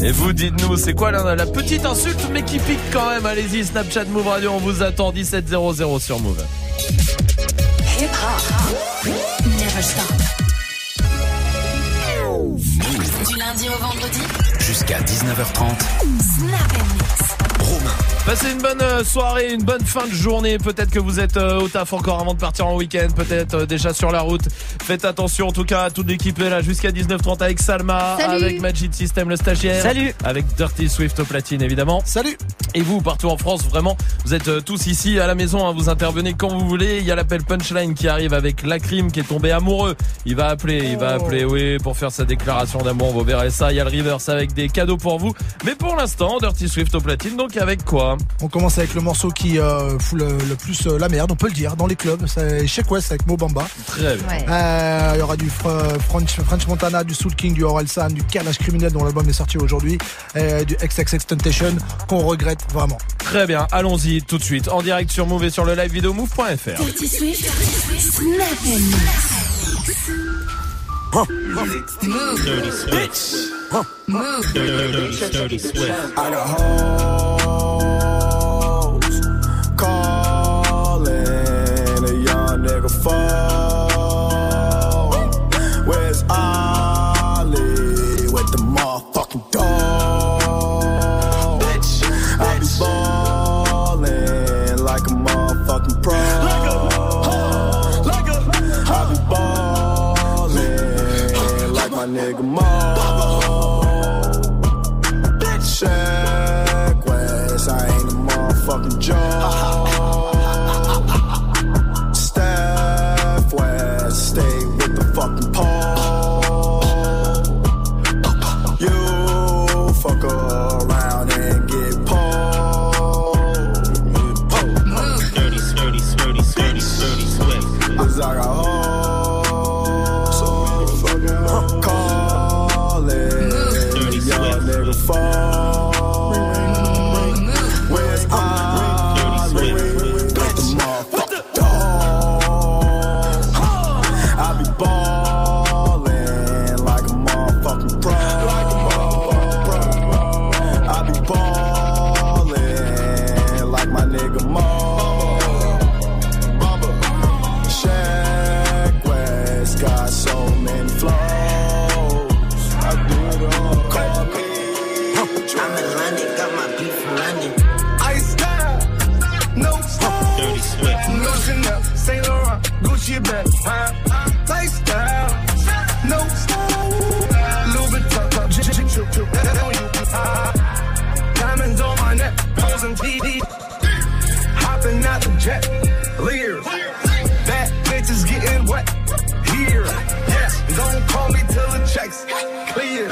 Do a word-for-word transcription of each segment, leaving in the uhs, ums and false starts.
Et vous, dites-nous, c'est quoi la, la petite insulte, mais qui pique quand même. Allez-y, Snapchat Move Radio, on vous attend. Dix-sept zéro zéro sur Move. Hip hop, never stop. Du lundi au vendredi, jusqu'à dix-neuf heures trente. Snap and Mix. Romain. Passez une bonne soirée, une bonne fin de journée. Peut-être que vous êtes au taf encore avant de partir en week-end. Peut-être déjà sur la route. Faites attention, en tout cas, toute l'équipe est là jusqu'à dix-neuf heures trente avec Salma. Salut. Avec Magic System, le stagiaire. Salut. Avec Dirty Swift au platine, évidemment. Salut. Et vous, partout en France, vraiment, vous êtes tous ici à la maison. Hein, vous intervenez quand vous voulez. Il y a l'appel Punchline qui arrive avec Lacrim qui est tombé amoureux. Il va appeler, il va appeler, oui, pour faire sa déclaration d'amour. Vous verrez ça. Il y a le Reverse avec des cadeaux pour vous. Mais pour l'instant, Dirty Swift au platine. Donc avec quoi? On commence avec le morceau qui euh, fout le, le plus euh, la merde, on peut le dire, dans les clubs. C'est Sheck West avec Mo Bamba. Très bien. Ouais. Euh, il y aura du Fr- French, French Montana, du Soul King, du Orelsan, du Carnage Criminel dont l'album est sorti aujourd'hui, et du X X X Temptation qu'on regrette vraiment. Très bien, allons-y tout de suite en direct sur Move et sur le live vidéo move point f r. Dirty Swift, Snap and Mix. Huh. Move. Dirty Swift. Huh. Move. Dirty, dirty Swift. I got hoes calling a young nigga phone. Where's Ollie with the motherfucking dog? Bitch, I be ballin' like a motherfucking pro. Like a, like a, I be ballin' like my nigga Mo. Sheck West, I ain't a motherfucking joke. Steph West, stay with the fucking pole. You fuck around and get pulled. Dirty, dirty, dirty, dirty, dirty Swift. Cause I got hoes calling a young nigga phone. Saint Laurent, Gucci bag, huh? Lifestyle, no style. Louis Vuitton, j- j- j- j- that's on you. Uh, diamonds on my neck, posing T V. Hopping out the jet, Lears. Bad bitches getting wet here. Yeah, don't call me till the checks clear.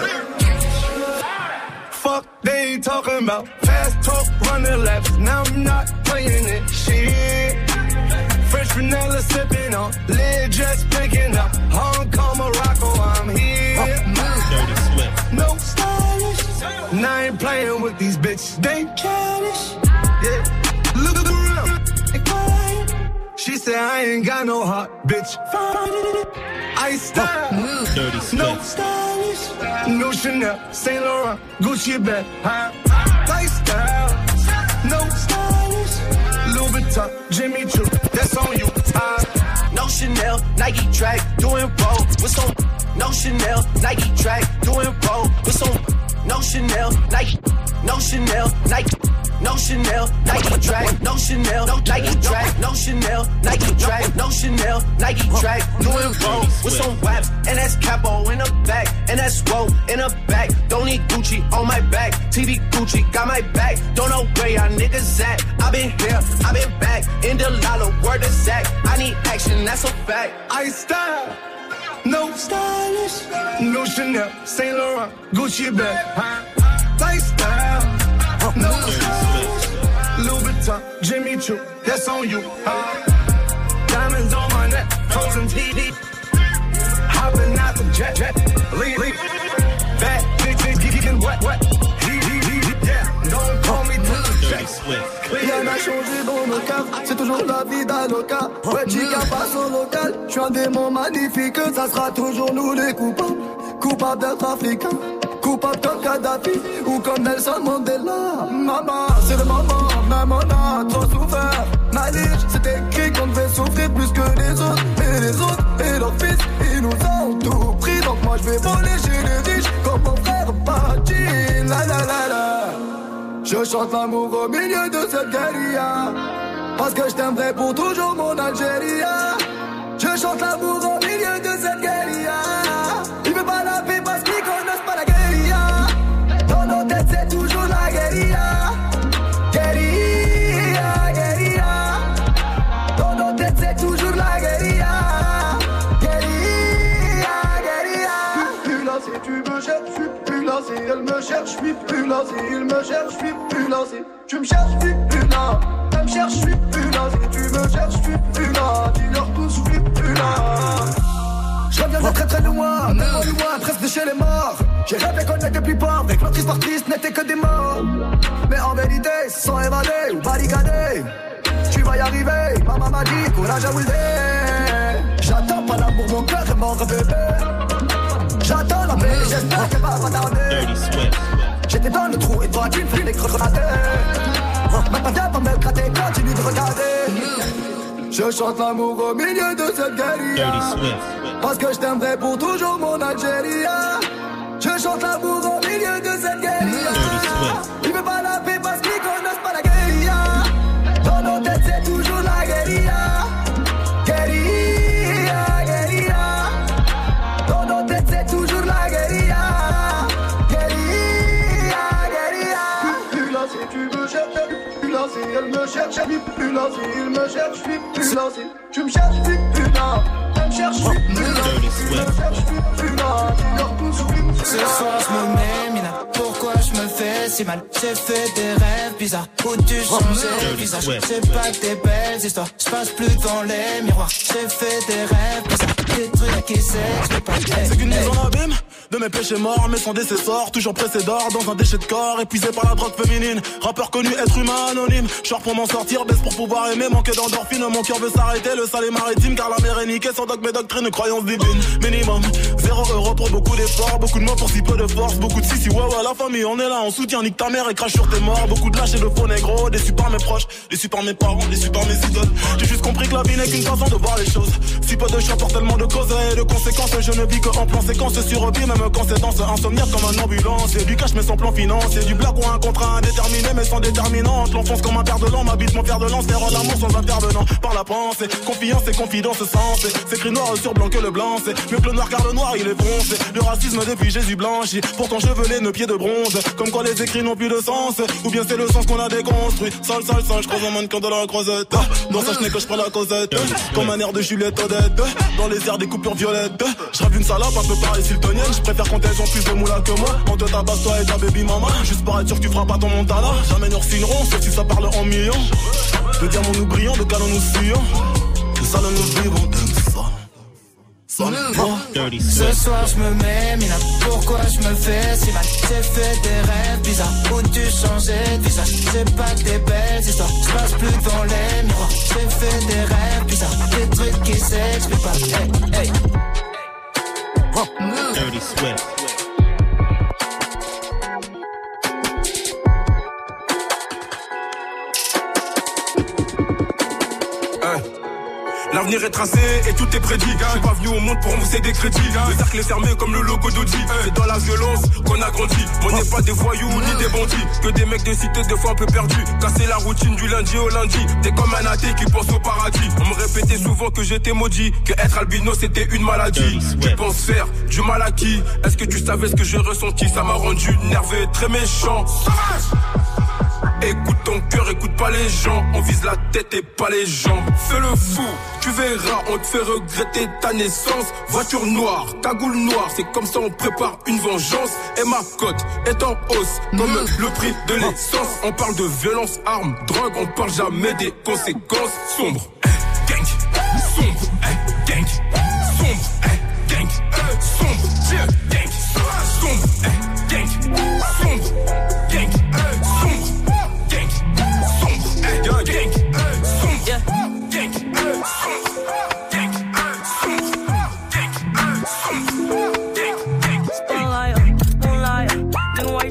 Fuck they ain't talking about. Fast talk, running laps. Now I'm not playing it. Shit. Fresh vanilla sipping on, lid just picking up. Hong Kong, Morocco, I'm here. Dirty Swift. No stylish. Now I ain't playing with these bitches. They childish. Yeah. Look at the real. They quiet. She said I ain't got no heart, bitch. I style. Dirty Swift. No stylish. No Chanel, Saint Laurent, Gucci bag. Huh? Lifestyle. No stylish. Louis Vuitton, Jimmy Choo, that's on you. Uh, no Chanel, Nike track, doing roll with some. No Chanel, Nike track, doing roll with some. No Chanel, Nike, no Chanel, Nike. No Chanel, Nike track, no Chanel, no Nike track, no Chanel, Nike track, no Chanel, Nike track, doing roll with some waps, and that's capo in the back, and that's roll in the back. Don't need Gucci on my back, T V Gucci got my back. Don't know where y'all niggas at. I been here, I been back, in the lala, word of Zach. I need action, that's a fact. I style, no stylish, no Chanel, Saint Laurent, Gucci bag, huh? Lifestyle. No stylish, Louis Vuitton, Jimmy Choo, that's on you. Uh, diamonds on my neck, frozen T V. Hopping out the jet, jet, leave, leave. Bad bitches getting wet, wet. He, he, he, yeah, don't call me till the checks. Rien n'a changé dans nos caves, c'est toujours la vie d'Aloca. Ouais, chica passe au local, j'suis un démon magnifique, ça sera toujours nous les coupables. Coupables d'être africains. Coupable comme Kadhafi ou comme Nelson Mandela. Maman, c'est le moment, même on a trop souffert. Malige, c'est écrit qu'on devait souffrir plus que les autres. Et les autres, et leurs fils, ils nous ont tout pris. Donc moi je vais voler chez les riches comme mon frère Bati. La la la la. Je chante l'amour au milieu de cette guérilla. Parce que je t'aimerai pour toujours mon Algérie. Je chante l'amour au milieu de cette guérilla. Il veut pas la paix parce qu'ils connaissent pas la guérilla. Dans nos têtes c'est toujours la guérilla. Guérilla, guérilla. Dans nos têtes c'est toujours la guérilla. Guérilla, guérilla. Plus là si tu me cherches, je suis plus là. Si elle me cherche, je suis plus là. Si il me cherche, je suis plus là. Si tu me cherches, je suis plus là. Elle me cherche, je suis plus là. Si tu me cherches, je suis plus là. Dis-leur tous, je suis plus là. Je reviens de très très loin, tellement loin, presque de chez les morts. J'ai rêvé qu'on était plus pauvres, et que notre histoire triste n'était que des morts. Mais en vérité, sans évader ou barricader, tu vas y arriver, maman m'a dit, courage à Wilde. J'attends pas l'amour, mon cœur est mort bébé. J'attends la paix, j'espère qu'elle va pas tarder. J'étais dans le trou et toi tu me fais des creux à terre. Maintenant viens pas me gratter, continue de regarder. Je chante l'amour au milieu de cette guérilla. Parce que je t'aimerai pour toujours mon Algérie. Je chante l'amour au milieu de cette guérilla. Il veut pas la paix parce qu'ils connaissent pas la guérilla. Dans nos têtes c'est toujours la guérilla. Guérilla, guérilla. Dans nos têtes c'est toujours la guérilla. Guérilla, guérilla. Plus là si tu me cherches, plus là si elle me cherche, je suis plus là si il me cherche, je suis plus là si tu me cherches, je suis plus là. Cherche, je suis plus là. Je suis plus là. Ce soir je me mets mina. Pourquoi je me fais si mal? J'ai fait des rêves bizarres où tu changeais le visage. C'est pas que des belles histoires. Je passe plus devant les miroirs. J'ai fait des rêves bizarres. Des trucs qui s'expliquent pas. Hey, c'est qu'une mise hey. en abîme de mes péchés morts, mais sans décessor. Toujours pressé d'or dans un déchet de corps. Épuisé par la drogue féminine. Rappeur connu, être humain anonyme. Short pour m'en sortir, baisse pour pouvoir aimer. Manquer d'endorphine, mon cœur veut s'arrêter. Le sale est maritime car la mer est niquée. Sans dogme et doctrine, croyance divine. Minimum, zéro euro pour beaucoup d'efforts. Beaucoup de mots pour si peu de force. Beaucoup de si si ouais ouais la famille on est là. On soutient, nique ta mère et crache sur tes morts. Beaucoup de lâches et de faux négros. Déçus par mes proches, déçus par mes parents, déçus par mes idoles. J'ai juste compris que la vie n'est qu'une façon de voir les choses. Si peu de choix pour tellement de causes et de conséquences. Je ne vis que en plan séquence sur repli. Même quand c'est dans ce insomniaque comme un ambulance. Et du cash mais sans plan financier. Du blague ou un contrat indéterminé mais sans déterminante. L'enfance comme un père de l'an m'habite mon père de lance. Terre d'amour sans intervenant par la pensée. Confiance et confidence sensée. C'est écrit noir sur blanc que le blanc. C'est mieux que le noir car le noir il est foncé. Le racisme depuis Jésus blanchi. Pourtant chevelé nos pieds de bronze. Comme quoi les écrits n'ont plus de sens. Ou bien c'est le sens qu'on a déconstruit. Sale sale sale je croise un mannequin de la croisette. Dans sa chenille que je prends la causette. Comme un air de Juliette Odette. Dans les airs des coupures violettes. Je rêve une salope un peu pareil siltonienne. Je préfère quand elles ont plus de moula que moi. On te tabasse toi et ta baby mama. Juste pour être sûr que tu feras pas ton Montana. Jamais nous signerons sauf si ça parle en millions. De diamants nous brillons, de canons nous fuyons. De ça nous vivons de ça. Ce soir je me mets mina. Pourquoi je me fais si mal? J'ai fait des rêves bizarres où tu changeais de visage. C'est pas que des belles histoires. Je passe plus devant les miroirs. J'ai fait des rêves bizarres. Des trucs qui s'expliquent pas. Hey, hey. Dirty Swift. L'avenir est tracé et tout est prédit. Je suis pas venu au monde pour mousser des crédits. Le cercle est fermé comme le logo d'Audi. C'est dans la violence qu'on a grandi. On n'est pas des voyous ni des bandits. Que des mecs de cité des fois un peu perdus. Casser la routine du lundi au lundi. T'es comme un athée qui pense au paradis. On me répétait souvent que j'étais maudit. Que être albino c'était une maladie. Tu penses faire du mal à qui? Est-ce que tu savais ce que j'ai ressenti? Ça m'a rendu nerveux, très méchant. Écoute ton cœur, écoute pas les gens. On vise la tête et pas les jambes. Fais le fou, tu verras, on te fait regretter ta naissance. Voiture noire, cagoule noire, c'est comme ça on prépare une vengeance. Et ma cote est en hausse, comme le prix de l'essence. On parle de violence, armes, drogue, on parle jamais des conséquences. Sombre, eh, gang, sombre, eh, gang, sombre, eh, gang, eh, sombre, yeah, gang, sombre, eh, gang, sombre, gang, eh, sombre. Gang, gang, sombre, yeah. Gang, sombre, gang, sombre, gang, sombre, gang, gang. Spotlight, moonlight,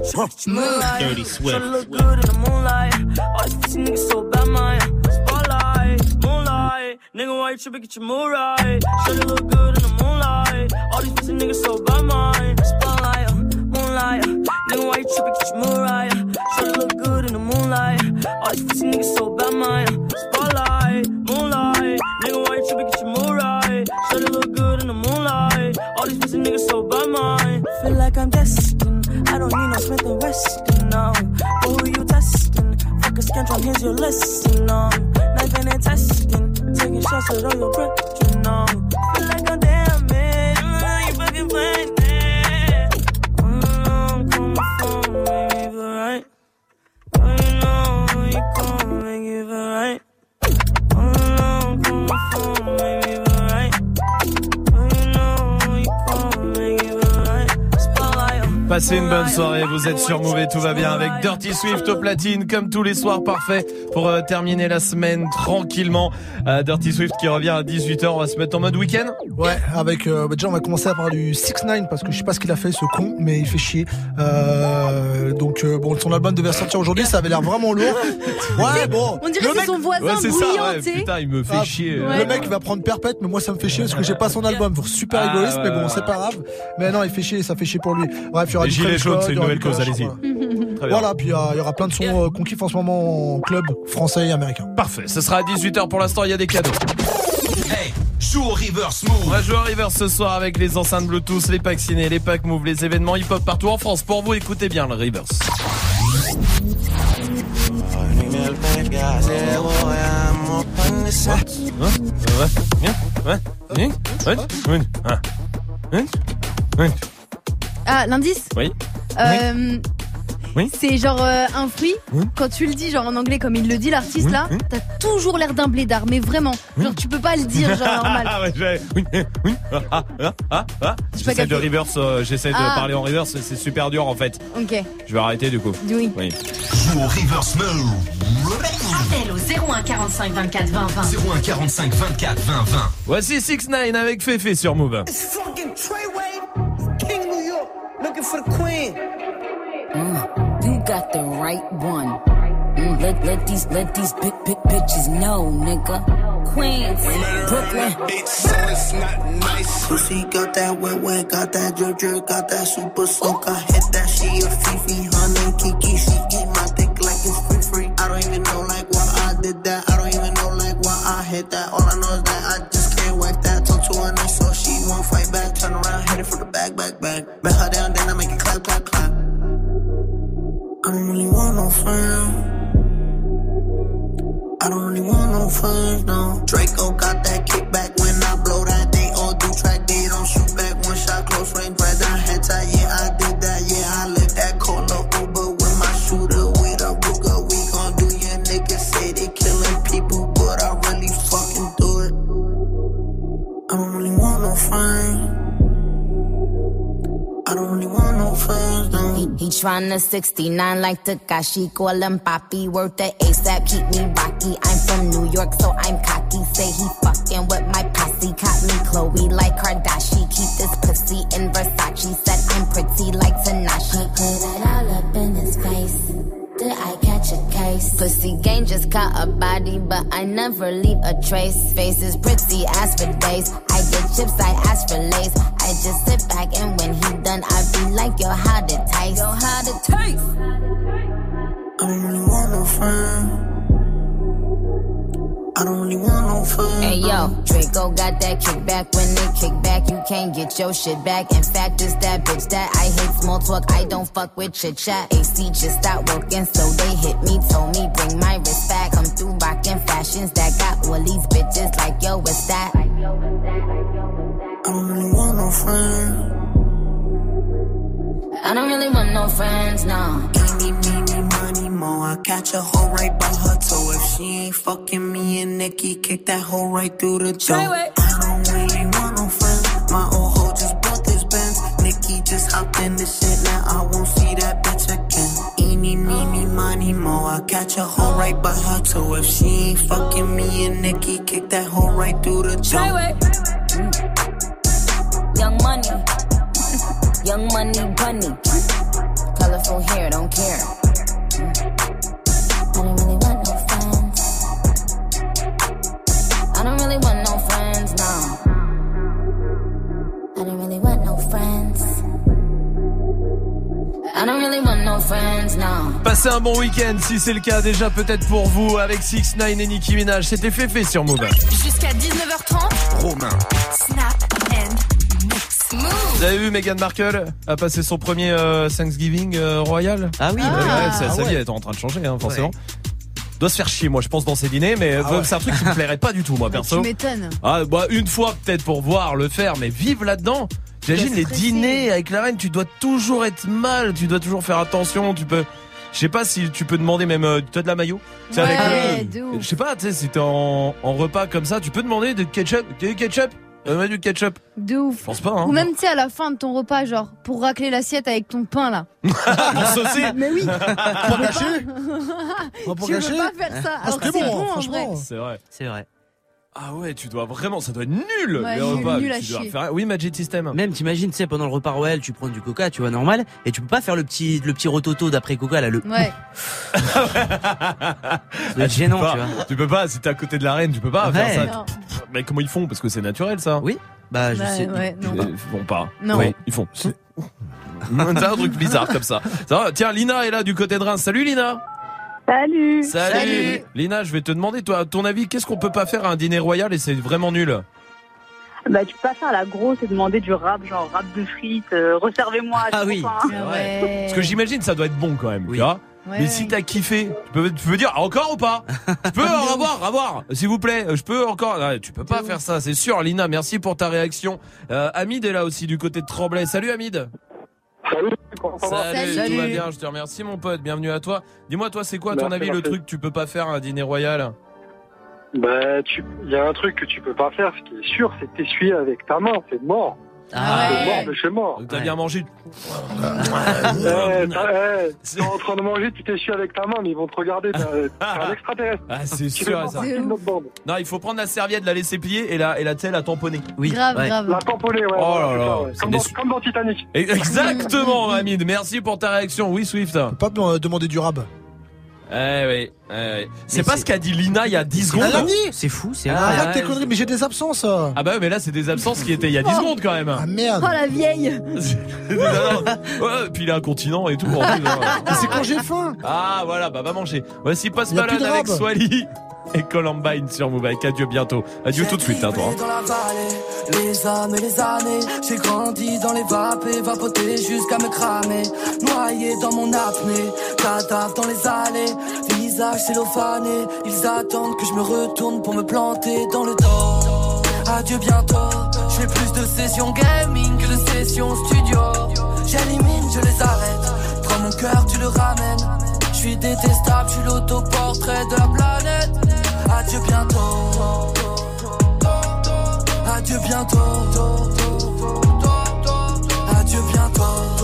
Moonlight. Dirty Swift. Tryna look good in the moonlight. All these pussy niggas so bad, man. Spotlight, moonlight. Nigga, why you tripping? Get your mood right. Tryna look good in the moonlight. All these pussy niggas so bad, man. Spotlight, moonlight. Nigga, why you tripping? Get your mood right. Tryna look good in the moonlight. All these pussy niggas so bad, man. Spotlight, moonlight. Nigga, why you tripping? Get your mood right. Tryna look good in the moonlight. All these pussy niggas so bad, man. Feel like I'm destined. I don't need no Smith and Weston now. But who you testing? Fuck a scantron, here's your lesson now. Nothing and testing. Taking shots at all your breath, you know. Feel like I'm damn it. Mm, you fucking playing it. Mm, call my phone, make me feel right. Oh, you know, you call, make me feel right. Oh, you know, call my phone, make me feel right. Oh, you know, you call, make me feel right. Spotlight. Passez une bonne soirée, vous êtes sur Move et tout va bien avec Dirty Swift au platine comme tous les soirs, parfait pour euh, terminer la semaine tranquillement. Euh, Dirty Swift qui revient à dix-huit heures, on va se mettre en mode week-end. Ouais, avec euh, bah déjà on va commencer à parler du six ix parce que je sais pas ce qu'il a fait ce con, mais il fait chier. Euh, donc euh, bon, son album devait sortir aujourd'hui, ça avait l'air vraiment lourd. Ouais, bon. On dirait que c'est son voisin ouais, c'est bruyant, ça, ouais, tu sais. putain, il me fait Ah, chier. Le Ouais. mec va prendre perpète, mais moi ça me fait chier parce que j'ai pas son album. Super Ah, égoïste, ouais, mais bon, ouais, c'est pas grave. Mais non, il fait chier, ça fait chier pour lui. Bref, il y aura Les du gilets French jaunes, Code, c'est il une y aura nouvelle du cause, Clash, allez-y. voilà. Très bien. Voilà, puis il y, a- il y aura plein de sons euh, qu'on kiffe en ce moment en club français et américain. Parfait, ce sera à dix-huit heures pour l'instant, il y a des cadeaux. Hey, joue au reverse move. On va jouer au reverse ce soir avec les enceintes Bluetooth, les packs ciné, les packs move, les événements hip-hop partout en France. Pour vous, écoutez bien le reverse. Ah, l'indice Oui. Euh, Oui. C'est genre euh, un fruit. Oui. Quand tu le dis genre en anglais comme il le dit l'artiste Oui. là, Oui. t'as toujours l'air d'un blédard, mais vraiment. Genre tu peux pas le dire genre normal. Ah ouais, j'ai- oui, oui. Ah, ah, ah, ah, ah. J'ai pas J'essaie de capté. reverse, euh, j'essaie de Ah. parler en reverse, c'est super dur en fait. Ok. Je vais arrêter du coup. Oui. Oui. Joue au reverse move. Appel au zéro un quarante-cinq vingt-quatre vingt vingt. zéro un quarante-cinq vingt-quatre vingt vingt. Voici six ix avec Fefe sur Move. It's fucking Treyway, King New York, looking for the queen. Mm, you got the right one. Mm, let let these let these big big bitches know, nigga. Queens, Brooklyn. So it's not nice. Pussy got that wet wet, got that drip drip, got that super soak. I hit that, she a Fifi, honey Kiki. She eat my dick like it's free free. I don't even know like why I did that. I don't even know like why I hit that. All I know is that I just can't whack that. Talk to her nice so she won't fight back. Turn around, hit it for the back, back, back. Bet her down, then I make it clap, clap, clap. I don't really want no friends. I don't really want no friends, no. Draco got that kickback when I blow that. They all do track, they don't shoot back. One shot, close range, right down head tie. Yeah, I did that, yeah, I lived that. Call up Uber with my shooter, with a Ruger. We gon' do your niggas say they killing people, but I really fucking do it. I don't really want no friends. I don't really want no friends, no. He, he tryna sixty-nine like Takashi, call him Papi, worth the ASAP, keep me rocky. I'm from New York, so I'm cocky. Say he fucking with my posse, caught me Chloe like Kardashian. Keep this pussy in Versace, said I'm pretty like Tanashi. Put it all up in his face. Did I catch a case? Pussy gang just caught a body, but I never leave a trace. Face is pretty as for days. I get chips, I ask for lace. I just sit back and when he done, I be like, yo, how'd it taste? Yo, how'd it taste? I don't really want no friends. I don't really want no friends. Hey yo, Draco got that kickback. When they kick back, you can't get your shit back. In fact, it's that bitch that I hate small talk. I don't fuck with chit chat. A C just stopped working, so they hit me, told me bring my wrist back. Come through rockin' fashions that got all these bitches like yo, what's that? I don't really want no friends. I don't really want no friends, no. Eeny, meeny, money, mo. I catch a hoe right by her toe. If she ain't fucking me and Nikki, kick that hoe right through the door. I don't really want no friends. My old hoe just bought this Benz. Nikki just hopped in the shit, now I won't see that bitch again. Eeny, meeny, money, mo. I catch a hoe right by her toe. If she ain't fucking me and Nikki, kick that hoe right through the door. Young money, young money bunny, colorful hair I don't really want no friends, no. Passez un bon week-end si c'est le cas déjà peut-être pour vous avec six ix et Nicki Minaj. C'était Féfé sur Move. Jusqu'à dix-neuf heures trente. Romain. Snap and mix. Move. Vous avez vu Meghan Markle a passé son premier euh, Thanksgiving euh, royal. Ah oui, ah, bah, ouais, sa, ah, sa ouais. vie elle est en train de changer hein, forcément. Ouais. Doit se faire chier moi je pense dans ces dîners mais ah euh, ouais. c'est un truc qui me plairait pas du tout moi perso. Tu m'étonnes. Ah bah une fois peut-être pour voir le faire mais vivre là-dedans. J'imagine les dîners avec la reine, tu dois toujours être mal, tu dois toujours faire attention, tu peux je sais pas si tu peux demander même euh, tu as de la mayo. Ouais, avec ouais, le, de ouf. je sais pas, tu sais si t'es en, en repas comme ça, tu peux demander du ketchup, du ketchup. Euh, du ketchup. De ouf. Je pense pas hein. Ou même tu sais à la fin de ton repas genre pour racler l'assiette avec ton pain là. Pour saucer. Mais oui. Pour gâcher. Pour pour tu gâcher. peux pas faire ça. Ah, Alors que c'était c'est bon, bon en franchement. vrai. C'est vrai. C'est vrai. Ah ouais, tu dois vraiment, ça doit être nul Ouais, les nul, repas. nul à tu dois chier. faire... Oui, Magic System. Même t'imagines, tu sais, pendant le repas royal, tu prends du coca, tu vois, normal, et tu peux pas faire le petit, le petit rototo d'après coca, là, le. Ouais. C'est gênant, tu, peux tu pas, vois. tu peux pas, si t'es à côté de la reine, tu peux pas Ouais. faire ça. Non. Mais comment ils font? Parce que c'est naturel ça. Oui. Bah, je Bah, sais. ouais, non. Ils font pas. Non. Oui, ils font. C'est un truc bizarre comme ça. Ça va. Tiens, Lina est là du côté de Reims. Salut Lina. Salut. Salut. Salut. Lina, je vais te demander, toi, à ton avis, qu'est-ce qu'on peut pas faire à un dîner royal et c'est vraiment nul? Bah, tu peux pas faire la grosse et demander du rap, genre rap de frites, euh, resservez-moi. Ah des oui. copains. Ah ouais. Parce que j'imagine ça doit être bon quand même, Oui. tu vois. Ouais, Mais ouais. si t'as kiffé, tu peux, tu peux dire encore ou pas? Je peux en avoir, avoir, s'il vous plaît. Je peux encore. Ah, tu peux pas faire ça, c'est sûr. Lina, merci pour ta réaction. Euh, Hamid est là aussi du côté de Tremblay. Salut Hamid. Salut, comment ça va? Salut, Salut. tout va bien. Je te remercie mon pote. Bienvenue à toi. Dis-moi toi, c'est quoi à ton Merci, avis le merci. truc que tu peux pas faire à un dîner royal? Bah, tu, il y a un truc que tu peux pas faire, ce qui est sûr, c'est t'essuyer avec ta main, c'est mort. Ah C'est ouais. mort de chez mort. Donc t'as Ouais. bien mangé. Eh, t'as- eh, t'es en train de manger, tu t'essuies avec ta main, mais ils vont te regarder, t'es un- t'es un extraterrestre. Ah, c'est Tu fais sûr pas ça. partie de notre bande. Non, il faut prendre la serviette, la laisser plier et la, et la, tu sais, la tamponner. Oui. Grave, ouais. grave. La tamponner, ouais. Oh voilà, là c'est là, ça, ouais. c'est Comme, dans, des- comme dans Titanic. Et- Exactement, Hamid. Merci pour ta réaction. Oui, Swift. On peut pas me demander du rab. Eh oui, eh oui. C'est Mais pas c'est- ce qu'a dit Lina il y a dix secondes. Elle l'a dit. C'est fou, c'est Ah, incroyable. Arrête tes conneries, mais j'ai des absences. Ah bah oui, mais là c'est des absences qui étaient il y a dix secondes quand même. Ah merde. Oh la vieille. Non, non. Ouais, puis il est incontinent et tout. En plus, hein. Mais c'est quand j'ai faim. Ah voilà, bah va manger. Voici Post Y a plus Malone de avec rab. Swally et Columbine sur Move. Avec adieu bientôt. Adieu tout de suite, hein, toi. Dans la vallée, les âmes et les années, j'ai grandi dans les vapes et vapoté jusqu'à me cramer, noyé dans mon apnée, cadavre dans les allées, visage cellophané, ils attendent que je me retourne pour me planter dans le dos. Adieu bientôt, je fais plus de sessions gaming que de sessions studio. J'élimine, je les arrête, prends mon cœur, tu le ramènes. Je suis détestable, je suis l'autoportrait de la planète. Adieu bientôt. Adieu bientôt. Adieu bientôt.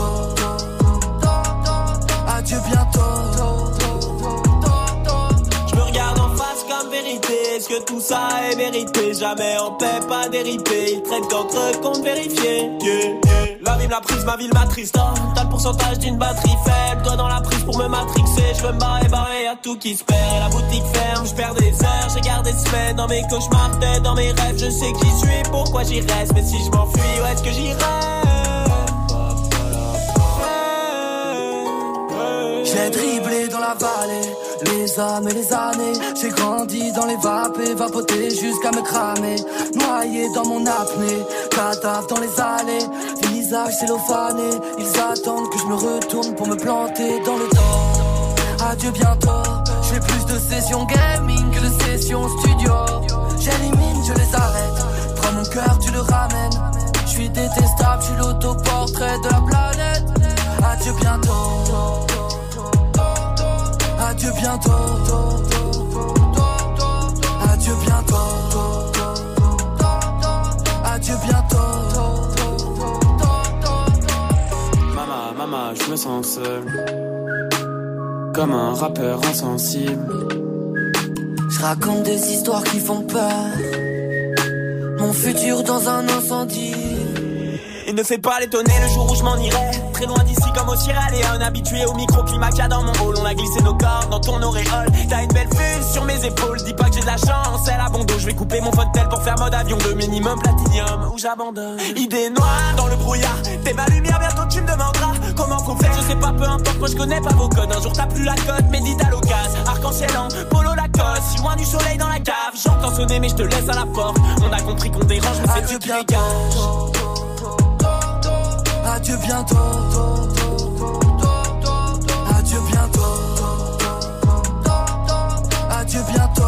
Adieu bientôt. Je me regarde en face comme vérité. Est-ce que tout ça est mérité? Jamais en paix, pas déripé. Ils traitent contre compte vérifié. Yeah, yeah. La vie me l'a prise, ma ville m'attriste. Oh, t'as le pourcentage d'une batterie faible. Toi dans la prise pour me matrixer. Je veux me barrer, barrer, y'a tout qui se perd. Et la boutique ferme, je perds des heures. J'ai gardé des semaines dans mes cauchemars, tête dans mes rêves. Je sais qui suis, pourquoi j'y reste. Mais si je m'enfuis, où est-ce que j'irai? J'ai dribblé dans la vallée, les âmes et les années. J'ai grandi dans les vapes et vapoté jusqu'à me cramer, noyé dans mon apnée, cadavre dans les allées, visage cellophané. Ils attendent que je me retourne pour me planter dans le dos. Adieu bientôt, je fais plus de sessions gaming que de sessions studio. J'élimine, je les arrête, prends mon cœur, tu le ramènes. Je suis détestable, je suis l'autoportrait de la planète. Adieu bientôt. Adieu bientôt. Adieu bientôt. Adieu bientôt. Maman, maman, je me sens seul, comme un rappeur insensible. Je raconte des histoires qui font peur, mon futur dans un incendie. Il ne fait pas l'étonner le jour où je m'en irai. Très loin d'ici comme au Sierra Leone. Habitué au microclimat qu'il y a dans mon hall. On a glissé nos corps dans ton auréole. T'as une belle vue sur mes épaules. Dis pas que j'ai de la chance, c'est la bondo. Je vais couper mon fauteuil pour faire mode avion de minimum platinium. Où j'abandonne. Idée noire dans le brouillard. T'es ma lumière, bientôt tu me demanderas comment faut faire. Je sais pas, peu importe, moi je connais pas vos codes. Un jour t'as plus la cote, médite à l'occasion. Arc-en-ciel en polo Lacoste, si loin du soleil dans la cave. J'entends sonner mais je te laisse à la porte. On a compris qu'on dérange mais c'est Dieu qui dégage. Adieu bientôt. Adieu bientôt. Adieu bientôt.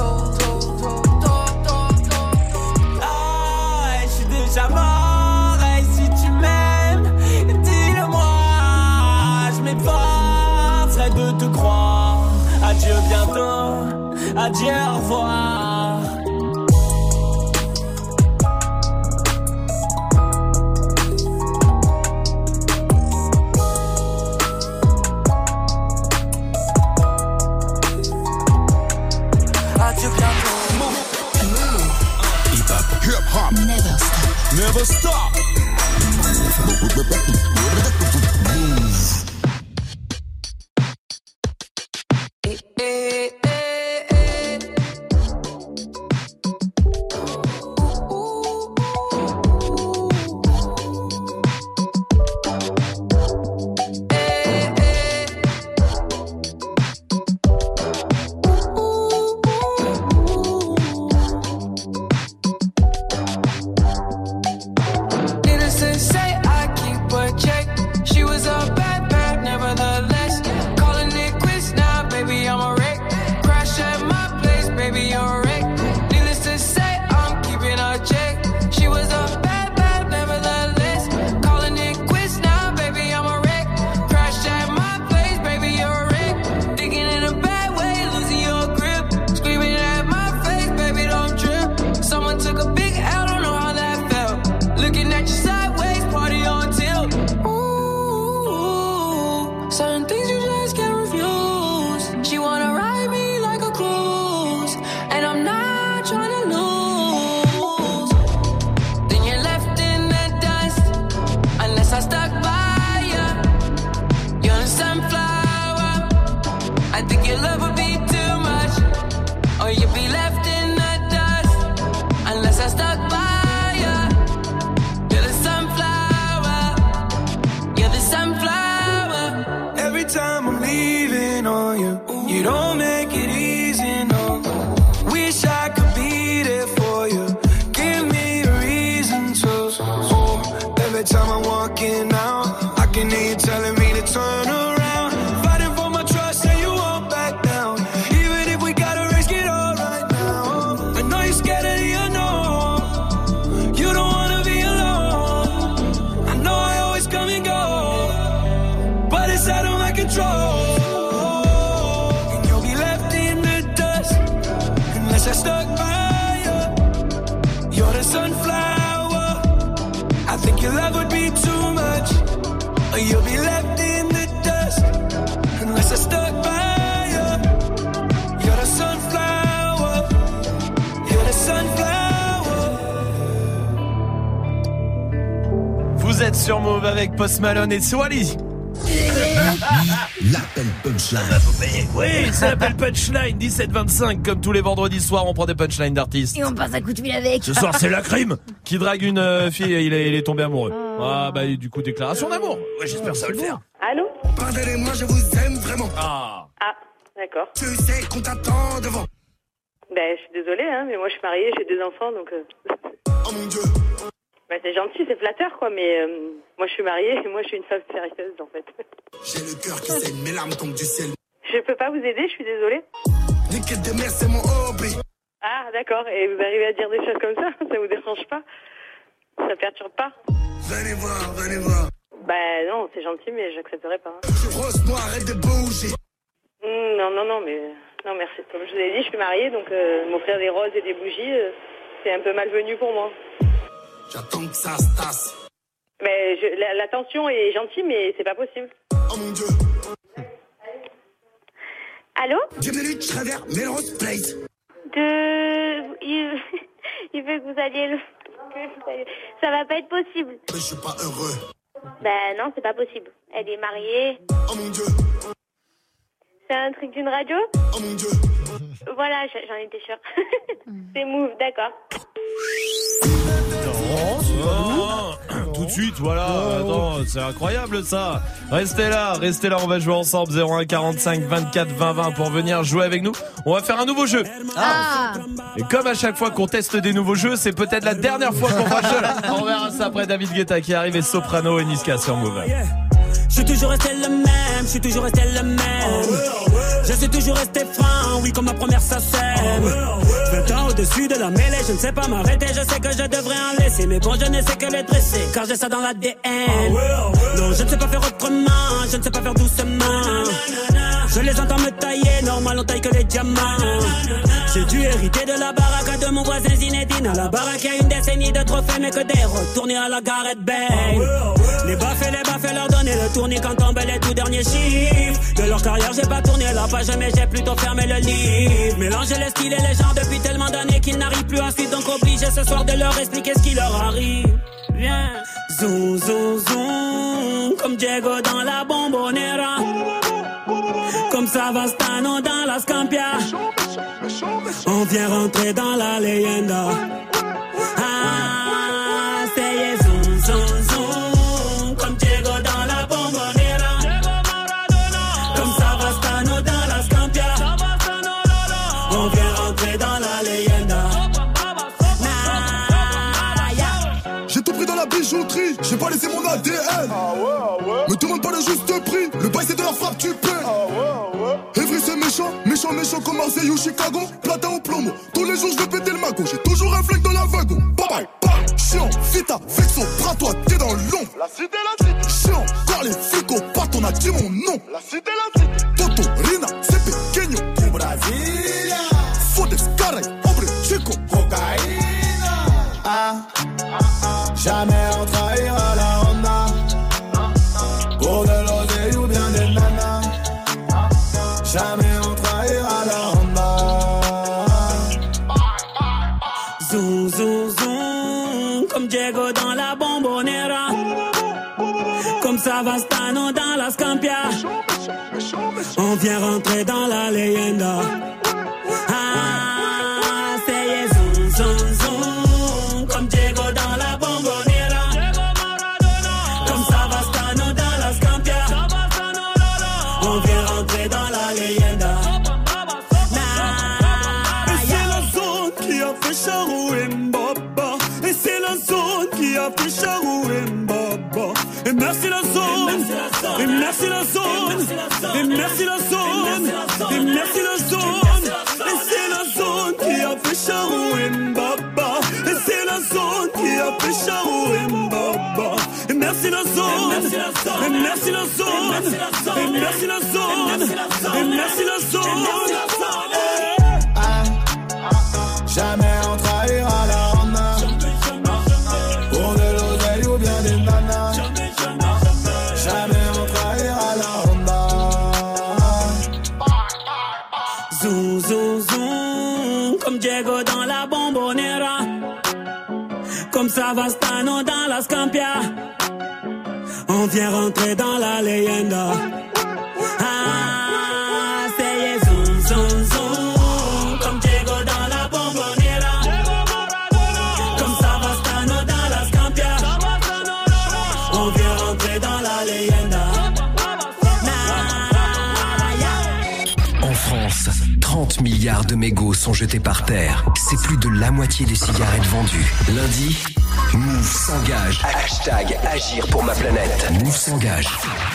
Ah, je suis déjà mort. Et si tu m'aimes, dis-le-moi. Je m'efforcerai de te croire. Adieu bientôt. Adieu, au revoir. Adieu bientôt. Hip-hop, hip-hop, Never stop. never stop. Needless to say, I keep a check. She was a bad, bad, nevertheless. Calling it quits now, baby, I'm a wreck. Crash at my place, baby, you're a wreck. Needless to say, I'm keeping a check. She was a bad, bad, nevertheless. Calling it quits now, baby, I'm a wreck. Crash at my place, baby, you're a wreck. Thinking in a bad way, losing your grip. Screaming at my face, baby, don't trip. Someone took a big L, don't know how that felt. Looking at you sideways, party on tilt. Ooh, certain things you just can't refuse. She wanna ride me like a cruise, and I'm not trying to lose. Then you're left in the dust, unless I stuck by you. You're a sunflower. I think your love would be too much, or you'd be left in the dust, unless I stuck by you. You're the sunflower. You're the sunflower. Every time I'm leaving on you, you don't make it easy, no. Wish I could be there for you. Give me a reason to. Oh, every time I'm walking out, I can hear you telling me to turn around. Fighting for my trust and you won't back down. Even if we gotta risk it all right now. I know you're scared of the unknown. You don't wanna be alone. I know I always come and go, but it's out of my control. And you'll be left in the dust unless I stuck by you. You're the sunflower. I think your love would be too much, or you'll be left in the dust unless I stuck by you. You're the sunflower. You're the sunflower. Vous êtes sur Move avec Post Malone et Swally. L'appel punchline. Oui, c'est l'appel punchline, dix-sept vingt-cinq. Comme tous les vendredis soirs, on prend des punchlines d'artistes. Et on passe un coup de fil avec. Ce soir, c'est la crime qui drague une euh, fille et il est, il est tombé amoureux. Ah, bah, du coup, déclaration d'amour. Ouais, j'espère que ça va le faire. Allô? Pardonnez-moi, je vous aime vraiment. Ah. Ah, d'accord. Je sais qu'on t'attend devant. Ben, je suis désolée, hein, mais moi je suis mariée, j'ai deux enfants, donc... Euh... Oh mon Dieu. Ben, c'est gentil, c'est flatteur, quoi, mais euh, moi je suis mariée et moi je suis une femme sérieuse, en fait. J'ai le cœur qui saigne, mes larmes tombent du ciel. Je peux pas vous aider, je suis désolée. Les quêtes de mer, c'est mon hobby. Ah, d'accord, et vous arrivez à dire des choses comme ça? Ça vous dérange pas? Ça perturbe pas? Venez voir, venez voir. Ben non, c'est gentil, mais j'accepterai pas. Je suis rose, moi, arrête de bouger. Mmh, non, non, non, mais... Non, merci. Comme je vous ai dit, je suis mariée, donc euh, m'offrir des roses et des bougies, euh, c'est un peu malvenu pour moi. J'attends que ça se tasse. Mais je, la, l'attention est gentille, mais c'est pas possible. Oh mon Dieu. Allô? Bienvenue, je travers Melrose Place. De... Il... Il veut que vous alliez le... Ça va pas être possible. Mais je suis pas heureux. Ben non, c'est pas possible. Elle est mariée. Oh mon Dieu. C'est un truc d'une radio? Oh mon Dieu. Voilà, j'en étais sûre. C'est Move, d'accord. Non, non. Tout de suite, voilà. Oh. Attends, c'est incroyable ça. Restez là, restez là, on va jouer ensemble. zéro un quarante-cinq vingt-quatre vingt vingt pour venir jouer avec nous. On va faire un nouveau jeu. Ah. Et comme à chaque fois qu'on teste des nouveaux jeux, c'est peut-être la dernière fois qu'on va jouer. On verra ça après David Guetta qui arrive et Soprano et Niska sur Move. Je suis toujours resté le même, je suis toujours resté le même. Je suis toujours resté franc, oui, comme ma première sacème. vingt ans au-dessus de la mêlée, je ne sais pas m'arrêter, je sais que je devrais en laisser. Mais bon, je ne sais que les dresser, car j'ai ça dans l'A D N. Non, je ne sais pas faire autrement, je ne sais pas faire doucement. Je les entends me tailler, normal on taille que les diamants. J'ai dû hériter de la baraque de mon voisin Zinedine. À la baraque, il y a une décennie de trophées, mais que des retournés à la Gareth Bale. Les baffes et les baffes leur donner le tournis quand tombent les tout derniers chiffres. De leur carrière, j'ai pas tourné la page, mais j'ai plutôt fermé le livre. Mélanger les styles et les genres depuis tellement d'années qu'ils n'arrivent plus à suivre. Donc obligé ce soir de leur expliquer ce qui leur arrive. Viens, zoom, zoom, zoom, comme Diego dans la Bombonera. Comme Savastano dans la Scampia. On vient rentrer dans la leyenda. Ah, c'est zoom, zoom, zoom, comme Diego dans la Bombonera. Comme Savastano dans la Scampia. On vient rentrer dans la leyenda. J'ai tout pris dans la bijouterie, j'ai pas laissé mon A D N. Ah ouais, ah ouais. Me demande pas le juste prix, le bail c'est de la frappe, tu paies. Ah ouais, ah ouais. Evry c'est méchant, méchant, méchant comme Marseille ou Chicago. Platin ou plomo, tous les jours je vais péter le magot. J'ai toujours un flingue dans la wagon. Bye bye, bye. Chiant, vita, vexo, bras toi, t'es dans l'ombre. La cité, la cité. Chiant, car les flics au pat, on a dit mon nom. La cité, la cité. Toto, Rina, c'est pequeño. Du Brasilia. Fodes, caray, hombre, chico. Cocaïna. Ah. Jamais on trahira la Honda. Pour de l'oseille ou bien des nanas. Jamais on trahira la Honda. Zoom, zoom, zoom, comme Diego dans la Bombonera. Comme Savastano dans la Scampia. On vient rentrer dans la leyenda. Ah, c'est zoom, zoom, zoom, comme Diego dans la Bombonera. Comme Savastano dans la Scampia. On vient rentrer dans la leyenda. Et c'est la zone qui a fait Charou et Mbaba. Et c'est la zone qui a fait Charou et Mbaba. Et merci la zone. Et merci la zone. Et merci la zone. Et merci la zone. Et c'est la zone qui a fait Charou et Mbaba. Et c'est la zone qui a fait Charou et Mbaba. Et merci la zone. Et merci la zone. Et merci la zone. Et merci la zone. Jamais on trahira la Honda. Pour de l'oseille ou bien des nanas. Jamais on trahira la Honda. Zoom, zoom, zoom, comme Diego dans la Bombonera. Comme Savastano dans la Scampia. On vient rentrer dans la leyenda. Ah, c'est zoom, zoom, zoom, comme Diego dans la Bombonera. Comme Savastano dans la Scampia. On vient rentrer dans la leyenda. En France, trente milliards de mégots sont jetés par terre. C'est plus de la moitié des cigarettes vendues. Lundi, Move s'engage. Hashtag agir pour ma planète. Move s'engage.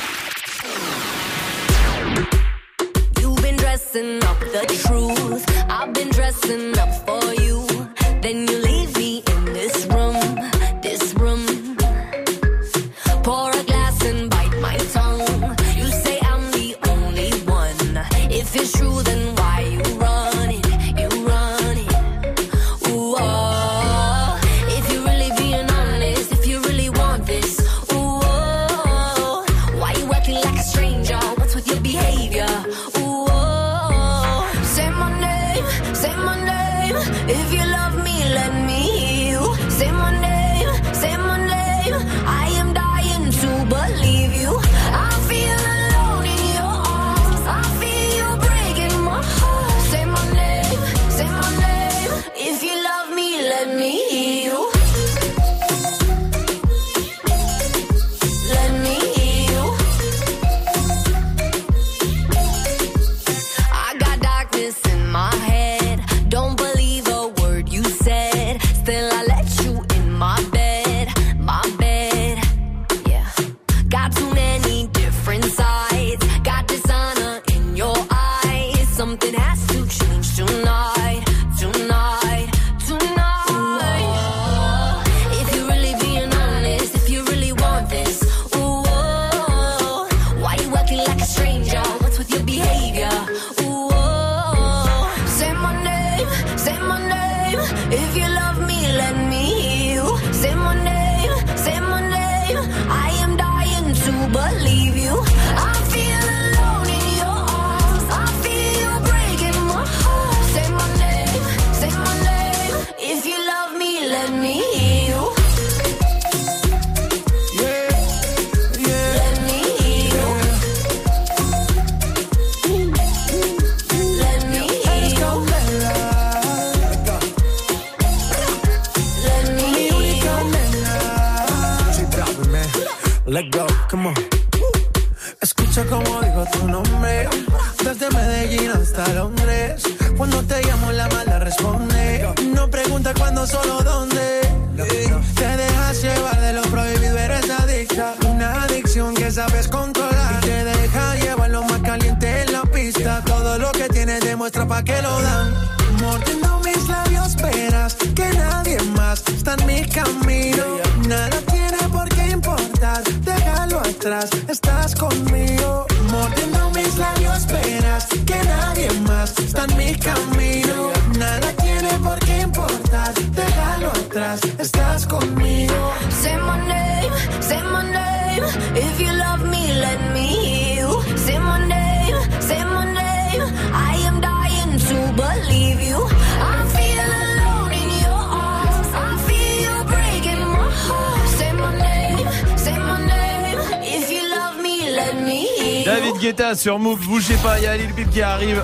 You've been dressing up the truth. I've been dressing up for you. Then you leave me in this room, this room. Pour a glass and bite my tongue. You say I'm the only one. If it's true, then why you run it? You run it. Ooh, oh. If you're really being honest, if you really want this, ooh, oh. Why you acting like a stranger? What's with your behavior? Ooh, oh. Say my name, say my name. come on. Escucha como digo tu nombre, desde Medellín hasta Londres. Cuando te llamo la mala responde, no pregunta cuándo, solo dónde. Te dejas llevar de lo prohibido, eres adicta. Una adicción que sabes controlar y te deja llevar lo más caliente en la pista. Todo lo que tienes demuestra pa' que lo dan. Mordiendo mis labios verás que nadie más está en mi camino. Nada tiene por qué importar, déjalo atrás, estás conmigo. Mordiendo mis labios verás que nadie más está en mi camino. Nada tiene por qué importar, déjalo atrás, estás conmigo. Say my name, say my name. If you love me, let me hear you. Say my name, say my name. I am dying to believe you. I feel alone in your arms. I feel you breaking my heart. Say my name, say my name. If you love me, let me hear you. David Guetta sur Move, bougez pas, il y a Lil Peep qui arrive.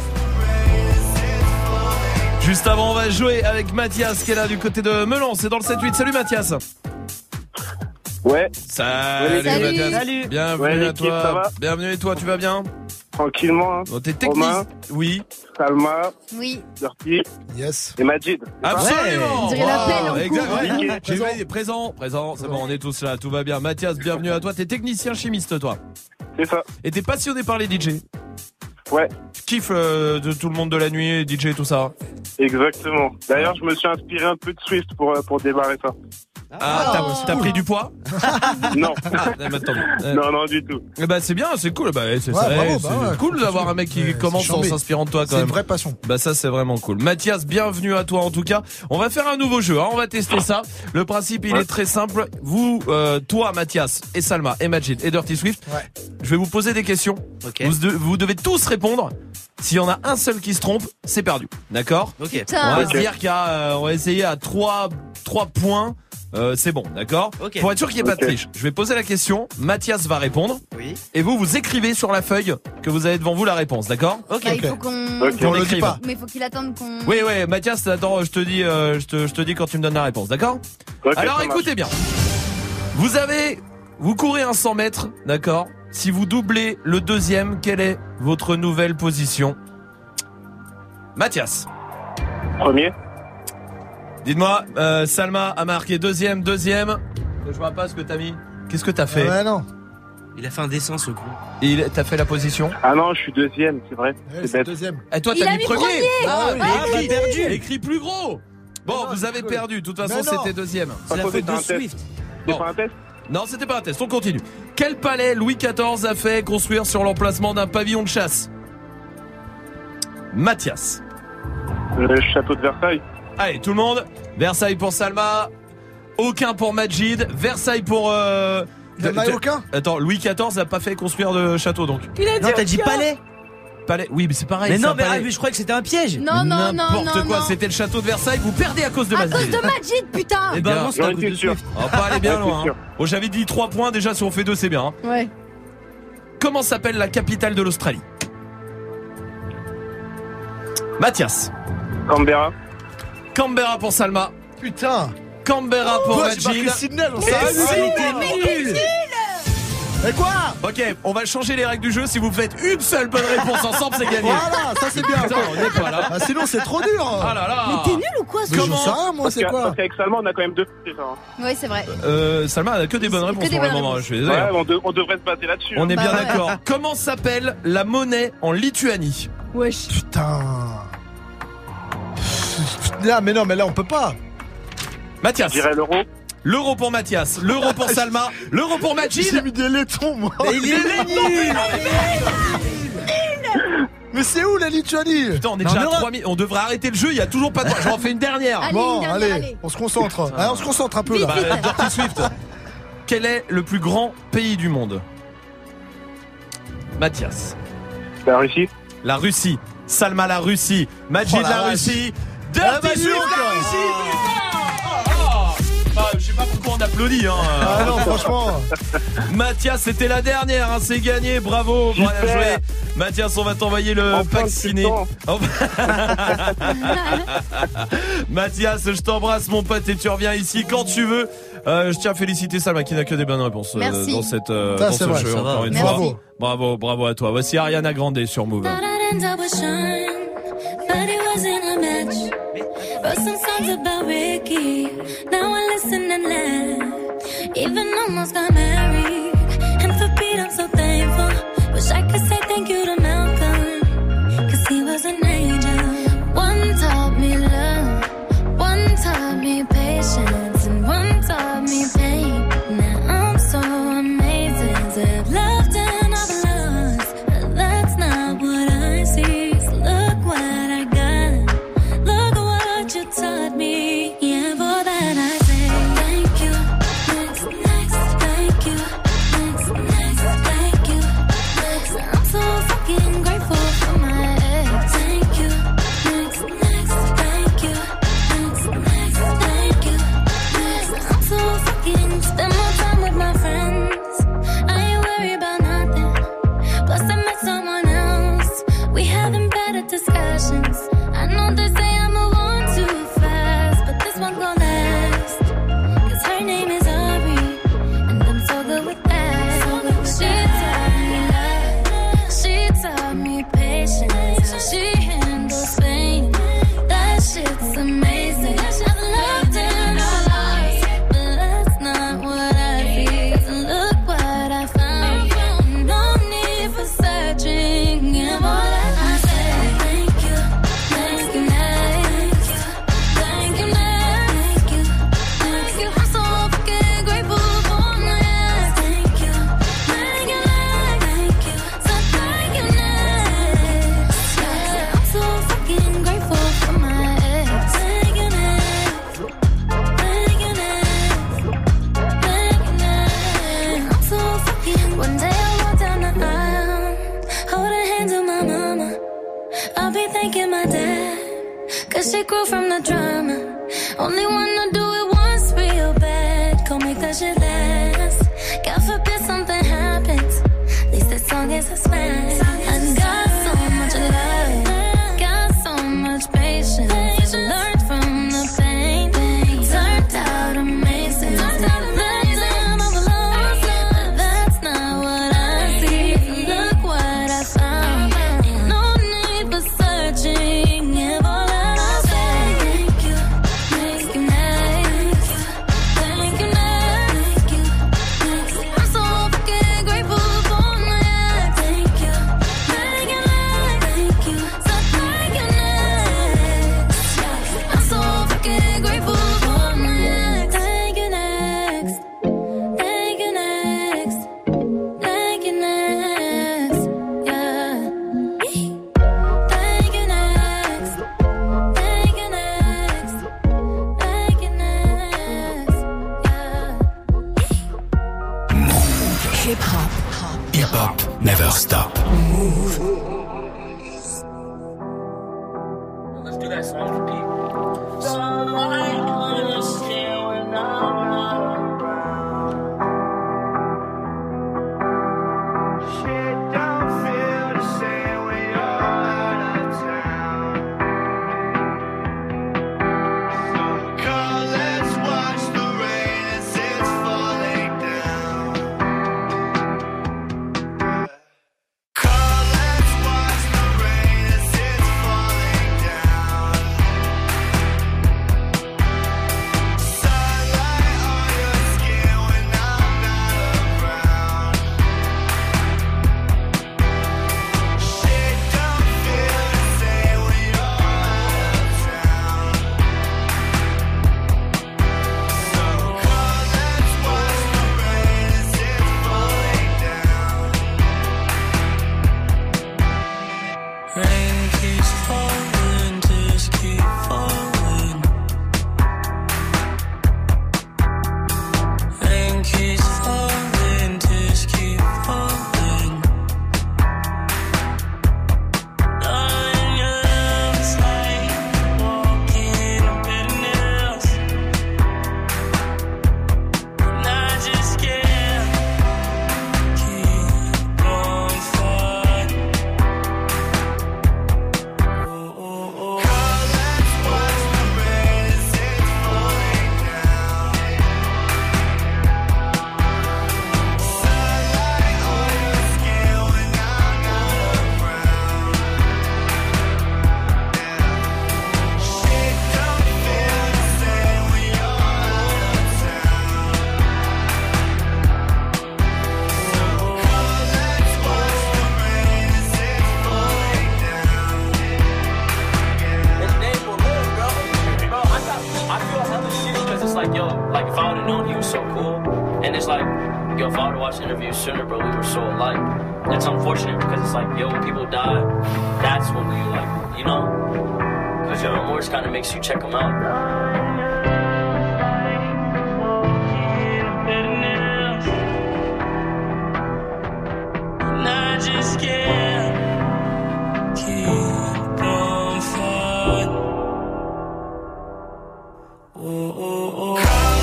Juste avant, on va jouer avec Mathias qui est là du côté de Melun, c'est dans le sept huit. Salut Mathias. Ouais. Salut, Salut. Mathias. Salut. Bienvenue Ouais, à l'équipe, toi. ça va Bienvenue et toi, tu vas bien? Tranquillement. Hein. Bon, t'es technique. Romain, oui. Salma. Oui. Dirty. Yes. Et Majid. Absolument. On dirait l'appel en Exact, cours. ouais. J'ai vu, présent, présent, c'est bon, on est tous là, tout va bien. Mathias, bienvenue à toi. T'es technicien chimiste, toi. C'est ça. Et t'es passionné par les D J. Ouais. Tu kiffes euh, de tout le monde de la nuit, D J et tout ça. Exactement. D'ailleurs, je me suis inspiré un peu de Swift pour, pour démarrer ça. Ah, t'as, t'as pris du poids? Non. Ah, maintenant. Euh, Non, non, du tout. Eh bah c'est bien, c'est cool. Bah c'est, Ouais, ça, bravo, c'est bah ouais, cool cool, d'avoir cool. un mec qui Ouais, commence c'est en chambé. s'inspirant de toi quand C'est même. une vraie passion. Bah ça c'est vraiment cool. Mathias, bienvenue à toi en tout cas. On va faire un nouveau jeu, hein. On va tester ça. Le principe il Ouais. est très simple. Vous, euh, toi Mathias et Salma et Majid et Dirty Swift, Ouais. je vais vous poser des questions. Ok. Vous, de- vous devez tous répondre. S'il y en a un seul qui se trompe, c'est perdu. D'accord? Ok. On Putain. va Ok. se dire qu'à, euh, on va essayer à trois, trois points. Euh, c'est bon, d'accord? Ok. Pour être sûr qu'il n'y ait pas de Ok. triche, je vais poser la question. Mathias va répondre. Oui. Et vous, vous écrivez sur la feuille que vous avez devant vous la réponse, d'accord? Ok. Bah, il faut qu'on. Ok. Qu'on On le dit écrive. pas. Mais il faut qu'il attende qu'on. Oui, oui, Mathias, attends, je te dis, euh, je te, je te dis quand tu me donnes la réponse, d'accord? Ok, Alors ça marche. écoutez bien. Vous avez, vous courez un cent mètres, d'accord? Si vous doublez le deuxième, quelle est votre nouvelle position? Mathias. Premier. Dites-moi, euh, Salma a marqué deuxième, deuxième. Je vois pas ce que t'as mis. Qu'est-ce que t'as fait? Ah ouais, non. Il a fait un dessin ce con. Et il- t'as fait la position? Ah non, je suis deuxième, c'est vrai. Ouais, c'est c'est le bête. deuxième. Et toi, Il t'as a mis mis premier. premier. Ah, Ah, mais ah, écris, bah, perdu. écris plus gros. Bon, Mais non, vous avez c'est perdu. De toute façon, Mais non. c'était deuxième. C'est la Attends, faute c'était de un test. Swift. C'est Bon. pas un test? Non, c'était pas un test. On continue. Quel palais Louis quatorze a fait construire sur l'emplacement d'un pavillon de chasse? Mathias. Le château de Versailles. Allez, tout le monde. Versailles pour Salma. Aucun pour Majid. Versailles pour... Euh... Il y en a de- aucun? Attends, Louis quatorze a pas fait construire de château, donc. Non, t'as dit palais. Palais. Oui, mais c'est pareil. Mais c'est non, un mais, ah, palais. mais je croyais que c'était un piège. Non, non, non, non, N'importe quoi. non. C'était le château de Versailles. Vous perdez à cause de À Majid. cause de Majid, putain. Eh Et bien, bah, avant, c'était à j'en cause étais de sûr. Swift. On va pas aller bien Ouais, loin. c'est Hein. Bon, j'avais dit trois points. Déjà, si on fait deux, c'est bien. Hein. Ouais. Comment s'appelle la capitale de l'Australie? Mathias. Canberra. Canberra pour Salma. Putain. Canberra pour Ouais, j'ai Majid. marqué Sydney, j'en Et sais rien. c'était nul. Et quoi? Ok, on va changer les règles du jeu. Si vous faites une seule bonne réponse ensemble, c'est gagné. Voilà, ça c'est bien. Putain, on n'est pas là. Ah, sinon c'est trop dur. Ah là là. Mais t'es nul ou quoi, ce Mais Comment je sais rien, moi, Parce c'est qu'à- quoi? parce qu'avec Salma, on a quand même deux petits. Hein. Ouais, c'est vrai. Euh, Salma elle a que des bonnes Que réponses des pour le bonnes moment. réponses. Je suis désolé. Ouais, on, de- on devrait se baser là-dessus. On est Bah bien ouais. d'accord. Comment s'appelle la monnaie en Lituanie? Wesh. Putain. Là, mais non, mais là on peut pas. Mathias. Je dirais l'euro. L'euro pour Mathias, l'euro pour Salma, l'euro pour Majid. J'ai mis des laitons, moi. Mais il est nul. Mais c'est où la Lituanie? Putain, on est Non, déjà mais à ouais. trois mille. On devrait arrêter le jeu. Il y a toujours pas de droit. J'en fais une dernière. Allez, Bon, une dernière, allez, allez. on se concentre. Ah, on se concentre un peu là. Bah, Dirty Swift. Quel est le plus grand pays du monde? Mathias. La Russie. La Russie. Salma, la Russie. Majid, Oh la la vache. Russie. Ah, Dirty bah, Swift, dis donc. la Russie. Putain. Oh, oh. Bah, je sais pas pourquoi on applaudit. Hein. Ah non, franchement. Mathias, c'était la dernière. Hein. C'est gagné. Bravo. Bien Super. joué. Mathias, on va t'envoyer le Enfin, pack c'est ciné. le temps. Mathias, je t'embrasse mon pote et tu reviens ici quand tu veux. Euh, je tiens à féliciter Salma qui n'a que des bonnes réponses euh, dans cette euh, Ça, dans c'est ce vrai, jeu ça encore va. une Merci. fois. Bravo, bravo à toi. Voici Ariana Grande sur Move. Thought I'd end up with Sean, but it wasn't a match. Wrote some songs about Ricky, now I listen and laugh. Even almost got married, and for Pete I'm so thankful. Wish I could say thank you to Malcolm, cause he was an angel. One taught me love, one taught me patience, and one taught me pain. Now I'm so amazing to have loved and I've lost, but that's not what I see. So look what I got, look what you taught me. Yeah, for that I say thank you. Next, next, thank you. Next, next, thank you. Next, I'm so fucking grateful for my ex. Thank you. Next, next, thank you. Next, next, thank you. Next, I'm so fucking spend more time with my friends. I ain't worried about nothing. Plus I met someone else. We having better discussions. I know they say I'm a one too fast, but this one gon' last. Cause her name is Ari, and I'm so good with that. She taught me love, she taught me patience, how she handles pain. That shit's amazing. I've loved and I've lost, but that's not what I see. Cause look what I found. No need for searching. Yeah, boy, I say thank you, thank you, next. Thank you, next. Thank you, thank you. I'm so fucking grateful for my ex. Thank you, thank you, next. Thank you, so thank you, next. Yeah, I'm so fucking grateful for my ex. Thank you, next. Thank you, next. Thank you, next. I'm so fucking. One day I walk down the aisle, holding hands with my mama. I'll be thanking my dad, cause she grew from the drama. Only wanna do it once real bad, go make that shit last. God forbid something happens, at least this song is a smash. I got so much love, got so much patience. Learned from the pain, turned out amazing. Turned out amazing, I've lost, but that's not what I see. Look what I found, ain't no need for searching. Yeah, all that I say, thank you, thank you, next. Thank you, next. Thank you, next. I'm so fucking grateful for my ex. Thank you, thank you, next. Thank you, so thank you, next. I'm so fucking grateful for my ex. Thank you, next. Thank you, next. Thank you, next. Yeah. Thank you, next. Thank you, next. Thank you, next. Hip hop. Hip hop never stop. Let's do that song for Pete. Don't like understand when I'm not around. Shit don't feel the same when you're out of town. So come, let's watch the rain as it's falling down. Come, let's watch the rain as it's falling down. Sunlight on your skin when I'm not around. Shit don't feel the same when you're out of town. So come, let's watch the rain as it's falling down. Rain keeps falling, tears keep falling. Rain keeps falling, tears keep falling. Darling, your love's like walking on nails, and I just can't keep on fighting. interview sooner, but we were so alike. It's unfortunate because it's like, yo, when people die, that's when we like, you know? Because your remorse kind of makes you check them out. And I just can't keep on fighting. Oh, oh, oh.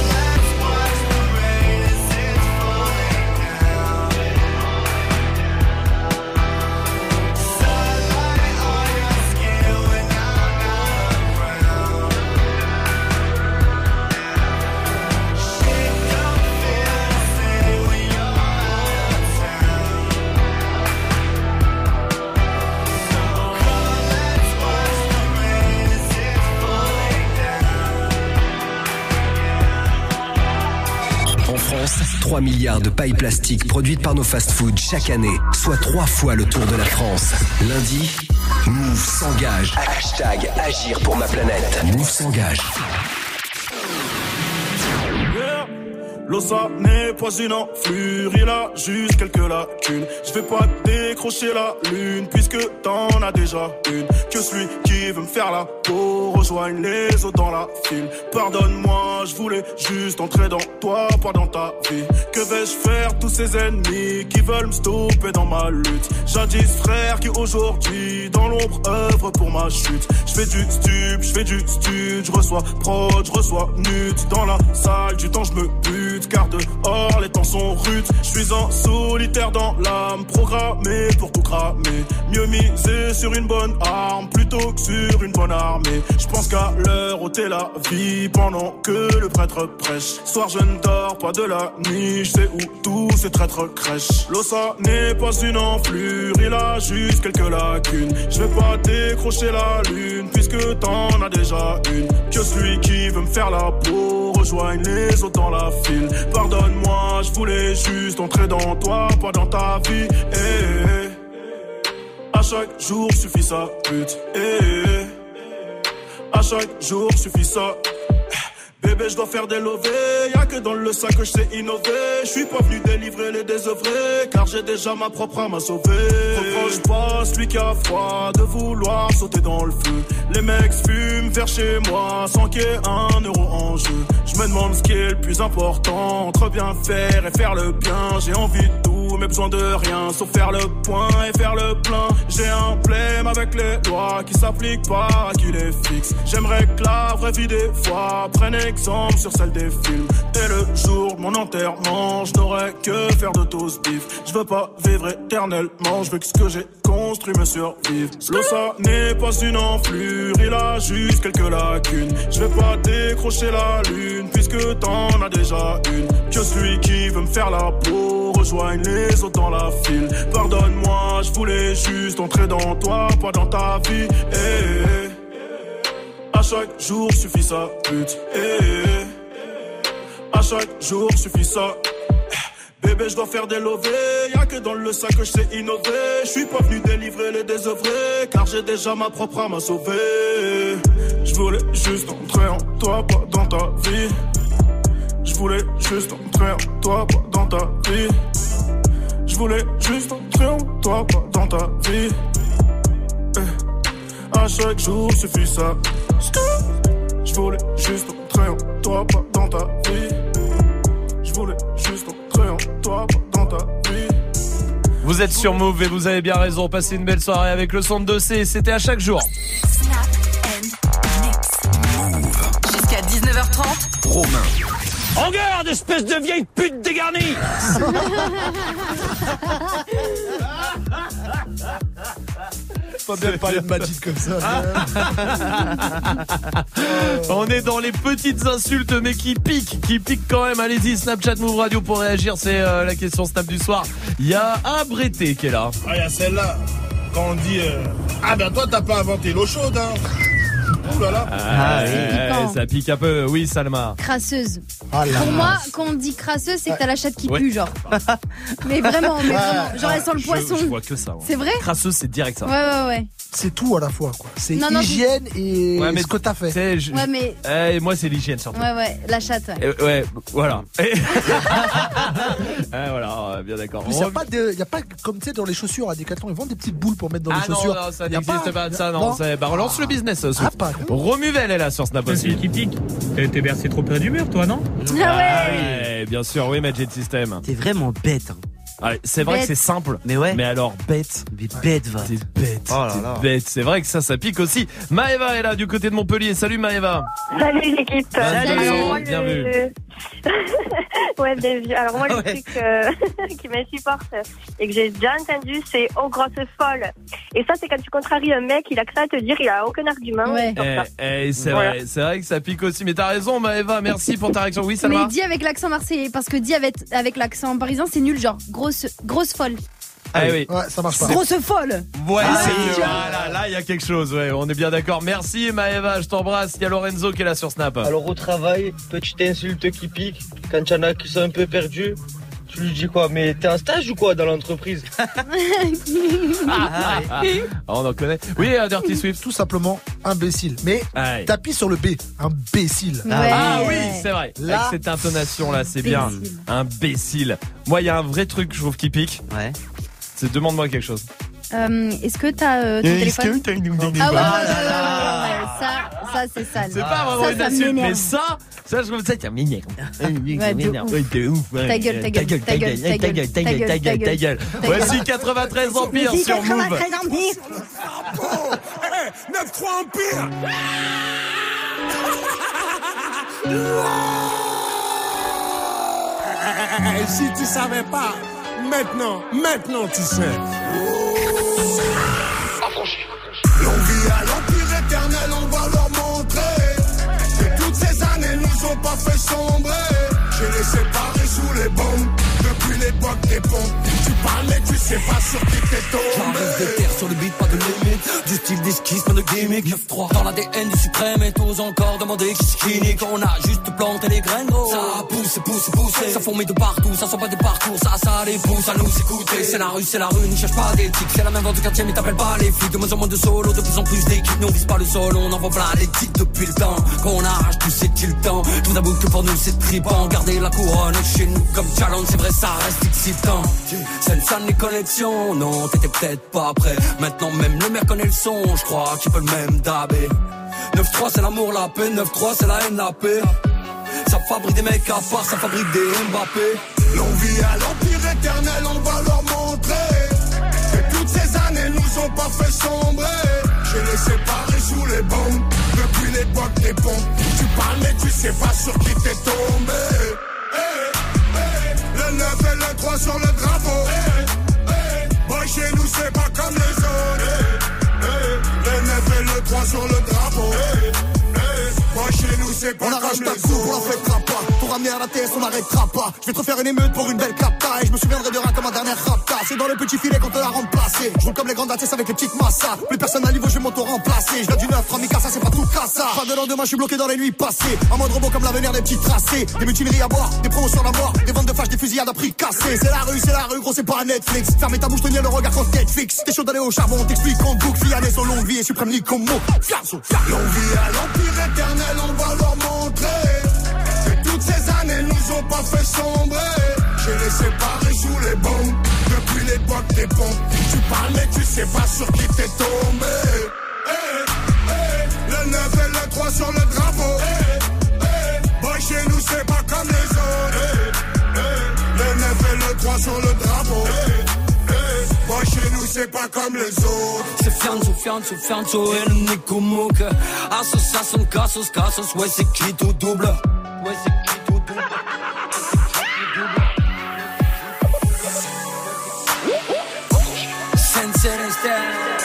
trois milliards de pailles plastiques produites par nos fast-foods chaque année, soit trois fois le tour de la France. Lundi, Move s'engage. Hashtag agir pour ma planète. Move s'engage. L'Ossa n'est pas une enflure, il a juste quelques lacunes. Je vais pas décrocher la lune, puisque t'en as déjà une. Que celui qui veut me faire la peau rejoigne les autres dans la file. Pardonne-moi, je voulais juste entrer dans toi, pas dans ta vie. Que vais-je faire tous ces ennemis qui veulent me stopper dans ma lutte? Jadis frère qui aujourd'hui dans l'ombre œuvre pour ma chute. Je fais du stup, je fais du stud, je reçois prod, je reçois nut. Dans la salle du temps je me bute, car dehors les temps sont rudes. Je suis en solitaire dans l'âme, programmé pour tout cramer. Mieux miser sur une bonne arme plutôt que sur une bonne armée. Je pense qu'à l'heure ôter la vie pendant que le prêtre prêche. Soir je ne dors pas de la nuit, je sais où tous ces traîtres crèchent. L'Ossa n'est pas une enflure, il a juste quelques lacunes. Je vais pas décrocher la lune, puisque t'en as déjà une. Que celui qui veut me faire la peau rejoigne les autres dans la file. Pardonne-moi, je voulais juste entrer dans toi, pas dans ta vie. Eh, eh, eh. À chaque jour suffit sa pute. Eh, eh, eh. À chaque jour suffit ça. Bébé, je dois faire des lovés, y'a que dans le sac que je sais innover. Je suis pas venu délivrer les désœuvrés, car j'ai déjà ma propre âme à sauver. Reproche pas celui qui a froid de vouloir sauter dans le feu. Les mecs fument vers chez moi sans qu'il y ait un euro en jeu. Je me demande ce qui est le plus important entre bien faire et faire le bien. J'ai envie de tout mais besoin de rien, sauf faire le point et faire le plein. J'ai un problème avec les lois qui s'appliquent pas à qui les fixe. J'aimerais que la vraie vie des fois prenne exemple sur celle des films. Et le jour de mon enterrement, je n'aurais que faire de toast beef. Je veux pas vivre éternellement, je veux que ce que j'ai construit me survive. L'Ossa n'est pas une enflure, il a juste quelques lacunes. Je vais pas décrocher la lune, puisque t'en as déjà une. Que celui qui veut me faire la peau rejoigne les autres dans la file. Pardonne-moi, je voulais juste entrer dans toi, pas dans ta vie. Eh, eh, eh. À chaque jour suffit sa pute. Eh, eh, eh. À chaque jour suffit ça. Bébé, je dois faire des lovés, y'a que dans le sac que je sais innover. Je suis pas venu délivrer les désœuvrés, car j'ai déjà ma propre âme à sauver. Je voulais juste entrer en toi, pas dans ta vie. Je voulais juste entrer en toi, pas dans ta vie. Je voulais juste entrer en toi, pas dans ta vie. Eh. À chaque jour suffit ça. Je voulais juste entrer en toi, pas dans ta vie. Je voulais juste entrer en toi, pas dans ta vie. Vous êtes sur Move et vous avez bien raison. Passez une belle soirée avec le son de deux C. C'était à chaque jour. Snap and mix. Move. Jusqu'à dix-neuf heures trente. Romain. En garde, espèce de vieille pute dégarnie. Pas bien parler de Majid comme ça. On est dans les petites insultes mais qui piquent, qui piquent quand même. Allez-y, Snapchat Move Radio pour réagir, c'est euh, la question Snap du soir. Il y a un Brété qui est là. Ah, il y a celle-là. Quand on dit euh, ah ben toi t'as pas inventé l'eau chaude hein. Ouh là là. Ah, piquant. ouais, ça pique un peu. Oui, Salma. Crasseuse. Ah là Pour là. moi, quand on dit crasseuse, c'est que t'as la chatte qui Ouais. pue, genre. Mais vraiment, mais vraiment. Genre, elle sent le Je- poisson. Je vois que ça. moi. C'est vrai? Crasseuse, c'est direct ça. Ouais, ouais, ouais. C'est tout à la fois, quoi. C'est Non, non, hygiène et Ouais, mais ce que t'as fait. C'est- je- Ouais, mais. Eh, moi, c'est l'hygiène surtout. Ouais, ouais, la chatte. Ouais. Eh, ouais, voilà. Eh. Ah, voilà, euh, bien d'accord. Il n'y a, pas de- y a pas, comme tu sais, dans les chaussures à Decathlon, ils vendent des petites boules pour mettre dans Ah les non, chaussures. non, ça Y a n'existe pas, de ça, non. Non. c'est- Bah, relance le business, Swift. Ah, pas. Romuvel est là sur Snap aussi. qui pique. T'es t'es bercé trop près du mur, toi, non? Ah ouais. ouais, bien sûr, oui, Magic System. T'es vraiment bête. Hein. Ouais, c'est vrai Bête. que c'est simple. Mais ouais. Mais alors, bête. Mais bête, va. T'es bête. Oh là t'es là. bête. C'est vrai que ça, ça pique aussi. Maëva est là, du côté de Montpellier. Salut, Maëva. Salut l'équipe. vingt-deux Alors, ans, moi, bien le- vu. ouais, bien vu. Alors moi, le Ouais. truc euh, qui m'insupporte et que j'ai déjà entendu, c'est « oh, grosse folle ». Et ça, c'est quand tu contraries un mec, il a que ça à te dire, il a aucun argument. Ouais. sur ça. Eh, eh, c'est Voilà. vrai, c'est vrai que ça pique aussi. Mais t'as raison, Maëva. Merci pour ta réaction. Oui, ça Mais va. dis avec l'accent marseillais, parce que dis avec, avec l'accent parisien, c'est nul, genre grosse, grosse folle. Ah oui. Ouais, ça marche pas. Grosse folle. Ouais, Ah, c'est ouais. mieux. Voilà, là, il y a quelque chose. Ouais, on est bien d'accord. Merci, Maëva. Je t'embrasse. Il y a Lorenzo qui est là sur Snap. Alors au travail, petite insulte qui pique, quand il y en a qui sont un peu perdus, tu lui dis quoi? Mais t'es en stage ou quoi dans l'entreprise? Ah, on en connaît. Oui, euh, Dirty Swift. Tout simplement imbécile. Mais Ouais. t'appuies sur le B. Imbécile. Ouais. Ah oui, c'est vrai. Là- Avec cette intonation là, c'est bien. Imbécile. Imbécile. Moi, il y a un vrai truc que je trouve qui pique. Ouais. C'est demande-moi quelque chose. Euh, Est-ce que t'as euh, ton téléphone? t'as une Ah ouais, ouais, ouais, ouais, ouais, ça, ça c'est sale. C'est pas vraiment Ça, une ça insulte, m'énerve. mais ça, ça, je trouve ça, ça m'énerve. Ouais, de ouf. Ouais, de ouf. ouais. Ta gueule, ta gueule, ta gueule, ta gueule, ta gueule, ta gueule, ta gueule, ta gueule. Ta Voici gueule. quatre-vingt-treize Empire sur Move. neuf trois Empire. Et si tu savais pas, maintenant, maintenant tu sais. Longue vie à l'empire éternel, on va leur montrer que toutes ces années nous ont pas fait sombrer. J'ai les séparés sous les bombes, depuis l'époque des pompes. Tu parlais, tu sais pas sur qui t'es tombé. J'arrive de terre sur le beat, pas de limite. Du style d'esquisse, pas de gimmick. neuf trois dans l'A D N du suprême. Et t'oses encore demander qui c'est qui nique. On a juste planté les graines, gros. Ça pousse, pousse, pousse. Ça fourmille de partout, ça sent pas des parcours. Ça, ça les pousse à nous écouter. C'est la rue, c'est la rue, ne cherche pas d'éthique. C'est la même vente du quartier, mais t'appelles pas les flics. De moins en moins de solo, de plus en plus d'équipes. Nous on vise pas le sol, on envoie plein les titres depuis le temps. Qu'on arrache tout, c'est-il le temps. Tout d'abord que pour nous c'est tripant. Garder la couronne chez nous comme challenge, c'est vrai, ça reste excitant. C'est une salle, les connexions. Non, t'étais peut-être pas prêt. Maintenant, même le maire connaît le son. Je crois qu'il peut le même dabé. neuf trois, c'est l'amour, la paix. neuf trois, c'est la haine, la paix. Ça fabrique des mecs à part, ça fabrique des Mbappé. Longue vie à l'empire éternel, on va leur montrer que toutes ces années nous ont pas fait sombrer. J'ai les séparés sous les bombes, depuis l'époque des pompes. Tu parles mais tu sais pas sur qui t'es tombé. Hey, hey, le neuf et le trois sur le drapeau. Hey, hey, boy, chez nous c'est pas comme les autres. Hey, hey, le neuf et le trois sur le drapeau. Hey, hey, boy, chez nous c'est pas on comme arrache les ta autres. coupe, on la fêtera pas. Pour ramener à la T S, on n'arrêtera pas. Je vais te refaire une émeute pour une belle capta. Et je me souviendrai de rien comme ma dernière rapta. C'est dans le petit filet qu'on te l'a remplacé. Je roule comme les grandes dates avec les petites massas. Plus personne à niveau, je vais m'auto-remplacer. Je viens du neuf, Ramika, ça c'est pas tout cassa. Pas de lendemain, je suis bloqué dans les nuits passées. En mode robot comme l'avenir des petits tracés. Des mutineries à boire, des promotions à mort. Des ventes de flash, des fusillades à prix cassé. C'est la rue, c'est la rue, gros, c'est pas Netflix. Fermez ta bouche, tenir le regard contre Netflix. T'es chaud d'aller au charbon, t'explique en boucle. Fiané sur longue vie et suprême ni comme mot. Fiasso, fiasso. Longue vie à l'empire éternel, on va leur montrer que toutes ces années nous ont pas fait sombrer. J'ai les séparés sous les bombes, depuis l'époque des pompes. Tu parles mais tu sais pas sur qui t'es tombé. Hey, hey, le neuf et le trois sur le drapeau. Hey, hey, boy, chez nous c'est pas comme les autres. Hey, hey, le neuf et le trois sur le drapeau. Hey, hey, boy, chez nous c'est pas comme les autres. C'est fianzo, fianzo, fianzo, el Nico Mouk. Association, casos, casos, ouais, c'est qui tout double. Ouais, c'est qui tout double. Sensei Rester.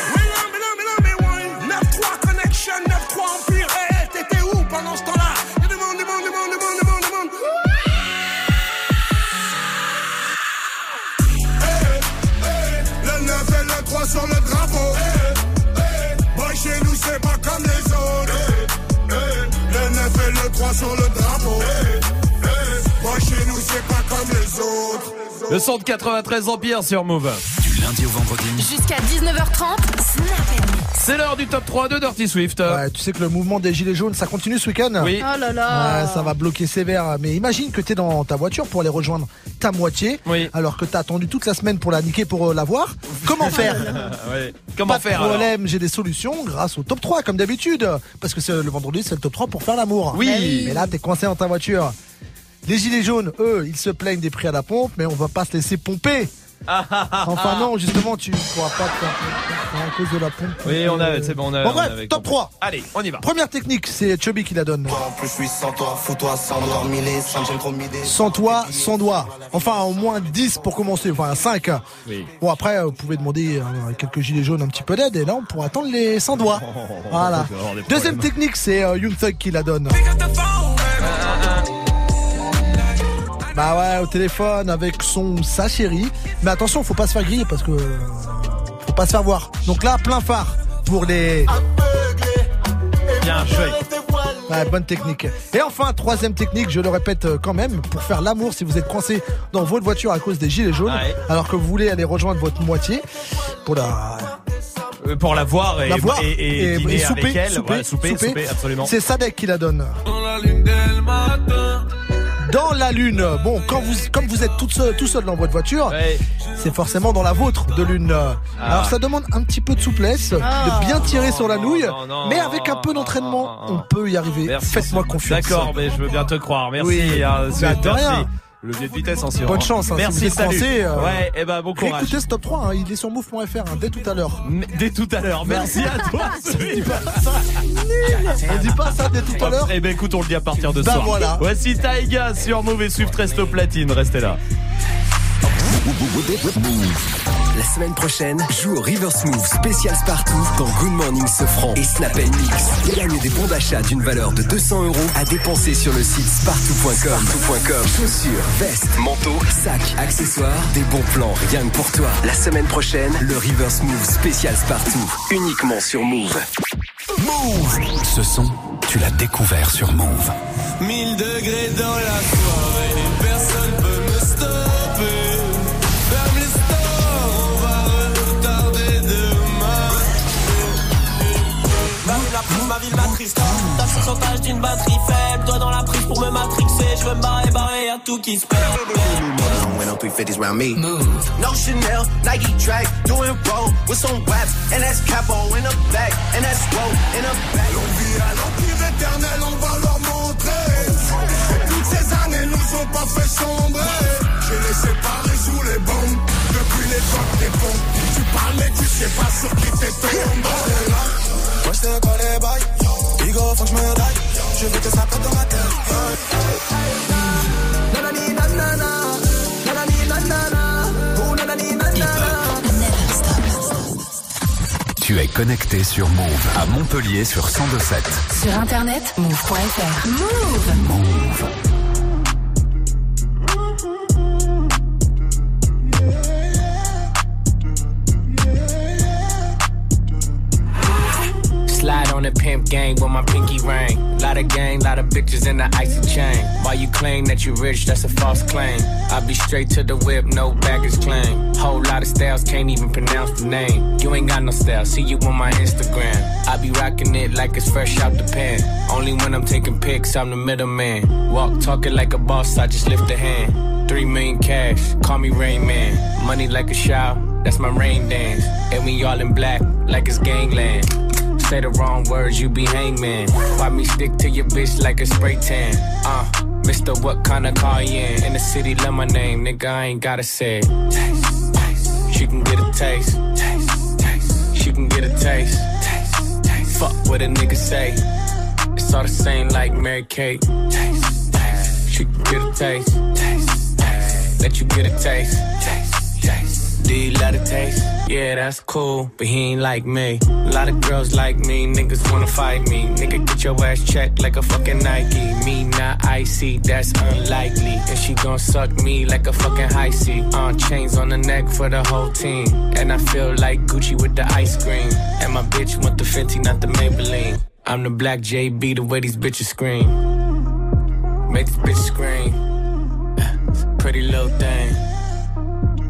neuf trois Connection, neuf trois Empire. Eh, hey, t'étais où pendant ce temps-là? Y'a du monde, du monde, du monde, du monde, du monde, du monde. Hey, hey, le neuf et le trois sur le drapeau. Hey, hey, boy, chez nous, c'est pas comme les autres. Hey, Le son de quatre-vingt-treize Empire sur Move. Du lundi au vendredi. Jusqu'à dix-neuf heures trente, Snap and Mix. C'est l'heure du top trois de Dirty Swift. Ouais, tu sais que le mouvement des gilets jaunes, ça continue ce week-end. Oui. Oh là là. Ouais, ça va bloquer sévère. Mais imagine que t'es dans ta voiture pour aller rejoindre ta moitié, oui. alors que t'as attendu toute la semaine pour la niquer pour euh, la voir. Comment faire? Ouais. Comment Pas faire de problème, alors j'ai des solutions grâce au top trois comme d'habitude. Parce que c'est le vendredi, c'est le top trois pour faire l'amour. Oui. Mais là, t'es coincé dans ta voiture. Les gilets jaunes, eux, ils se plaignent des prix à la pompe, mais on va pas se laisser pomper. Enfin non, justement, tu pourras pas te faire à cause de la pompe. Oui, on a, c'est bon, on a. Bon on bref, avait top compris. trois. Allez, on y va. Première technique, c'est Chubby qui la donne. En plus, je suis sans toi, fous-toi, sans doigt, mille et cinq, j'aime trop m'idée. Sans toi, sans doigt. Enfin, au moins dix pour commencer, enfin cinq. Oui. Bon, après, vous pouvez demander à quelques gilets jaunes un petit peu d'aide, et là, on pourra attendre les sans doigts. Voilà. Deuxième technique, c'est euh, Young Thug qui la donne. Bah ouais, au téléphone avec son sa chérie. Mais attention, faut pas se faire griller parce que faut pas se faire voir. Donc là, plein phare pour les. Bien joué. Ouais, bonne technique. Et enfin, troisième technique, je le répète quand même, pour faire l'amour si vous êtes coincé dans votre voiture à cause des gilets jaunes, ouais. alors que vous voulez aller rejoindre votre moitié pour la. Pour la voir et, la voir et, et, et, dîner et souper, avec elle. souper, Ouais, souper, souper. souper, absolument. C'est Sadek qui la donne. Dans la lune del matin. Dans la lune. Bon, quand vous, comme vous êtes tout seul, tout seul dans votre voiture, ouais. c'est forcément dans la vôtre de lune. Ah. Alors ça demande un petit peu de souplesse, ah. de bien tirer sur la nouille, non, non, mais avec un peu d'entraînement, non, non, non. on peut y arriver. Merci. Faites-moi confiance. D'accord, mais je veux bien te croire. Merci. Oui, hein, bah, de merci. rien. Le vieux de vitesse en sur. Bonne chance. Hein, merci, si vous êtes salut. coincé, euh, ouais, et ben bon courage. Écoutez ce top trois, hein, il est sur move point f r hein, dès tout à l'heure. Dès tout à l'heure. Merci à toi. Dis pas ça. On dit pas ça dès tout à l'heure. Eh ben écoute, on le dit à partir de ce bah, soir. Voilà. Voici Taiga sur Move et Swift reste au platine. Restez là. La semaine prochaine, joue au River Smooth spécial Spartoo dans Good Morning Sofran et Snap and Mix. Et gagne des bons d'achat d'une valeur de deux cents euros à dépenser sur le site spartoo point com. Chaussures, vestes, manteaux, sacs, accessoires, des bons plans rien que pour toi. La semaine prochaine, le River Smooth spécial Spartoo, uniquement sur Move. Move. Ce son, tu l'as découvert sur Move. mille degrés dans la soirée, personne peut me stopper. Ferme les stores, on va retarder demain. Ma ville, la prise, ma ville m'attriste. T'as le pourcentage d'une batterie faible. Toi dans la prise pour me matrixer. Je veux me barrer, barrer, y'a tout qui se perd. When I'm three fifties round me. Move. No Chanel, Nike track, doing roll with some waps, and that's capo in the back, and that's roll in the back. L'envie à l'empire éternel, on va leur montrer. Toutes ces années nous ont pas fait sombrer. J'ai laissé séparés sous les bombes, depuis l'époque des pompes. Tu parles mais tu sais pas sur qui t'es tombé. Moi je te connais, bye. Bigo, faut que je me daille. Je veux que ça pète dans ma tête. Nanani, nanana. Nanani, nanana. Oh, nanani, nanana. Tu es connecté sur Move à Montpellier sur cent deux sept. Sur internet, move point f r. Move. Move. Slide on the pimp gang with my pinky ring. Lot of gang, lot of bitches in the icy chain. Why you claim that you rich, that's a false claim. I be straight to the whip, no baggage claim. Whole lot of styles, can't even pronounce the name. You ain't got no style, see you on my Instagram. I be rocking it like it's fresh out the pan. Only when I'm taking pics, I'm the middleman. Walk talking like a boss, I just lift a hand. Three million cash, call me Rain Man. Money like a shower, that's my rain dance. And we all in black, like it's gangland. Say the wrong words, you be hangman. Why me stick to your bitch like a spray tan? Uh, Mister What kind of car you in? In the city, love my name, nigga, I ain't gotta say it. Taste, taste. She can get a taste. Taste, taste. She can get a taste. Taste, taste. Fuck what a nigga say. It's all the same like Mary Kate. Taste, taste. She can get a taste. Taste, taste. Let you get a taste. Taste, taste. Do you love the taste? Yeah, that's cool, but he ain't like me. A lot of girls like me, niggas wanna fight me. Nigga, get your ass checked like a fucking Nike. Me not icy, that's unlikely. And she gon' suck me like a fucking high C. Uh, chains on the neck for the whole team. And I feel like Gucci with the ice cream. And my bitch want the Fenty, not the Maybelline. I'm the black J B, the way these bitches scream. Make this bitch scream. Pretty little thing.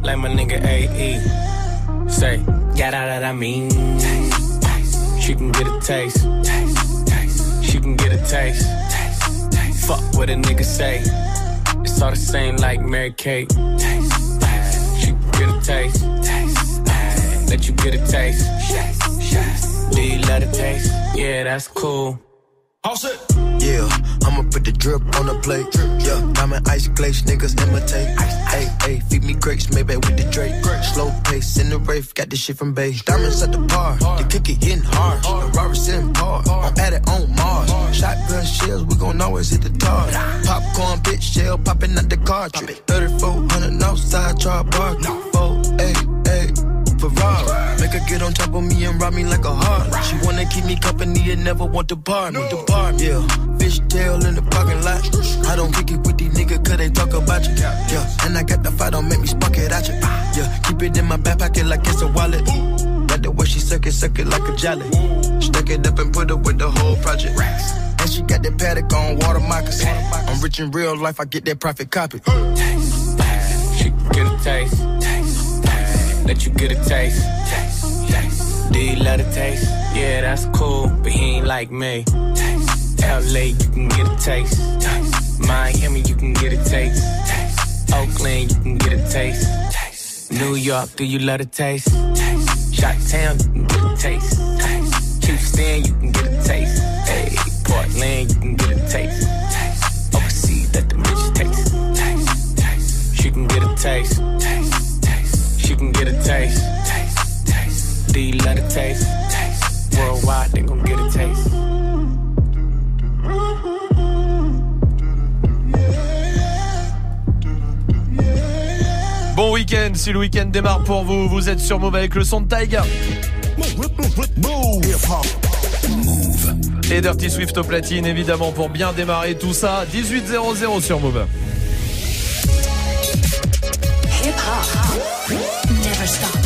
like my nigga A E. Say, got out that I mean. Taste, taste. She can get a taste. Taste, taste. She can get a taste. Taste, taste. Fuck what a nigga say. It's all the same like Mary Kate. Taste, taste. She can get a taste. Taste, taste. Let you get a taste. Taste, taste. Do you love the taste? Yeah, that's cool. All set. Yeah, I'ma put the drip on the plate. Yeah, diamond ice glaze, niggas imitate. Hey, hey, feed me grapes, maybe with the Drake. Slow pace in the rave, got this shit from Bay. Diamonds at the bar, the cookie hitting hard. The Robert sitting hard, I'm at it on Mars. Shotgun shells, we gon' always hit the tar. Popcorn, bitch, shell popping out the cartridge. thirty-four hundred outside, try bar. four, eight, eight. Ferrari. Make her get on top of me and rob me like a heart. She wanna keep me company and never want to bar me. The bar, yeah. Fishtail in the parking lot. I don't kick it with these niggas cause they talk about you. Yeah, and I got the fight, don't make me spark it at you. Yeah, keep it in my back pocket like it's a wallet. Like the way she suck it, suck it like a jelly. Stuck it up and put it with the whole project. And she got that paddock on water moccasin. I'm rich in real life, I get that profit copy. Taste, taste. She can get a taste. Taste. Let you get a taste. Taste, taste. Do you love the taste? Yeah, that's cool, but he ain't like me. Taste. L A, you can get a taste. Taste. Miami, you can get a taste. Taste. Oakland, you can get a taste. Taste. New York, do you love the taste? Taste. Chi-Town, you can get a taste. Taste. Houston, you can get a taste. Hey, Portland, you can get a taste. Taste. Overseas, let them bitches taste. Taste. Taste. She can get a taste. Taste. She can get a taste. Taste, taste. Do you love the taste? Taste. Worldwide, they gon' get a taste. Bon week-end, si le week-end démarre pour vous, vous êtes sur Move avec le son de Taiga. Et Dirty Swift au platine, évidemment, pour bien démarrer tout ça. dix-huit zéro zéro sur Move. Never stop.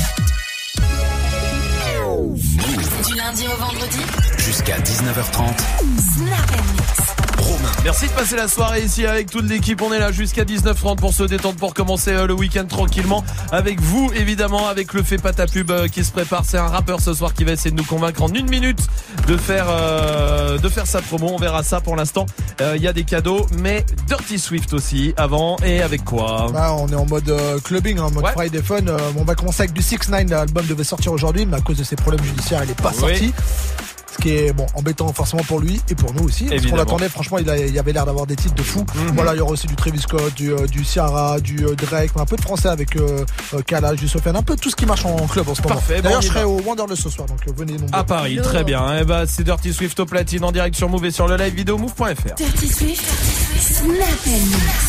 Du lundi au vendredi jusqu'à dix-neuf heures trente. Snap and Mix. Romain. Merci de passer la soirée ici avec toute l'équipe. On est là jusqu'à dix-neuf heures trente pour se détendre, pour commencer le week-end tranquillement. Avec vous, évidemment, avec le Fais pas ta pub qui se prépare. C'est un rappeur ce soir qui va essayer de nous convaincre en une minute de faire euh, de faire sa promo. On verra ça pour l'instant. Il euh, y a des cadeaux, mais Dirty Swift aussi avant. Et avec quoi? Bah, on est en mode euh, clubbing, en mode ouais. Friday Fun. Euh, on va commencer avec du six ix. L'album devait sortir aujourd'hui, mais à cause de ses problèmes judiciaires, il n'est pas oui. sorti. Ce qui est bon embêtant forcément pour lui et pour nous aussi. Parce qu'on l'attendait, franchement, il, a, il avait l'air d'avoir des titres de fou. Mm-hmm. Voilà, il y aura aussi du Travis Scott, du, euh, du Ciara, du euh, Drake, un peu de français avec euh, euh, Kalash, du Sofiane, un peu tout ce qui marche en club en ce moment. Parfait. D'ailleurs, bon, je serai au Wanderlust ce soir, donc euh, venez nombreux. À Paris, Hello. Très bien. Et bah, c'est Dirty Swift au platine en direct sur Move et sur le live vidéo move point f r. Dirty Swift, Snap and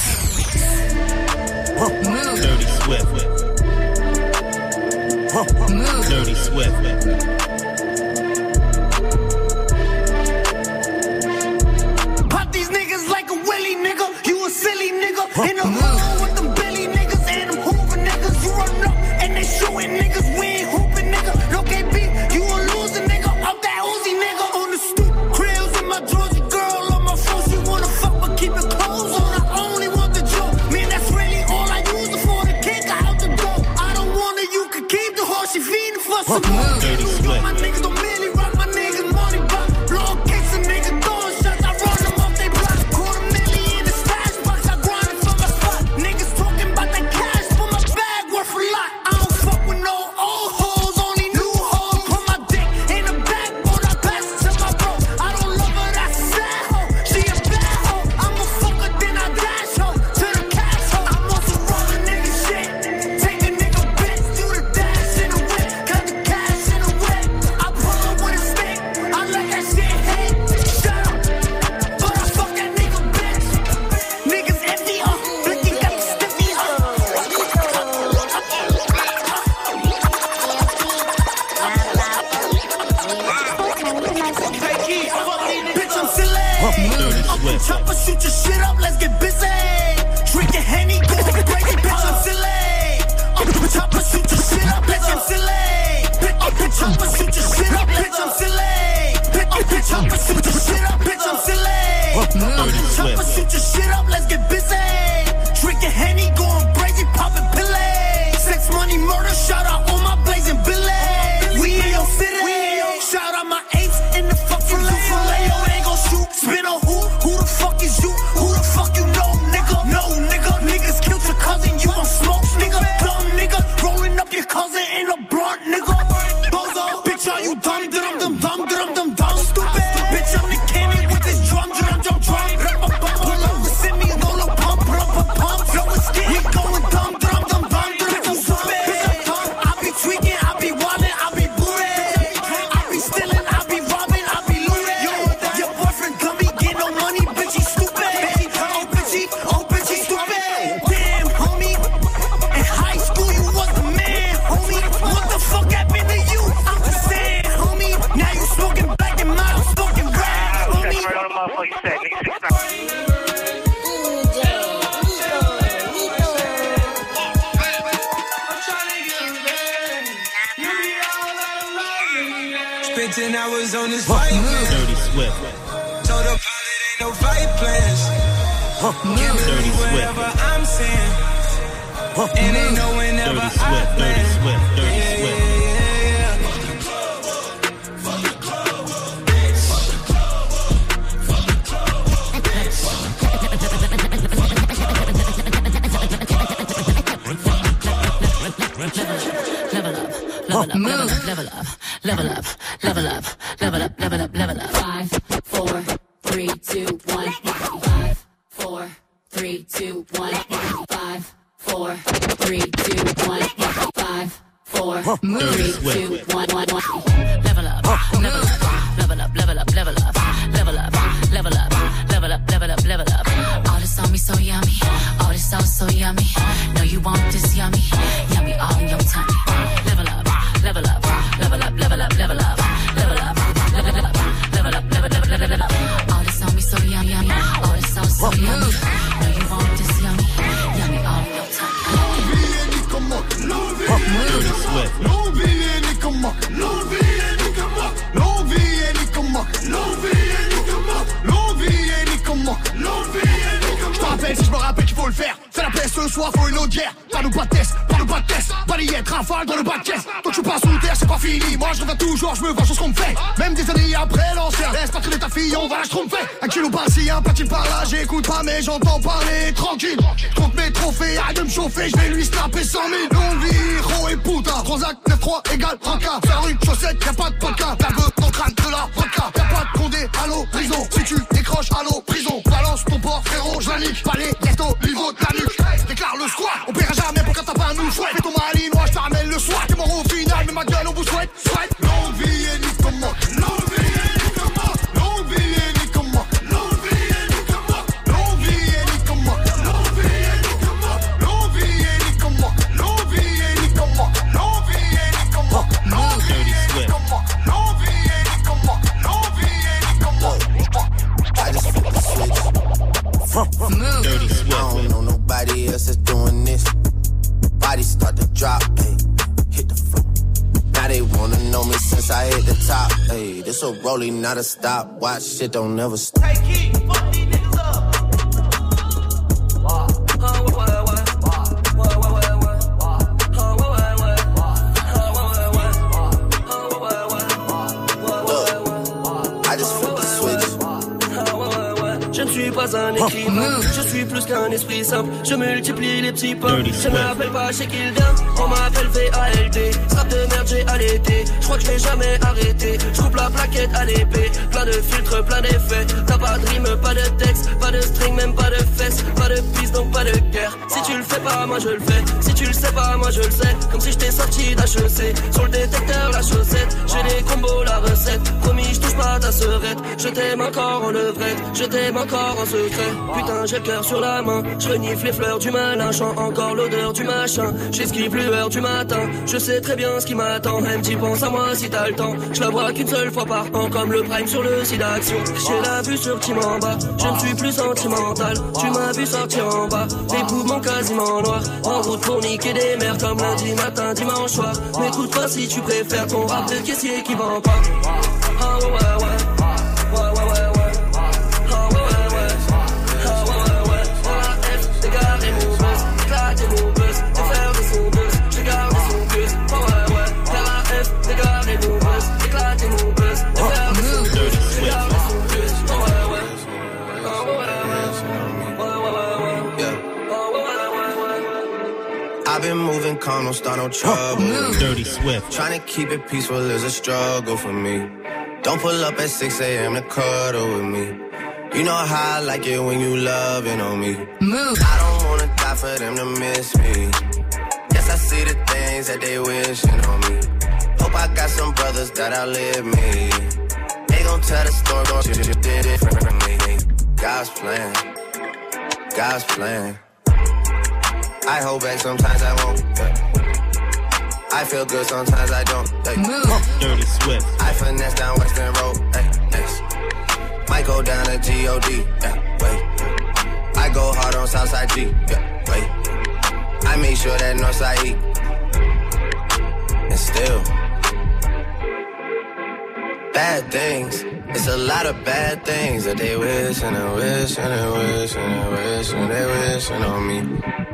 Mix. Move. Dirty Swift. Move. Dirty Swift. Silly nigga in the hole with them Billy niggas and them Hoover niggas. You run up and they shooting niggas. We ain't hooping nigga. No K B, you a loser nigga. Off that Uzi nigga on the stoop. Krills in my Georgia girl on my phone. She wanna fuck but keep it clothes on. I only want the joke. Man, that's really all I use it for. The kick out the door. I don't want her, you can keep the horse. She feeding for some more. Dirty Swift. My niggas don't really rock my niggas money box. Long kicks a nigga throwing shots. I run them off they block. Quarter million in the stash box. I grind it for my spot. Niggas talking about that cash for my bag worth a lot. I don't fuck with no old hoes, only new hoes. Put my dick in the backboard. I pass it to my bro. I don't love her, that's a sad hoe. She a bad hoe. I'ma fuck her, then I dash hoe to the cash hoe. I'm on some roller nigga shit. Take a nigga bitch, do the dash in the whip. Cut the cash in the whip. I pull her with a stick. I let that shit hit. Shut up. But I fuck that nigga bitch. Niggas empty up. Blicky got the stiffy up. Bitch, I'm silly. Uncle Chopper, shoot your shit up, let's get busy. Drinking Henny, going crazy. Bitch, I'm silly. Uncle Chopper, shoot your shit up, bitch, I'm silly. Uncle Chopper, shoot your shit up, bitch, I'm silly. Uncle Chopper, shoot your shit up, bitch, I'm silly. Uncle Chopper, shoot your shit up, let's get busy. Drinking Henny, going crazy, popping pillay. Sex you dum dum dum dum dum dum dum stupid. Bitch, I'm the king with this drum drum drum drum. Pull over, send me roll up, pump, pump, pump. Flow is skin, we going dum dum dum dum dum dum stupid. I be tweaking, I be wildin', I be bootin'. I be stealing, I be robbing, I be looting. Yo, your boyfriend come be get no money, bitch, he stupid. Oh, bitch, he, oh, bitch, he stupid. Damn, homie. In high school, you was the man, homie. What the fuck happened to you? I'm just saying, homie. Now you smoking black and mild, smoking rap, homie. Right on the motherfucking set, nigga. Spent ten hours on this flight, Dirty Swift. Told the pilot ain't no flight plans. Dirty wherever I'm saying. And ain't no whenever I plan. Dirty Swift, Dirty Swift. Level up, level up, level up, level up, level up, level up, level up. Five, four, three, two, one. Five, four, three, two, one. Five, four, three, two, one. Five, four, three, two, one, one, one. Level up, level up, level up, level up, level up, level up, level up, level up, level up, level up. All this on me so yummy, all this sauce so yummy. Know you want this yummy, yummy all in your tummy. Level up. Level up, level up, level up, level up, level up, level up, level up, level up, level up. All this on me so yummy, yummy. All this sauce so yummy. Know you want this yummy, yummy all in your tongue. Dirty Swift. No vie ni comment, no vie ni comment, no vie ni comment, no vie ni comment, no vie ni comment, no vie ni comment. Je te rappelle si je me rappelle qu'il faut le faire. Fais la paix ce soir, faut une autre guerre. Pas nous pas de test, pas nous pas de test. Balayette, rafale dans le bas de caisse. Donc je passe sous terre, c'est pas fini. Moi je reviens toujours, je me venge sur ce qu'on me fait. Même des années après l'ancien. Laisse pas traîner ta fille, on va la tromper. Un kilo par-ci, un petit par-là. J'écoute pas, mais j'entends parler tranquille. Je compte mes trophées, arrête de me chauffer. Je vais lui snapper cent mille. Longue vie, héros et putain. Transac, neuf trois égale ranka. Faire une chaussette, y'a pas de podcast. La veuve dans le crâne de la vodka. Y'a pas de condé, allô, prison. Si tu décroches, allô, prison. Balance ton port, frérot, je la nique. Palais, ghetto, niveau de ta nuque. Déclare le squat, on paiera jamais pour quand t'as pas nous chouette. Fais ton malinois, je te ramène le soir. T'es mort au final, mais ma gueule on vous souhaite. Souhaite. Longue vie et ni comment. Longue vie et ni comment. Longue vie et ni comment. Longue vie et ni comment. Longue vie et ni comment. Longue vie et ni comment. Longue vie et ni comment. Longue vie et ni comment. Longue vie et ni comment. Longue vie et ni comment. Longue vie et ni comment. Longue vie et ni comment. I just flip the switch. Dirty Swift. I don't know nobody else that's doing this. Body start to drop, ayy, hit the floor. Now they wanna know me since I hit the top, ayy. This a rolling, not a stop. Watch shit don't never stop. Hey, keep fuck these niggas up. Wow. Look, I just flip the switch. Je ne suis pas un écrivain, je suis plus qu'un esprit simple. Je multiplie les petits pas. Je m'appelle pas chez Kildan, on m'appelle V A L D. Strap de merde, j'ai allaité. Je crois que je vais jamais arrêter. Je coupe la plaquette à l'épée. Plein de filtres, plein d'effets. T'as pas de rime, pas de texte, pas de string, même pas de fesses. Pas de piste, donc pas de guerre. Si tu le fais pas, moi je le fais. Si tu le sais pas, moi je le sais. Comme si j'étais sorti d'H E C. Sur le détecteur, la chaussette. J'ai les combos, la recette. Promis, je touche pas à ta serette. Je t'aime encore en levrette. Je t'aime encore en secret. Putain, j'ai le cœur sur la main. Je renifle les fleurs du malin. Chant encore l'odeur du machin. J'esquive l'heure du matin. Je sais très bien ce qui m'attend. Même tu penses à moi si t'as le temps. Je la vois qu'une seule fois par an. Comme le prime sur le site d'action. J'ai la vue sur Team en bas. Je ne suis plus sentimental. Tu m'as vu sortir en bas. Les poumons quasiment noirs. En route pour niquer des mères. Comme lundi matin, dimanche soir. M'écoute pas si tu préfères ton rap de caissier qui vend pas. Ah ouais ouais ouais. Ouais ouais ouais ouais. I've been moving calm, don't start no trouble. Dirty Swift. Trying to keep it peaceful is a struggle for me. Don't pull up at six a.m. to cuddle with me. You know how I like it when you loving on me. Move. I don't wanna die for them to miss me. Yes, I see the things that they wishing on me. Hope I got some brothers that outlive me. They gon' tell the story, gon' shit you did it for me. God's plan, God's plan. I hold back, sometimes I won't. Yeah. I feel good, sometimes I don't. Hey. Move. Dirty Swift. I finesse down Western Road. Hey, yes. Might go down to G O D. Yeah, wait. I go hard on Southside G. Yeah, wait. I make sure that Northside E. And still, bad things. It's a lot of bad things that they wish and they wish and they wish and they wish and they wishing on me.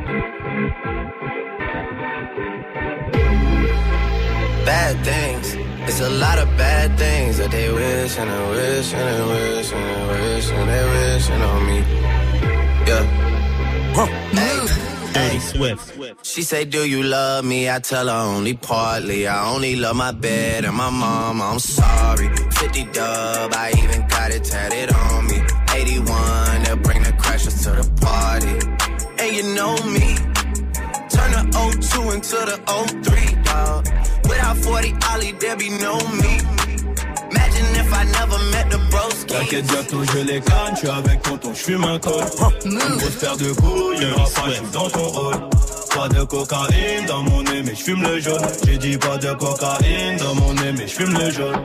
Bad things. It's a lot of bad things that they wish and they wish and they wish and they wish and they wishing on me. Yeah. Huh. Hey. Dirty Swift. She say, do you love me? I tell her only partly. I only love my bed and my mama, I'm sorry. fifty dub, I even got it tatted on me. eighty-one, they'll bring the crashers to the party. And you know me, turn the oh two into the oh three, dawg. Without forty Ollie, there be no me. Imagine if I never met the broski. T'inquiète, bientôt je les canne. J'suis avec tonton, j'fume un col. Une grosse paire de couilles, un rafale, j'suis dans ton rôle. Pas de cocaïne dans mon nez, mais j'fume le jaune. J'ai dit pas de cocaïne dans mon nez, mais j'fume le jaune.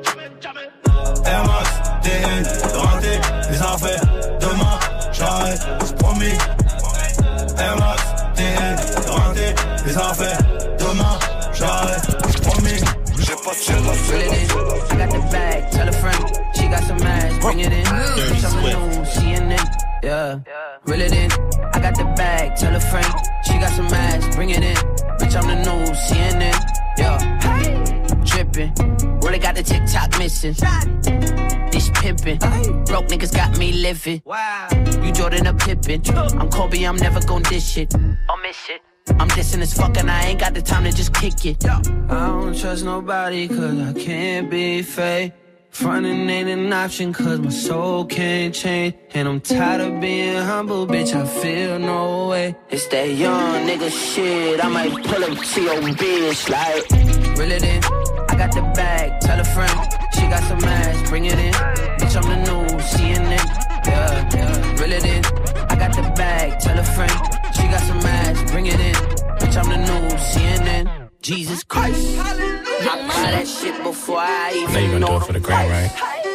Air Max, T N, rentré, les affaires. Demain, j'arrête, c'est promis. Air Max, T N, rentré, les affaires. Demain, j'arrête, c'est promis. J'ai pas de chien, I got the bag, tell a friend. She got some ass, bring it in. Bitch, I'm the new C N N. Yeah, reel it in. I got the bag, tell a friend. She got some ass, bring it in. Bitch, I'm the new C N N. Yeah, trippin'. Really got the TikTok missing. This pimpin'. Broke niggas got me living. Wow. You Jordan or Pippin. I'm Kobe, I'm never gon' dish it. I'll miss it. I'm dissing as fuck and I ain't got the time to just kick it. I don't trust nobody cause I can't be fake. Frontin' ain't an option cause my soul can't change. And I'm tired of being humble, bitch, I feel no way. It's that young nigga shit, I might pull up to your bitch like. Reel it in, I got the bag, tell a friend. She got some ass, bring it in. Bitch, I'm the new C N N. Yeah, yeah, reel it in, I got the bag, tell a friend. She got some ass, bring it in. Bitch, I'm the new C N N. Jesus Christ. I buy that shit before I even know you gonna do it for the gram, right?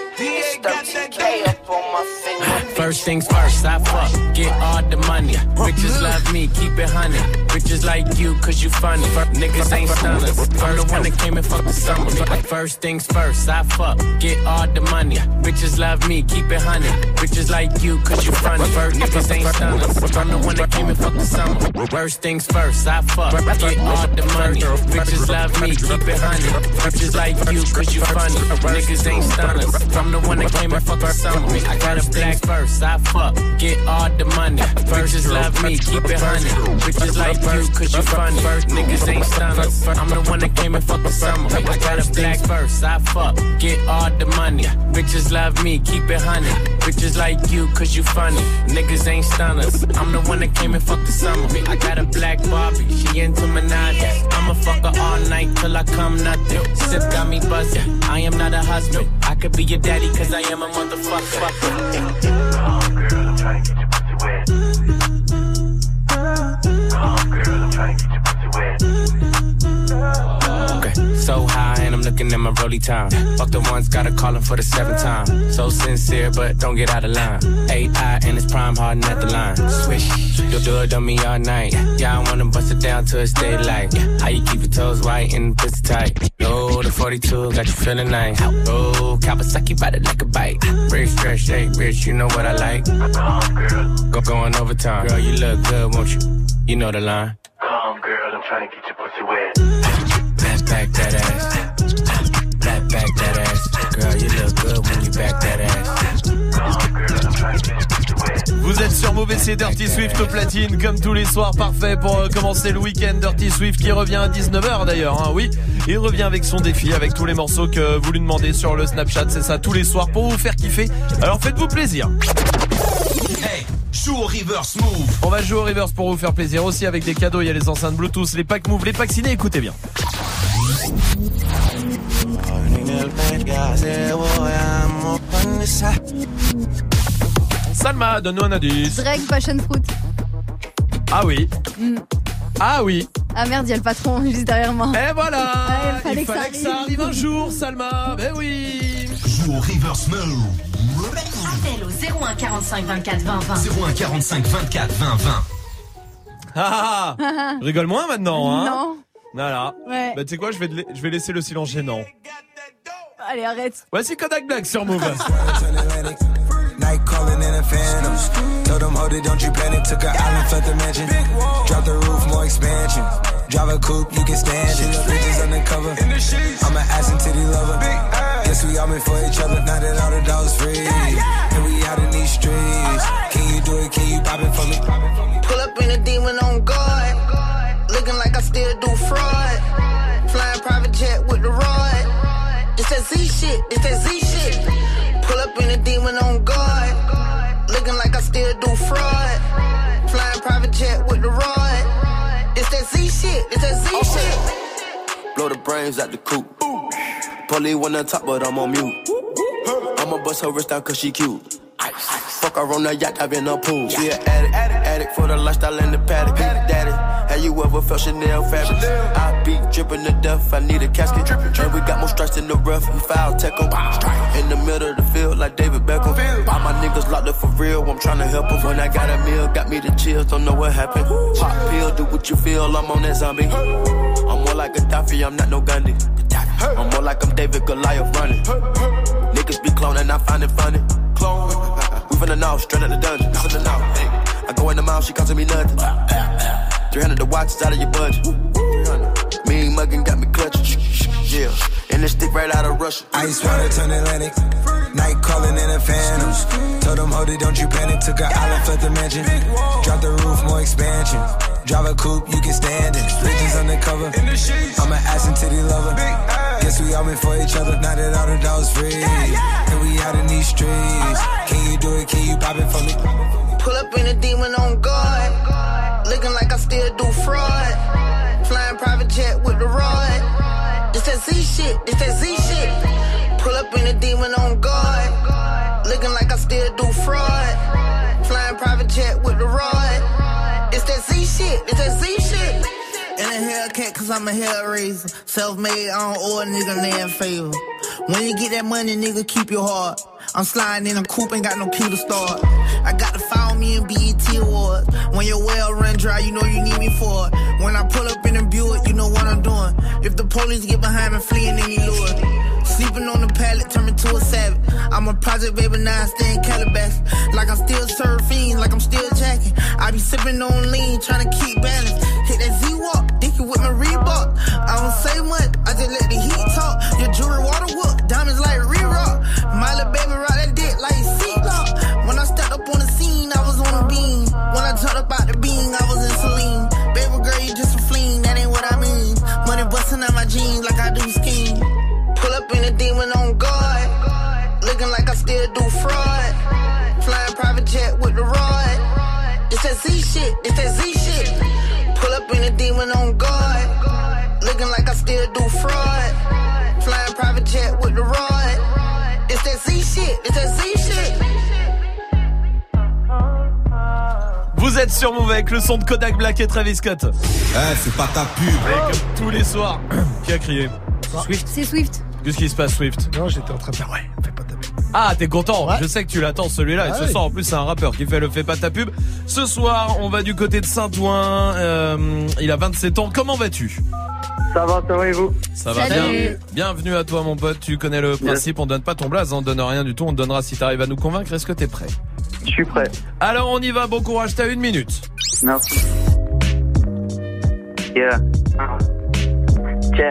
First things first, I fuck, get all the money. Bitches love me, keep it honey. Bitches like you, cause you funny. Niggas ain't stunners. I'm the one that came and fucked the summer. First things first, I fuck, get all the money. Bitches love me, keep it honey. Bitches like you, cause you funny. Niggas ain't stunners. I'm the one that came and fucked the summer. First things first, I fuck, get all the money. Bitches love me, keep it honey. Bitches like you, cause you funny. Niggas ain't stunners. I'm the one that came and fucked the summer. I got a black first, I fuck, get all the money. Bitches love me, keep it honey. Bitches like you, cause you funny. Niggas ain't stunners. I'm the one that came and fucked the summer. I got a black first, I fuck, get all the money. Bitches love me, keep it honey. Bitches like you, cause you funny. Niggas ain't stunners. I'm the one that came and fucked the summer. I got a black Barbie, she into Minaj. I'ma fuck her all night till I come nothing. Sip got me buzzing, I am not a husband. I could be your daddy cause I am a motherfucker. Come girl, I'm trying to get your pussy wet. Come girl, I'm trying to get your pussy wet. Okay, so high and I'm looking at my rollie time. Fuck the ones, gotta call him for the seventh time. So sincere, but don't get out of line. Eight eye and it's prime hardin' at the line. Swish, you'll do it on me all night. Yeah, I wanna bust it down till it's daylight. How you keep your toes white and pussy tight? Oh, the forty-two got you feeling nice. Oh, Kawasaki ride it like a bike. Rich, stretch, shake, bitch, you know what I like. Go going overtime. Girl, you look good, won't you? You know the line. Come girl, I'm trying to get your pussy wet. Back, back that ass. Back, back that ass. Girl, you look good when you back that ass. Vous êtes sur Move Mauve et c'est Dirty Swift au platine comme tous les soirs, parfait pour euh, commencer le week-end. Dirty Swift qui revient à dix-neuf heures d'ailleurs, hein, oui. Il revient avec son défi, avec tous les morceaux que vous lui demandez sur le Snapchat, c'est ça tous les soirs pour vous faire kiffer. Alors faites-vous plaisir. Hey, joue au reverse move. On va jouer au reverse pour vous faire plaisir aussi avec des cadeaux, il y a les enceintes Bluetooth, les packs Move, les packs ciné, écoutez bien. Salma, donne-nous un indice. Drake Passion Fruit. Ah oui. Mm. Ah oui. Ah merde, il y a le patron juste derrière moi. Et voilà. Ouais, il fallait, il que, fallait ça que ça arrive un jour, Salma. Ben oui. Joue au reverse move. Appel au zéro un quarante-cinq vingt-quatre vingt vingt. zéro un quarante-cinq vingt-quatre vingt vingt. Ah, ah. Rigole moins maintenant, hein. Non. Voilà. Ouais. Bah tu sais quoi, je vais, je vais laisser le silence gênant. Allez, arrête. Voici Kodak Black sur Move. Night calling in a phantom. Told them, hold it, don't you panic. Took an island, fled the mansion. Drop the roof, more expansion. Drive a coupe, you can stand it. Bitches undercover. I'm an ass and titty lover. Guess we all meant for each other. Now that all the dogs free. And we out in these streets. Can you do it? Can you pop it for me? Pull up in a demon on guard. Looking like I still do fraud. Flying private jet with the rod. It's that Z shit, it's that Z shit. Pull up in a demon on guard. Looking like I still do fraud. Flying private jet with the rod. It's that Z shit, it's that Z shit. Blow the brains out the coop. Polly wanna talk, but I'm on mute. I'ma bust her wrist down cause she cute. Fuck her on the yacht, I've been a pool. She an addict, addict, addict for the lifestyle and the paddock. Daddy, have you ever felt Chanel fabric? I be dripping to death, I need a casket. And we got more strikes in the rough, we foul tech em. In the middle of the field like David Beckham. All my niggas locked up for real, I'm tryna help them. When I got a meal, got me the chills, don't know what happened. Pop pill, do what you feel, I'm on that zombie. I'm more like Gaddafi, I'm not no Gandhi. I'm more like I'm David Goliath running. Niggas be cloning, I find it funny. Clone. We finna know, straight out the dungeon. Listen now, hey. I go in the mouth, she costing me nothing. three hundred the watch, it's out of your budget. Mean muggin' got me clutching. Yeah, and this stick right out of Russia. Ice water turn Atlantic. Night calling in a phantom. Told them, hold it, don't you panic. Took an island, fled the mansion. Drop the roof, more expansion. Drive a coupe, you can stand it. Bridges undercover. I'm an ass and titty lover. Guess we all meant for each other. Now that all the dogs free. And we out in these streets. Can you do it? Can you pop it for me? Pull up in a demon on guard. Looking like I still do fraud. Flying private jet with the rod. It's that Z shit, it's that Z shit. Pull up in a demon on guard. Looking like I still do fraud. Flying private jet with the rod. It's that Z shit, it's that Z shit. In a Hellcat, cause I'm a hellraiser. Self-made, I don't owe a nigga land favor. When you get that money, nigga, keep your heart. I'm sliding in a coupe, ain't got no key to start. I got to follow me in B E T Awards. When your well run dry, you know you need me for it. When I pull up in a Buick, you know what I'm doing. If the police get behind me, fleeing any lure. Sleeping on the pallet, turn me to a savage. I'm a project baby, now I stay in Calabas. Like I'm still surfing, like I'm still jacking. I be sipping on lean, trying to keep balance. Hit that Z-Walk, dicky with my Reebok. I don't say much, I just let the heat talk. Your jewelry water whoop, diamonds like re-rock. My little baby rock that dick like C-Lock. When I stepped up on the scene, I was on a beam. When I turned up out the beam, I was in Celine. Baby girl, you just a fleen, that ain't what I mean. Money busting out my jeans like I do skiing. Pull up in a demon on guard. Looking like I still do fraud. Flying private jet with the rod. It's that Z shit, it's that Z shit. Pull up in a demon on guard. Looking like I still do fraud. Flying private jet with the rod. It's that Z shit, it's that Z shit. Vous êtes sur Move avec le son de Kodak Black et Travis Scott. Eh, c'est pas ta pub. Et comme tous les soirs. Qui a crié? Swift. C'est Swift. Qu'est-ce qui se passe, Swift? Non, j'étais en train de dire ouais, fais pas ta pub. Ah, t'es content? Ouais. Je sais que tu l'attends celui-là. Ah, et ce oui. soir, en plus, c'est un rappeur qui fait le Fais pas ta pub. Ce soir, on va du côté de Saint-Ouen. Euh, il a vingt-sept ans. Comment vas-tu? Ça va, ça va et vous? Ça va Salut. bien. Bienvenue à toi, mon pote. Tu connais le principe. On donne pas ton blaze, on donne rien du tout. On te donnera si t'arrives à nous convaincre. Est-ce que t'es prêt? Je suis prêt. Alors, on y va. Bon courage. T'as une minute. Merci. Yeah. Yeah.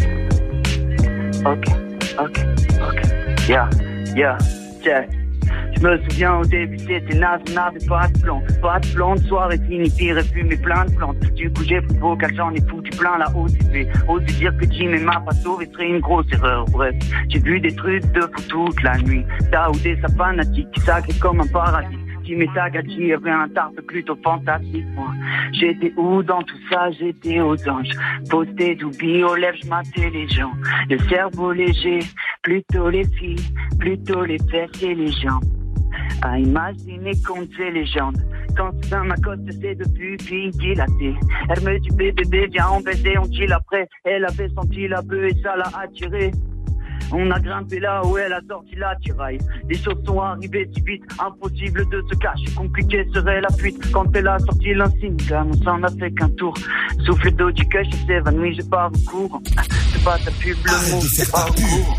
Ok. Ok. Ok. Yeah. Yeah. Yeah. Je me souviens au début c'était naze, on n'avait pas de plan. Pas de plan de soirée signifierait fumer plein de plantes. Du coup j'ai pris vocal, j'en ai foutu plein la O C P. Oser dire que Jim m'a pas sauvé serait une grosse erreur. Bref, j'ai vu des trucs de fou toute la nuit. Daoudé sa fanatique, sacré comme un paradis. Jim et Tagachi avaient un tarpe plutôt fantastique. Moi, j'étais où dans tout ça? J'étais aux anges. Posté d'oubli aux lèvres, je matais les gens. Le cerveau léger, plutôt les filles, plutôt les fesses et les jambes. À imaginer contes et légendes. Quand soudain ma coste c'est de pupille dilatée. Elle me dit bébé viens on baisait, on chill après. Elle avait senti la bœuf et ça l'a attiré. On a grimpé là où elle a sorti la tiraille. Les choses sont arrivées si vite, impossible de se cacher. Compliqué serait la fuite quand elle a sorti l'insigne. On s'en a fait qu'un tour. Souffle d'eau du cœur, je s'évanouit, je pars au courant. C'est pas ta pub, le mot, c'est pas au courant.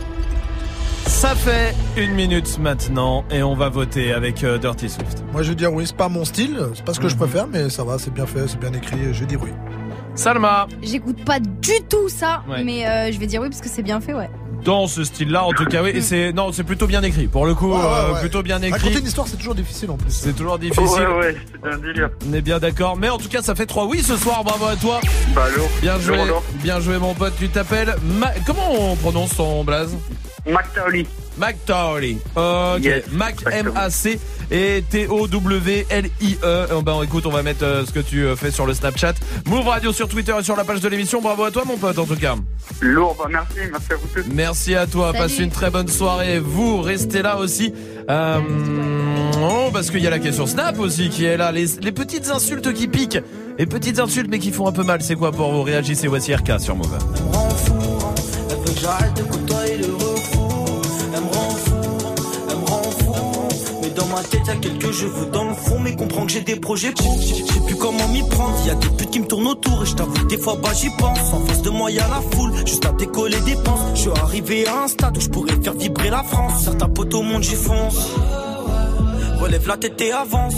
Ça fait une minute maintenant et on va voter avec euh, Dirty Swift. Moi je veux dire oui, c'est pas mon style, c'est pas ce que mmh. je préfère, mais ça va, c'est bien fait, c'est bien écrit, je dis oui. Salma. J'écoute pas du tout ça, ouais. mais euh, je vais dire oui parce que c'est bien fait, ouais. Dans ce style-là, en tout cas, oui. Et c'est non, c'est plutôt bien écrit. Pour le coup, ouais, ouais, ouais. Euh, plutôt bien écrit. Raconter une histoire, c'est toujours difficile en plus. C'est toujours difficile. Ouais, ouais, c'est un délire. On est bien d'accord. Mais en tout cas, ça fait trois oui ce soir. Bravo à toi. Bah lourd. Bien joué. Lourd, lourd. Bien joué, mon pote. Tu t'appelles Ma... Comment on prononce ton blaze? McTauli. McTauli. Ok. Yes, Mac M A C et T O W L I E. Oh, ben écoute, on va mettre euh, ce que tu euh, fais sur le Snapchat. Move Radio sur Twitter et sur la page de l'émission. Bravo à toi, mon pote, en tout cas. Lourd, bah merci, merci à vous tous. Merci à toi. Salut. Passe une très bonne soirée. Vous restez là aussi. Euh... Oh, parce qu'il y a la question Snap aussi qui est là. Les, les petites insultes qui piquent. Les petites insultes mais qui font un peu mal. C'est quoi pour vous? Réagissez. Voici R K sur Move. Elle me rend fou, elle veut que j'arrête de côtoyer le refou. Elle me rend fou, elle me rend fou. Mais dans ma tête y'a quelques cheveux dans le fond. Mais comprends que j'ai des projets pro. Je sais plus comment m'y prendre. Y'a des putes qui me tournent autour. Et je t'avoue que des fois bah j'y pense. En face de moi y'a la foule, juste à décoller des penses. Je suis arrivé à un stade où je pourrais faire vibrer la France. Certains potes au monde j'y fonce. Relève la tête et avance.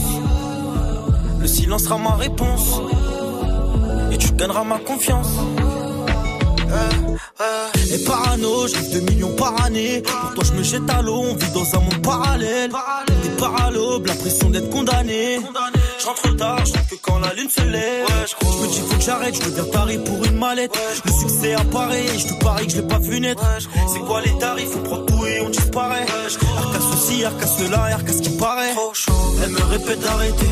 Le silence sera ma réponse. Et tu gagneras ma confiance. Euh, euh. Et parano, je rêve de millions par année. Pour toi je me jette à l'eau, on vit dans un monde parallèle. Des paralobes, l'impression d'être condamné. Je rentre tard, je que quand la lune se lève. Je me dis faut que j'arrête, je deviens taré pour une mallette. Le succès apparaît, je te parie que je l'ai pas vu naître. C'est quoi les tarifs, on prend tout et on disparaît. Arca ceci, arca cela, arca ce qui paraît. Elle me répète d'arrêter.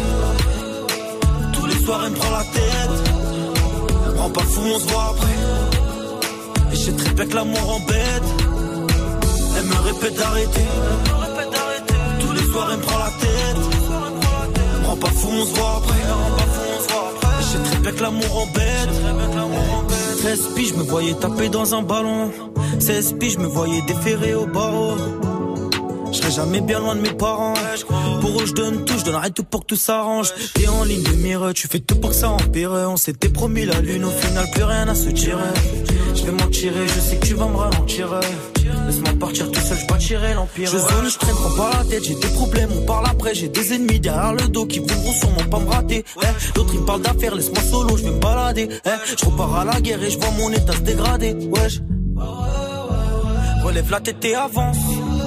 Tous les soirs elle me prend la tête. Elle me rend pas fou, on se voit après. Et je sais très bien que l'amour embête. Elle me répète d'arrêter. Tous les soirs elle me prend la tête. Elle me rend pas fou, on se voit après. Et je sais très bien que l'amour embête. treize piges, je me voyais taper dans un ballon. seize piges, je me voyais déférer au barreau. Je serai jamais bien loin de mes parents. Pour eux je donne tout, je donnerai tout pour que tout s'arrange. T'es en ligne de mire, tu fais tout pour que ça empire. On s'était promis la lune, au final plus rien à se tirer. Je vais m'en tirer, je sais que tu vas me ralentir. Laisse-moi partir tout seul, je bâtirai l'empire. Je zone, je traîne, prends pas la tête. J'ai des problèmes, on parle après. J'ai des ennemis derrière le dos qui voudront sûrement pas me rater. Eh, l'autre il me parle d'affaires, laisse-moi solo, je vais me balader. Eh, je repars à la guerre et je vois mon état se dégrader. Wesh, relève la tête et avance.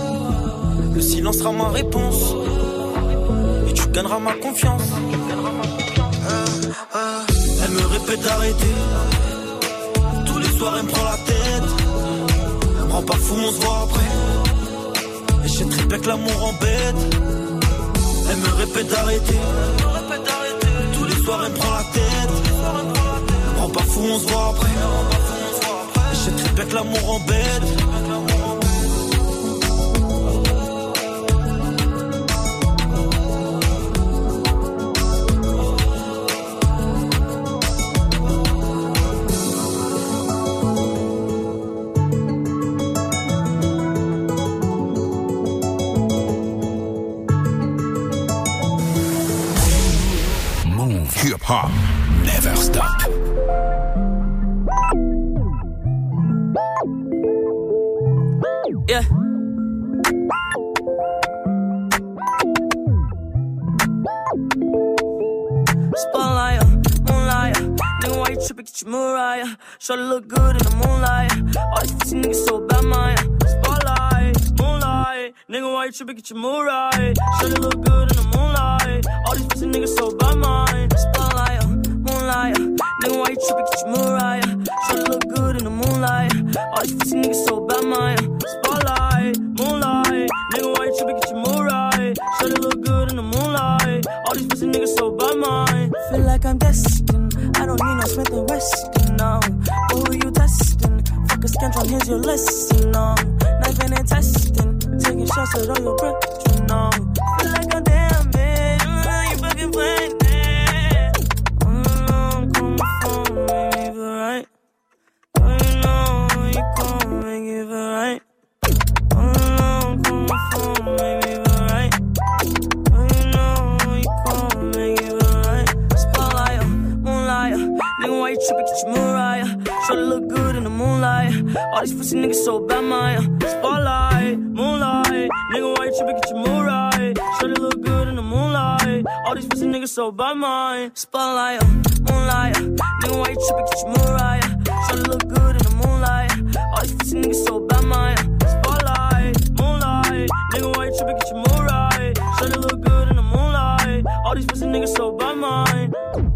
Le silence sera ma réponse. Et tu gagneras ma confiance. Euh, euh, elle me répète d'arrêter. Tous les soirs elle me prend la tête. Elle me rend pas fou, on se voit après. Et je sais très bien que l'amour embête. Elle me répète d'arrêter. Tous les soirs elle me prend la tête. Elle me rend pas fou, on se voit après. Et je sais très bien que l'amour embête. Hip hop never stop. Yeah. Spotlight, moonlight. Nigga, why you tripping? Get your Mariah. Shorty look good in the moonlight. All these pussy niggas so bad, man. Spotlight, moonlight. Nigga, why you tripping, get your mood right. Should it look good in the moonlight? All these pussy niggas so by mine. Spotlight, moonlight. Nigga, why you tripping, get your mood right? Should it look good in the moonlight? All these pussy niggas so by mine. Spotlight, moonlight. Nigga, why you tripping, get your mood right? Should it look good in the moonlight? All these pussy niggas so by mine. Feel like I'm destined. I don't need no Smith and Weston, no. But who you testing? Fuck a scantron, here's your lesson, no. Knife and testing. Taking shots at all your breath, you know. Feel like I'm damn man. Mm, you fucking playing it. Mm, come on, make me feel right. Oh, you know, you come make me feel right. Mm, come on, make me feel right. Oh, you know, you come make me feel right. Spotlight, moonlight. Nigga, why you tripping, get your mood right? Try to look good in the moonlight. All these pussy niggas so bad, man. Spotlight, moonlight. Nigga, why you tripping, get your mood right? Try to look good in the moonlight. All these pussy niggas so bad, man. Spotlight, moonlight. Nigga, why you tripping, get your mood right? Try to look good in the moonlight. All these pussy niggas so bad, man. Spotlight, moonlight. Nigga, why you tripping, get your mood right? Try to look good in the moonlight. All these pussy niggas so bad, man.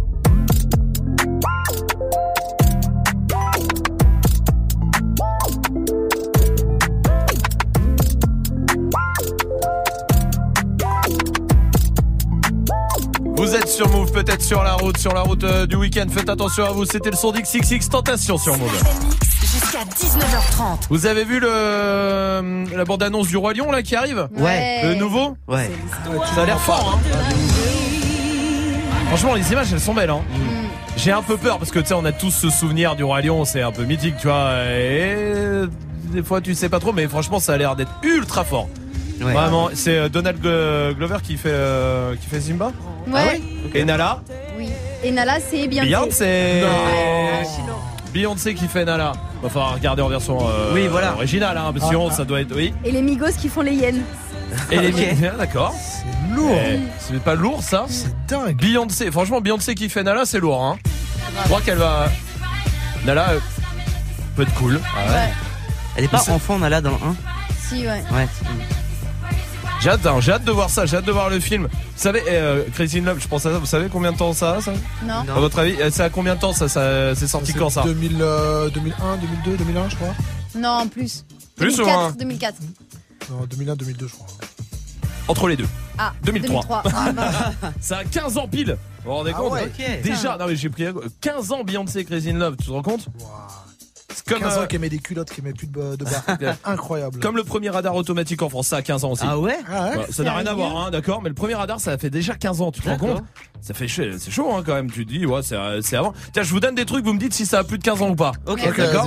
Vous êtes sur Move, peut-être sur la route, sur la route euh, du week-end. Faites attention à vous. C'était le son d'X X X Tentation sur Move. Jusqu'à dix-neuf heures trente. Vous avez vu le la bande-annonce du Roi Lion là qui arrive? Ouais. Le nouveau? Ouais. Ça a l'air fort. Hein. Franchement, les images elles sont belles. Hein. Mm. J'ai un peu peur parce que tu sais, on a tous ce souvenir du Roi Lion, c'est un peu mythique, tu vois. Et des fois, tu sais pas trop, mais franchement, ça a l'air d'être ultra fort. Ouais. Vraiment, c'est Donald Glover qui fait euh, qui fait Simba. Ouais. Ah ouais okay. Et Nala. Oui. Et Nala, c'est Beyoncé. Beyoncé. Non. Beyoncé qui fait Nala. Va falloir regarder en version euh, oui, voilà. originale, hein, parce que sinon, ah, ça doit être oui. Et les Migos qui font les hyènes. Et les okay. Migos, d'accord. C'est lourd. Et c'est pas lourd ça. C'est dingue. Beyoncé, franchement, Beyoncé qui fait Nala, c'est lourd. Hein. Je crois qu'elle va. Nala euh, peut être cool. Ah ouais. Ouais. Elle est pas enfant Nala dans le un. Si ouais. Ouais. J'ai hâte, hein, j'ai hâte de voir ça, j'ai hâte de voir le film. Vous savez, euh, Crazy in Love, je pense à ça. Vous savez combien de temps ça a, ça? Non. À votre avis, c'est à combien de temps ça, ça c'est sorti ça, quand ça? deux mille, euh, deux mille un, deux mille deux, deux mille un, je crois. Non, plus. Plus ou moins? deux mille quatre. Non, deux mille un, deux mille deux, je crois. Entre les deux. Ah. deux mille trois. deux mille trois. Ah, bah. Ça a quinze ans pile. Vous vous rendez ah compte? Ouais, okay. Déjà, non mais j'ai pris quinze ans Beyoncé Crazy in Love, tu te rends compte? Wow. Comme quinze ans euh... qui aimait des culottes, qui aimait plus de, de barres. Incroyable. Comme le premier radar automatique en France, ça a quinze ans aussi. Ah ouais, ah ouais bah, ça n'a rien à voir, hein, d'accord. Mais le premier radar, ça a fait déjà quinze ans, tu te rends compte? Ça fait chaud, c'est chaud hein, quand même. Tu te dis, ouais, c'est, c'est avant. Tiens, je vous donne des trucs, vous me dites si ça a plus de quinze ans ou pas. Ok, okay d'accord.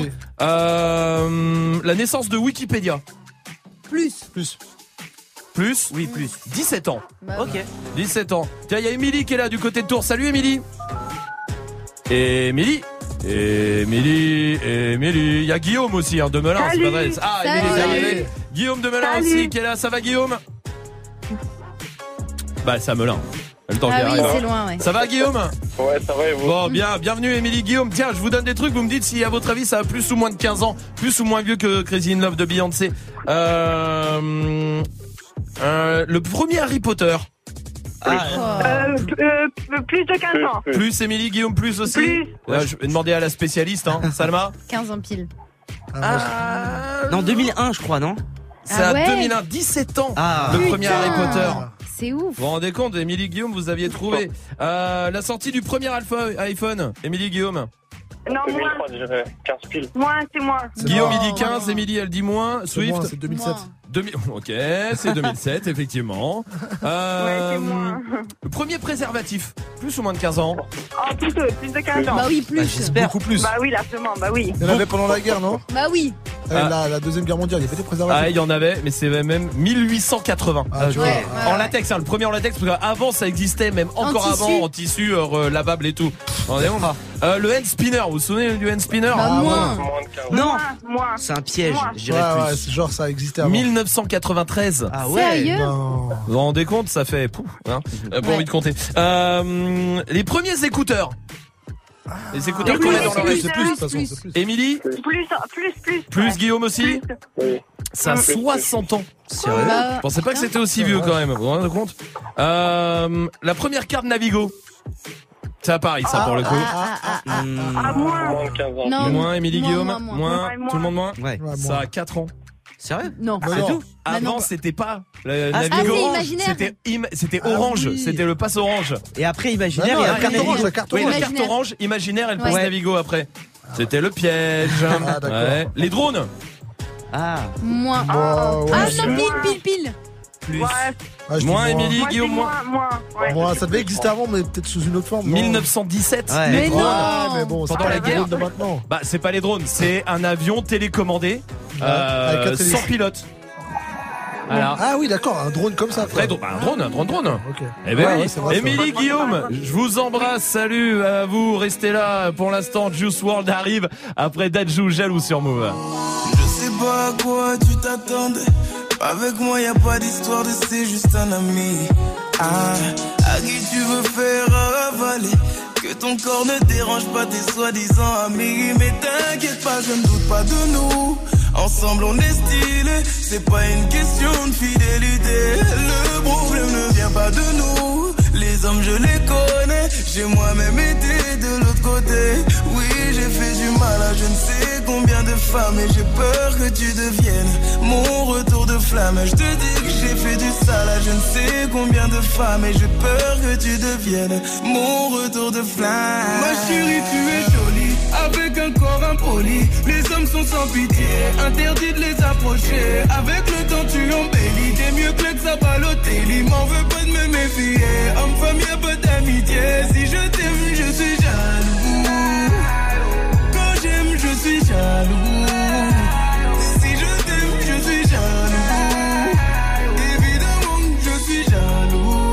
Euh, la naissance de Wikipédia. Plus. Plus. Plus? Oui, plus. dix-sept ans. Bah, ok. dix-sept ans. Tiens, il y a Émilie qui est là du côté de Tours. Salut Émilie. Émilie. Émilie, Émilie. Il y a Guillaume aussi, hein, de Melun. C'est pas vrai. Ah, Émilie est arrivée. Guillaume de Melun Salut. aussi qui est là. Ça va, Guillaume? Bah, c'est à Melun. Le temps ah oui, arrive. c'est loin, ouais. Ça va, Guillaume? Ouais, ça va et vous? Bon, bien, bienvenue, Émilie, Guillaume. Tiens, je vous donne des trucs. Vous me dites si, à votre avis, ça a plus ou moins de quinze ans, plus ou moins vieux que Crazy in Love de Beyoncé. Euh, euh, le premier Harry Potter. Ah, euh, euh, plus de quinze ans. Plus, plus Émilie, Guillaume, plus aussi. Plus. Là, je vais demander à la spécialiste, hein. Salma. quinze ans pile. Ah, non, deux mille un, je crois, non? C'est ah à ouais. deux mille un, dix-sept ans. Ah, le putain. premier Harry Potter. C'est ouf. Vous vous rendez compte, Émilie, Guillaume, vous aviez trouvé. Euh, la sortie du premier alpha iPhone. Émilie, Guillaume. Non, deux mille trois, je dirais quinze piles. Moins, c'est moins. Guillaume, non, il dit quinze, Émilie, elle dit moins. C'est Swift. moins, c'est deux mille sept. deux mille Ok, c'est deux mille sept, effectivement. Euh, ouais, c'est moins. Le premier préservatif, plus ou moins de quinze ans? Oh, plus de, plus de quinze ans. Bah oui, plus. Bah, j'espère. Beaucoup plus. Bah oui, largement, bah oui. Il y en avait pendant la guerre, non? Bah oui. Euh, ah. la, la deuxième guerre mondiale, il y avait des préservatifs. Ah, il y en avait, mais c'est même mille huit cent quatre-vingts. Ah, ouais, ouais, en ouais. latex, hein, le premier en latex, parce qu'avant ça existait, même encore en avant, tissu. en tissu euh, lavable et tout. On est bon, euh, le hand spinner, vous vous souvenez du hand spinner? Bah, ah, moins. ouais. Moins de quinze. Non, Moins, moins. c'est un piège, Moins. je dirais Ouais, plus. ouais, c'est genre ça existait avant. mille neuf cent quatre-vingt-treize. Ah ouais. Sérieux? Non. Vous vous rendez compte, ça fait pouf, hein, euh, pas Ouais. envie de compter. Euh, les premiers écouteurs. Les écouteurs Les qu'on met premiers dans l'oreille. C'est plus, de toute façon, c'est plus. Émilie? Plus, plus, plus. Plus ouais. Guillaume aussi? Plus. Oui. Ça a soixante ans. Sérieux? Je pensais pas que c'était aussi vieux quand même. Vous vous rendez compte? euh, La première carte Navigo. C'est à Paris, ça, pour le coup. Ah, ah, ah, Ah, moins. Non. Moins, Émilie Moins, Guillaume. moins, Moins, moins. tout le monde moins. Ouais. Ça a quatre ans. Sérieux? Non. C'est non. tout. Bah Avant, non. c'était pas le Ah, Navigo. c'est imaginaire. C'était im- c'était Ah orange. oui. C'était le pass orange. Et après, imaginaire, Non, non, et la après, carte Navigo. orange, la carte Oui, orange. la carte Imaginaire. orange imaginaire et le pass Ouais. Navigo après. C'était le piège. Ah, d'accord. Ouais. Les drones. Ah, Moins. Moi, ouais, Ah c'est- non, pile, pile, pile. plus. Ouais, Ah, je dis Moins, Émilie, moi, c'est Guillaume, moins. moins, moins. Ouais. Moi, ça devait exister avant, mais peut-être sous une autre forme. non mille neuf cent dix-sept. Ouais. Les Mais drones. non. Ouais, mais bon, c'est Pendant pas la les guerre. drones de maintenant. Bah, c'est pas les drones, c'est un avion télécommandé euh, avec quatre sans hélices. pilote. Voilà. Ah oui, d'accord, un drone comme ça. Après, quoi. bah, un drone, un drone, drone. Ok. Eh ben Ouais, oui. ouais, c'est vrai, c'est Émilie vrai. Guillaume, je vous embrasse. Salut à vous. Restez là. Pour l'instant, Juice world arrive après Dadju, Jaloux sur Move. Je sais pas à quoi tu t'attendais. Avec moi y a pas d'histoire de c'est juste un ami. Ah, à qui tu veux faire avaler. Que ton corps ne dérange pas tes soi-disant amis. Mais t'inquiète pas, je ne doute pas de nous. Ensemble on est stylé. C'est pas une question de fidélité. Le problème ne vient pas de nous. Les hommes je les connais. J'ai moi-même été de l'autre côté. Oui, j'ai fait du mal à je ne sais combien de femmes. Et j'ai peur que tu deviennes mon retour de flamme. Je te dis que j'ai fait du sale à je ne sais combien de femmes. Et j'ai peur que tu deviennes mon retour de flamme. Ma chérie, tu es jolie, avec un corps impoli. Les hommes sont sans pitié, interdit de les approcher. Avec le temps tu embellis, t'es mieux que le Zabalotelli. M'en veux pas de me méfier, homme-femme y'a pas d'amitié. Si je t'aime, je suis jaloux. Quand j'aime, je suis jaloux. Si je t'aime, je suis jaloux. Évidemment que je suis jaloux.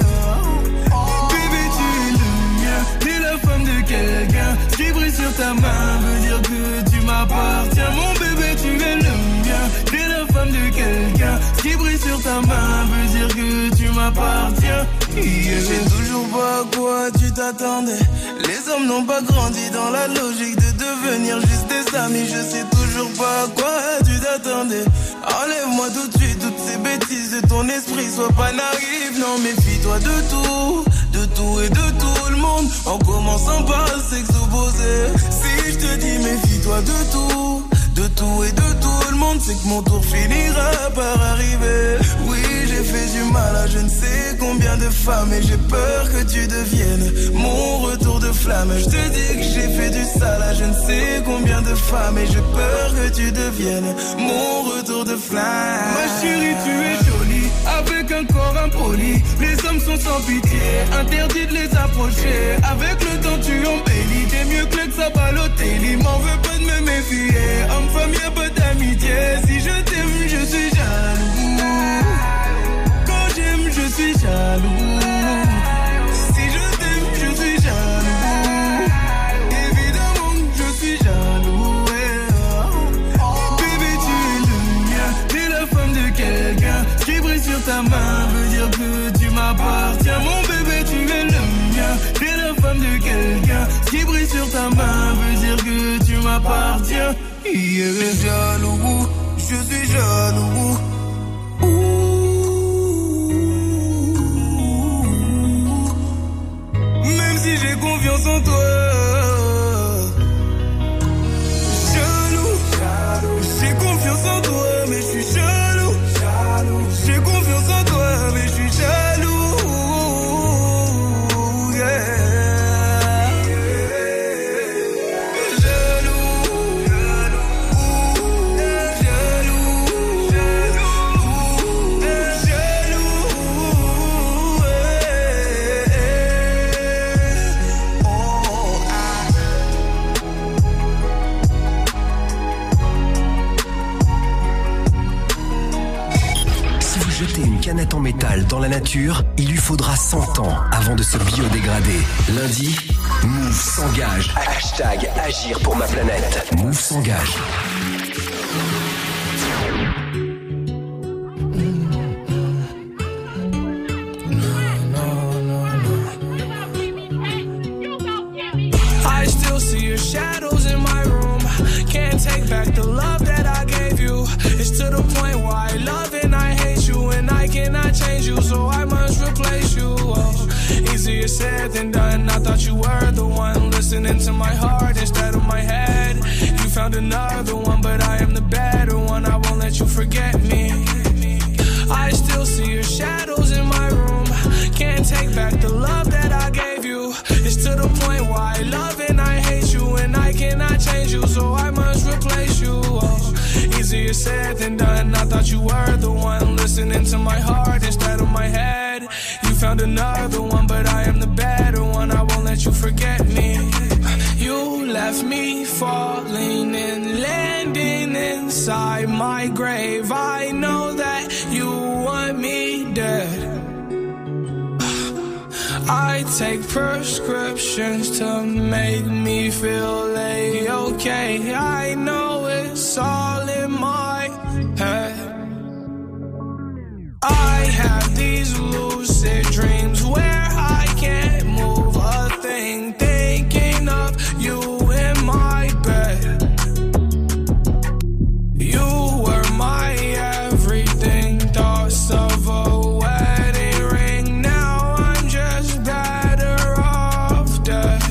Yeah. Bébé, tu es le mien, t'es la femme de quelqu'un. Ce qui brille sur ta main veut dire que tu m'appartiens. Mon bébé, tu es le mien, t'es la femme de quelqu'un. Ce qui brille sur ta main veut dire que tu m'appartiens. Yeah. Je sais toujours pas à quoi tu t'attendais. Les hommes n'ont pas grandi dans la logique de devenir juste des amis. Je sais toujours pas à quoi tu t'attendais. Enlève-moi tout de suite toutes ces bêtises de ton esprit. Sois pas naïf, non, méfie-toi de tout. De tout et de tout le monde, en commençant par le sexe opposé. Si je te dis méfie-toi de tout, de tout et de tout le monde, c'est que mon tour finira par arriver. Oui, j'ai fait du mal à je ne sais combien de femmes. Et j'ai peur que tu deviennes mon retour de flamme. Je te dis que j'ai fait du sale à je ne sais combien de femmes. Et j'ai peur que tu deviennes mon retour de flamme. Ma chérie, tu es jolie, avec un corps impoli. Les hommes sont sans pitié, interdit de les approcher. Avec le temps tu embellis, t'es mieux que le Zabalotelli. M'en veux pas de me méfier, homme-femme y'a pas d'amitié. Si je t'aime, je suis jaloux. Quand j'aime, je suis jaloux. Si je t'aime, je suis jaloux. Évidemment que je suis jaloux. Yeah. Bébé, tu es le mien, t'es la femme de quelqu'un. Ce qui brille sur ta main veut dire que tu m'appartiens. Mon bébé, tu es le mien, t'es la femme de quelqu'un. Ce qui brille sur ta main veut dire que tu m'appartiens. Yeah. Je suis jaloux, je suis jaloux. Même si j'ai confiance en toi. Jaloux, j'ai confiance en toi, mais je suis jaloux. J'ai confiance en toi, mais je suis jaloux. Yeah. Jeter une canette en métal dans la nature, il lui faudra cent ans avant de se biodégrader. Lundi, Move s'engage. Hashtag agir pour ma planète. Move s'engage. I still see your shadows in my room. Can't take back the love that I gave you. It's to the the point why I love and I hate you, and I cannot change you, so I must replace you. Oh, easier said than done. I thought you were the one listening to my heart instead of my head. You found another one, but I am the better one. I won't let you forget me. I still see your shadows in my room. Can't take back the love that I gave you. It's to the point why I love and I hate you, and I cannot change you, so I must replace you. Oh, easier said than done. I thought you were the one listening to my heart instead of my head. You found another one, but I am the better one. I won't let you forget me. You left me falling and landing inside my grave. I know that you want me dead. I take prescriptions to make me feel A-okay. I know it's all in my head. I have these lucid dreams where I can't move a thing, thinking of you in my bed. You were my everything, thoughts of a wedding ring. Now I'm just better off dead.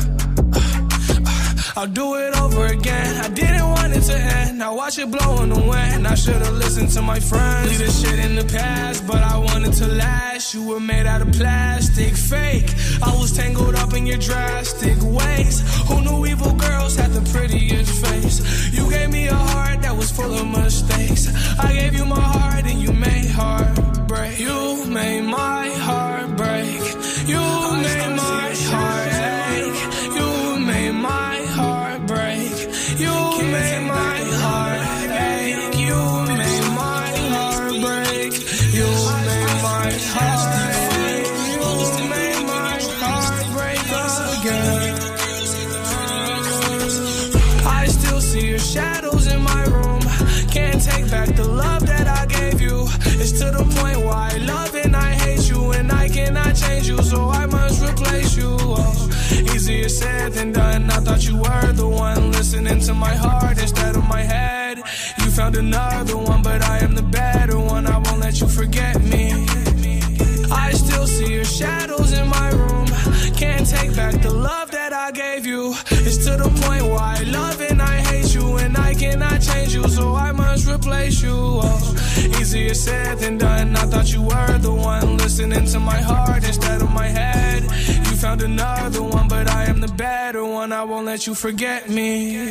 I'll do it over again. I didn't want it to end. Now watch it blow in the wind. I should've listened to my friends. Leave this shit in the past, but I wanted to last. You were made out of plastic, fake. I was tangled up in your drastic ways. Who knew evil girls had the prettiest face? You gave me a heart that was full of mistakes. I gave you my heart and you made heartbreak. You made my heart break. You made my heart ache. You made my heart break. You made my heart ache. You made my heart break. You made my heart ache. You made my heart break again. I still see your shadows in my room. Can't take back the love that I gave you. It's to the point why I love and I hate you, and I cannot change you, so I must replace you. Oh, easier said than done. I thought you were the one listening to my heart instead of my head. You found another one, but I am the better one. I won't let you forget me. I still see your shadows in my room. Can't take back the love that I gave you. It's to the point why I love and I hate you, and I cannot change you, so I must replace you. Oh, easier said than done. I thought you were the one listening to my heart instead of my head. You found another one, but I am the better one. I won't let you forget me.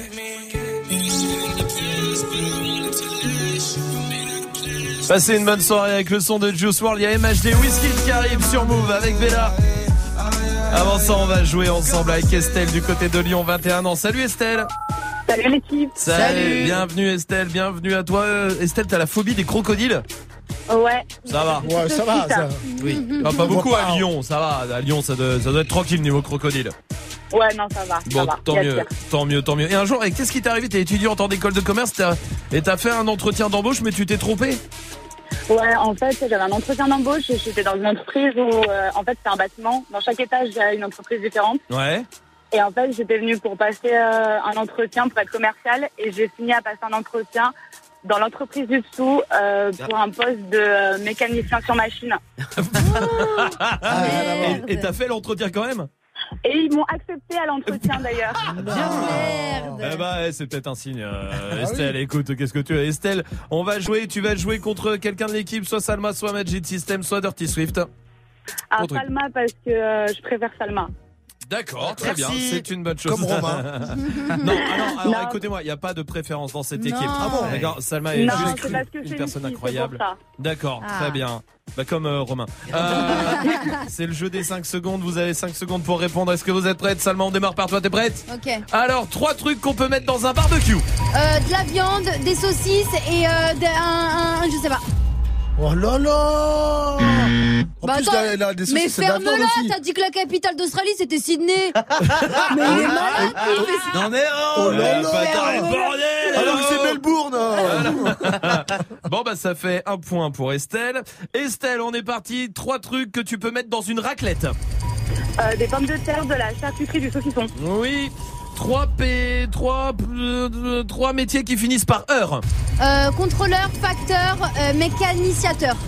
Passez une bonne soirée avec le son de Juice world. Il y a M H D Wizkid qui arrive sur Move avec Bella. Avant ça, on va jouer ensemble avec Estelle du côté de Lyon, vingt et un ans. Salut Estelle. Salut l'équipe. Salut. Salut. Bienvenue Estelle, bienvenue à toi. Estelle, t'as la phobie des crocodiles? Ouais. Ça va. Ouais, ça va. Ça. Oui. Enfin, pas beaucoup à Lyon, ça va. À Lyon, ça doit, ça doit être tranquille niveau crocodile. Ouais, non, ça va. Bon, ça va. tant mieux, tant mieux, tant mieux. Et un jour, qu'est-ce qui t'est arrivé? T'es étudiante en école de commerce t'as, et t'as fait un entretien d'embauche, mais tu t'es trompé? Ouais, en fait, j'avais un entretien d'embauche et j'étais dans une entreprise où, euh, en fait, c'était un bâtiment. Dans chaque étage, il y a une entreprise différente. Ouais. Et en fait, j'étais venue pour passer euh, un entretien pour être commercial et j'ai fini à passer un entretien dans l'entreprise du dessous euh, pour un poste de euh, mécanicien sur machine. Ah, et, et t'as fait l'entretien quand même? Et ils m'ont accepté à l'entretien d'ailleurs. Merde. Eh bah, c'est peut-être un signe. Euh, Estelle, ah oui. Écoute, qu'est-ce que tu veux? Estelle, on va jouer. Tu vas jouer contre quelqu'un de l'équipe, soit Salma, soit Magic System, soit Dirty Swift. Ah, Salma, parce que euh, je préfère Salma. D'accord, très Merci. bien, c'est une bonne chose. Comme Romain. non, alors, alors écoutez-moi, il n'y a pas de préférence dans cette Non. équipe. Ah bon? D'accord, Salma est non, juste c'est parce que une c'est personne une fille, incroyable. c'est pour ça. D'accord, Ah. très bien. Bah comme euh, Romain. Euh, c'est le jeu des cinq secondes, vous avez cinq secondes pour répondre. Est-ce que vous êtes prête? Salma, on démarre par toi, t'es prête? Ok. Alors, trois trucs qu'on peut mettre dans un barbecue. Euh, de la viande, des saucisses et euh, de, un, un, je sais pas. Oh là là. En Bah plus, attends, il y a- il y a des mais saucisses, c'est de la viande ferme-la, aussi. t'as dit que la capitale d'Australie c'était Sydney. Mais il est malade. Non mais Oh là là. pas t'arrêter, bordel. Alors que c'est Melbourne. Bon bah ça fait un point pour Estelle. Estelle, on est parti. Trois trucs que tu peux mettre dans une raclette. Euh, des pommes de terre, de la charcuterie, du saucisson. Oui. Trois P, trois, euh, trois métiers qui finissent par heure. Euh, contrôleur, facteur, euh, mécaniciateur.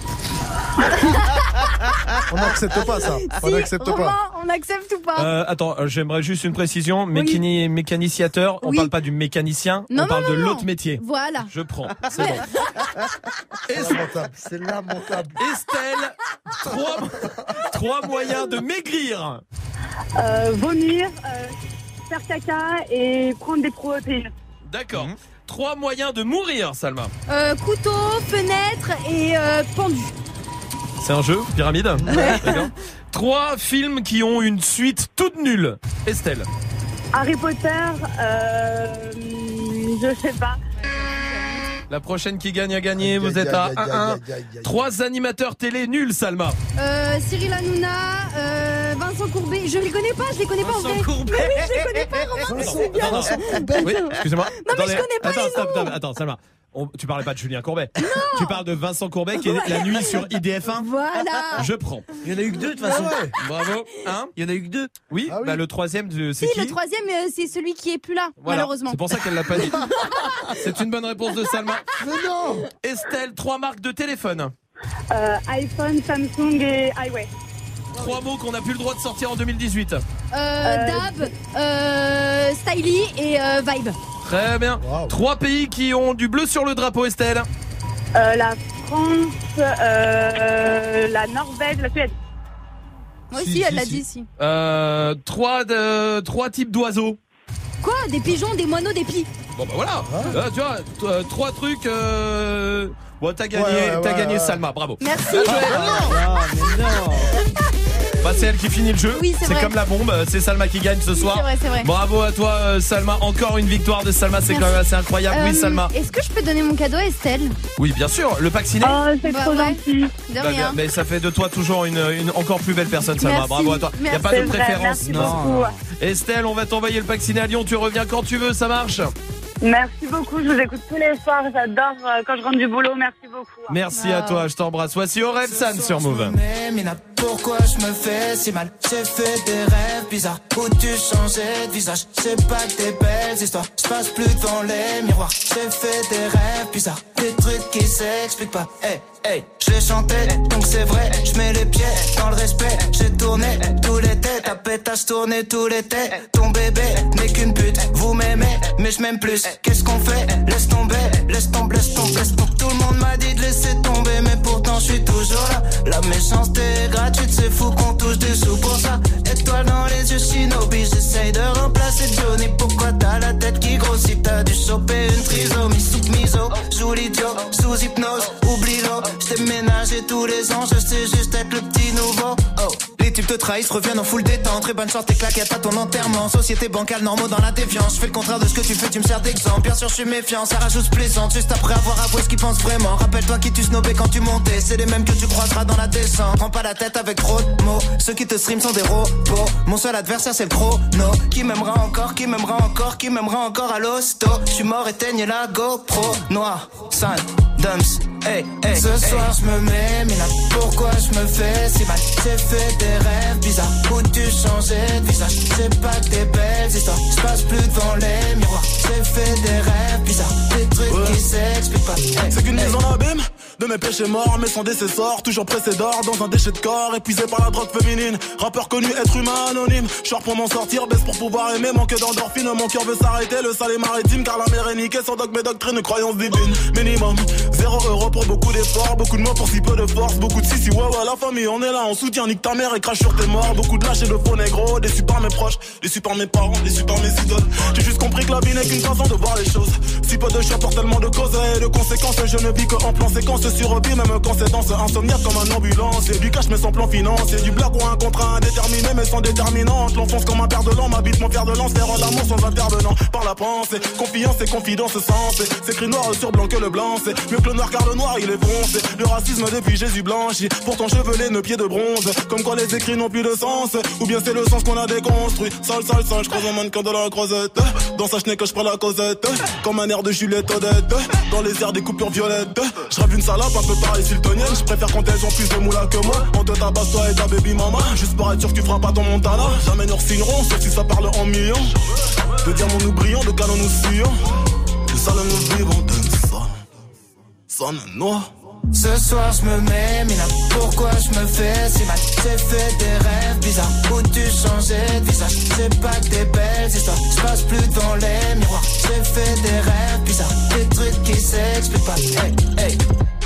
On n'accepte pas ça. On n'accepte si, pas. On accepte ou pas Euh, attends, euh, j'aimerais juste une précision. Oui. Mécani- mécaniciateur, on Oui. parle pas du mécanicien, Non, on non, parle non, de non. l'autre métier. Voilà. Je prends, c'est bon. C'est lamentable. C'est lamentable. Estelle, trois, trois moyens de maigrir. Euh, vomir, euh, faire caca et prendre des protéines. D'accord. Trois moyens de mourir, Salma. Euh, couteau, fenêtre et euh, pendu. C'est un jeu, pyramide. D'accord. Trois films qui ont une suite toute nulle. Estelle. Harry Potter, euh, je sais pas. La prochaine qui gagne a gagné, vous êtes à un un. Trois animateurs télé nuls, Salma. Euh, Cyril Hanouna, euh, Vincent Courbet. Je les connais pas, je les connais pas en vrai. Courbet. Mais oui, je les connais pas, Romain, mais c'est bien. Attends, attends. Oui, excusez-moi. Non, mais Attendez. je connais pas attends, les stop, noms. stop. Attends, Salma. On- tu parlais pas de Julien Courbet. Tu parles de Vincent Courbet qui est la nuit sur I D F un. Voilà. Je prends. Il y en a eu que deux de toute façon. Ah ouais. Bravo. Hein Il y en a eu que deux. Oui, Ah oui. bah le troisième, de- c'est Si, qui le troisième, euh, c'est celui qui est plus là, Voilà. malheureusement. C'est pour ça qu'elle l'a pas dit. C'est une bonne réponse de Salma. Mais non. Estelle, trois marques de téléphone. Euh, iPhone, Samsung et Highway. Trois mots qu'on n'a plus le droit de sortir en deux mille dix-huit. Euh, Dab, euh, Styly et euh, Vibe. Très bien. Wow. Trois pays qui ont du bleu sur le drapeau, Estelle. Euh, la France, euh, la Norvège, la Suède. Moi Si, aussi, si, elle l'a si. dit, si. Euh, trois, de, trois types d'oiseaux. Quoi? Des pigeons, des moineaux, des pies. Bon bah voilà. Ah. Là, tu vois, t- euh, trois trucs. Euh... Bon, t'as gagné, Ouais, ouais, t'as ouais, gagné, ouais. Salma. Bravo. Merci. Bien joué. Ah, mais non. Bah, c'est elle qui finit le jeu. Oui, c'est vrai. comme la bombe. C'est Salma qui gagne ce Oui, soir. c'est vrai, c'est vrai. Bravo à toi, euh, Salma. Encore une victoire de Salma. C'est Merci. quand même assez incroyable. Oui, Euh, Salma. Est-ce que je peux donner mon cadeau à Estelle? Oui, bien sûr. Le pack ciné. Oh, c'est Bah trop ouais. gentil. De Bah, rien. mais ça fait de toi toujours une, une encore plus belle personne, Salma. Merci. Bravo à toi. Il n'y a Merci. pas de C'est vrai, préférence. merci Non. beaucoup. Estelle, on va t'envoyer le pack ciné à Lyon. Tu reviens quand tu veux. Ça marche. Merci beaucoup, je vous écoute tous les soirs, j'adore euh, quand je rentre du boulot, merci beaucoup. Merci à toi. Je t'embrasse. Voici Orelsan sur Move. Mina, pourquoi je me fais si mal? J'ai fait des rêves bizarres où tu changeais de visage. C'est pas que des belles histoires, je passe plus devant les miroirs. J'ai fait des rêves bizarres, des trucs qui s'expliquent pas. Hey, hey, je l'ai chanté, donc c'est vrai. Je mets les pieds dans le respect. J'ai tourné tout l'été, ta pétasse tourné tout l'été. Ton bébé n'est qu'une pute, vous m'aimez, mais je m'aime plus. Qu'est-ce qu'on fait? Laisse tomber, laisse tomber, laisse tomber, laisse tomber. Tout le monde m'a dit de laisser tomber, mais pourtant je suis toujours là. La méchanceté est gratuite, c'est fou qu'on touche des sous pour ça. Étoile dans les yeux, shinobi, j'essaye de remplacer Johnny. Pourquoi t'as la tête qui grossit? T'as dû choper une trisomie sous miso. Joue l'idiot, sous hypnose, oublie-le. J't'ai ménagé tous les ans, je sais juste être le petit nouveau. Oh. Les types te trahissent, reviennent en full détente. Très bonne chance, tes claquettes à ton enterrement. Société bancale, normaux dans la défiance. Je fais le contraire de ce que tu fais, tu me sers d'exemple. Bien sûr, je suis méfiant, ça rajoute plaisante. Juste après avoir avoué ce qu'ils pensent vraiment. Rappelle-toi qui tu snobais quand tu montais. C'est les mêmes que tu croiseras dans la descente. Prends pas la tête avec trop de mots. Ceux qui te stream sont des robots. Mon seul adversaire, c'est le chrono. Qui m'aimera encore, qui m'aimera encore, qui m'aimera encore à l'hosto. Je suis mort, éteigne la GoPro. Noir, sale, dumps. Hey, hey, ce hey. soir je me mets, mais là pourquoi je me fais si mal? J'ai fait des rêves bizarres où tu changeais de visage. C'est pas que des belles histoires, je passe plus devant les miroirs. J'ai fait des rêves bizarres, des trucs ouais. qui s'expliquent pas. Hey, c'est qu'une hey. mise en abîme de mes péchés morts, mais son décessor toujours pressé d'or dans un déchet de corps, épuisé par la drogue féminine. Rappeur connu, être humain anonyme. Short pour m'en sortir, baisse pour pouvoir aimer. Manque d'endorphine, mon cœur veut s'arrêter. Le sale est maritime, car la mer est niquée. Sans dogme et doctrine, croyance divine. Minimum, zéro euro pour beaucoup d'efforts. Beaucoup de mots pour si peu de force. Beaucoup de si si ouais ouais la famille, on est là, on soutient. Nique ta mère et crache sur tes morts. Beaucoup de lâches et de faux négros. Déçus par mes proches, déçus par mes parents, déçus par mes idoles. J'ai juste compris que la vie n'est qu'une façon de voir les choses. Si peu de choix pour tellement de causes et de conséquences. Je ne vis que en plan séquence, survie même quand c'est dans ce insomniaque comme un ambulance. Et du cash mais sans plan financier. Du blague ou un contrat indéterminé mais sans déterminante. L'enfonce comme un père de l'an, m'habite mon fer de lance. Faire l'amour sans intervenant par la pensée. Confiance et confidence sensée. C'est écrit noir sur blanc que le blanc. C'est mieux que le noir car le noir il est foncé. Le racisme depuis Jésus blanchi. Pourtant chevelé, nos pieds de bronze. Comme quoi les écrits n'ont plus de sens. Ou bien c'est le sens qu'on a déconstruit. Sale, sale, sale, je croise un mannequin de la croisette. Dans sa chenille que je prends la causette. Comme un air de Juliette Odette. Dans les airs des coupures violettes. Je rêve une sale salope, un peu pareil siltonienne. Je préfère quand elles ont plus de moula que moi. On te tabasse toi et ta baby mama. Juste pour être sûr que tu feras pas ton Montana. Jamais nous signerons, sauf si ça parle en millions. De diamants nous brillons, de canons nous fuyons. De salon nous vivons, de son. Sonne noir. Ce soir je me mets, mais là pourquoi je me fais si mal? J'ai fait des rêves bizarres où tu changeais de visage. C'est pas que des belles histoires, je passe plus devant les miroirs. J'ai fait des rêves bizarres, des trucs qui s'expliquent pas. Hey, hey.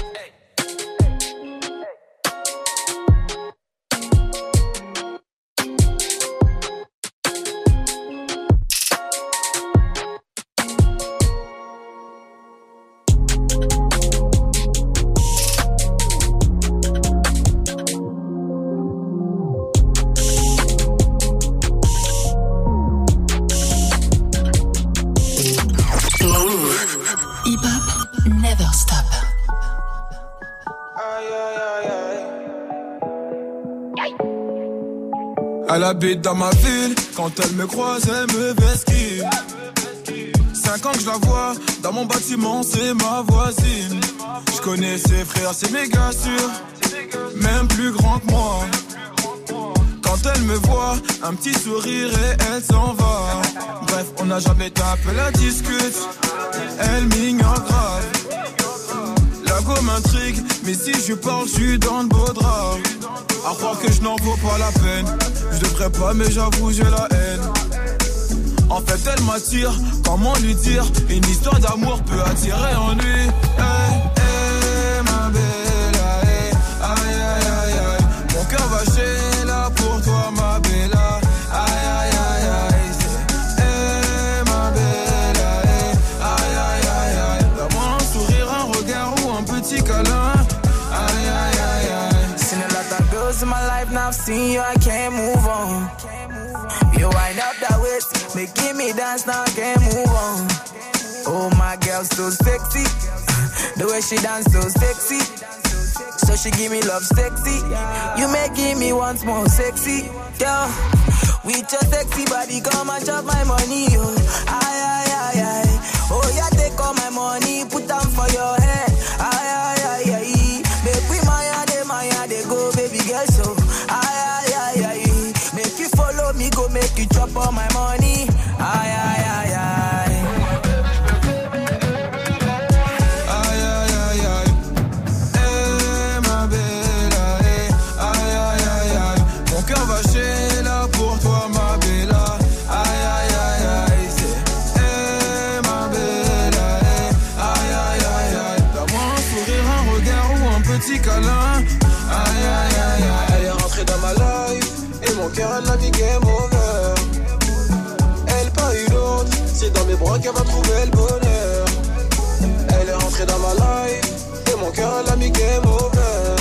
Elle habite dans ma ville, quand elle me croise, elle me vesquille. Cinq ans que je la vois, dans mon bâtiment, c'est ma voisine. Je connais ses frères, c'est méga sûr, même plus grand que moi. Quand elle me voit, un petit sourire et elle s'en va. Bref, on n'a jamais tapé la discute, elle m'ignore grave. La go m'intrigue, mais si je parle, je suis dans le beau drap. À croire que je n'en vaux pas la peine. Je devrais pas, mais j'avoue, j'ai la haine. En fait, elle m'attire, comment lui dire? Une histoire d'amour peut attirer en lui. Hey, hey, ma bella, hey. Aïe, aïe, aïe, aïe. Mon cœur va chez là pour toi, ma bella. Aïe, aïe, aïe, aïe. Hey, ma bella, hey. Aïe, aïe, aïe, aïe. Donne-moi un sourire, un regard ou un petit câlin. Aïe, aïe, aïe, aïe. Seen a lot of girls in my life, now I've seen you, I can't move on. You wind up that waist, making me dance, now I can't move on. Oh, my girl, so sexy. The way she dance, so sexy. So she give me love sexy. You making me once more sexy. Girl, with your sexy body, come and chop my money, oh. Aye, aye, aye, aye. Oh, yeah, take all my money, put them for your head. Aye, aye, aye, aye. Make we maya, de maya, de go, baby girl, so. Aye, aye, aye, aye. Make you follow me, go make you chop all my money. Aye, aye, aye, aye. Aïe, aïe, aïe, aïe. Eh, ma bella, eh. Aïe, aïe, aïe, aïe. Mon cœur va chez là pour toi, ma bella. Aïe, aïe, aïe, aïe. C'est eh, ma bella, eh. Aïe, aïe, aïe, aïe. Donne-moi un sourire, un regard ou un petit câlin. Aïe, aïe, aïe, aïe. Elle est rentrée dans ma life et mon cœur elle l'a mis game over. Elle pas une autre, c'est dans mes bras qu'elle va trouver le bonheur. Elle est rentrée dans ma life et mon cœur elle l'a mis game over.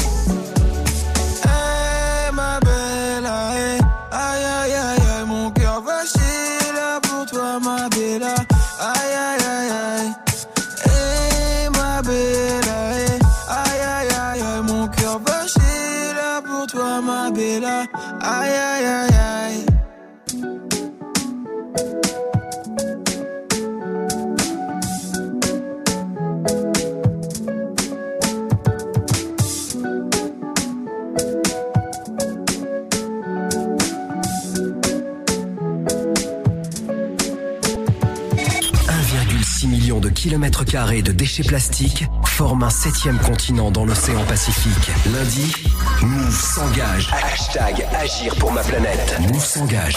Eh, ma bella, eh. Aïe, aïe, aïe, aïe. Mon cœur va chez là pour toi, ma bella. Aïe, aïe, aïe, aïe. Eh, ma bella, eh. Aïe, aïe, aïe, aïe. Mon cœur va chez là pour toi, ma bella. Aïe, aïe, aïe, aïe. un virgule six million de kilomètres carrés de déchets plastiques forment un septième continent dans l'océan Pacifique. Lundi, Move s'engage. Hashtag agir pour ma planète. Move s'engage.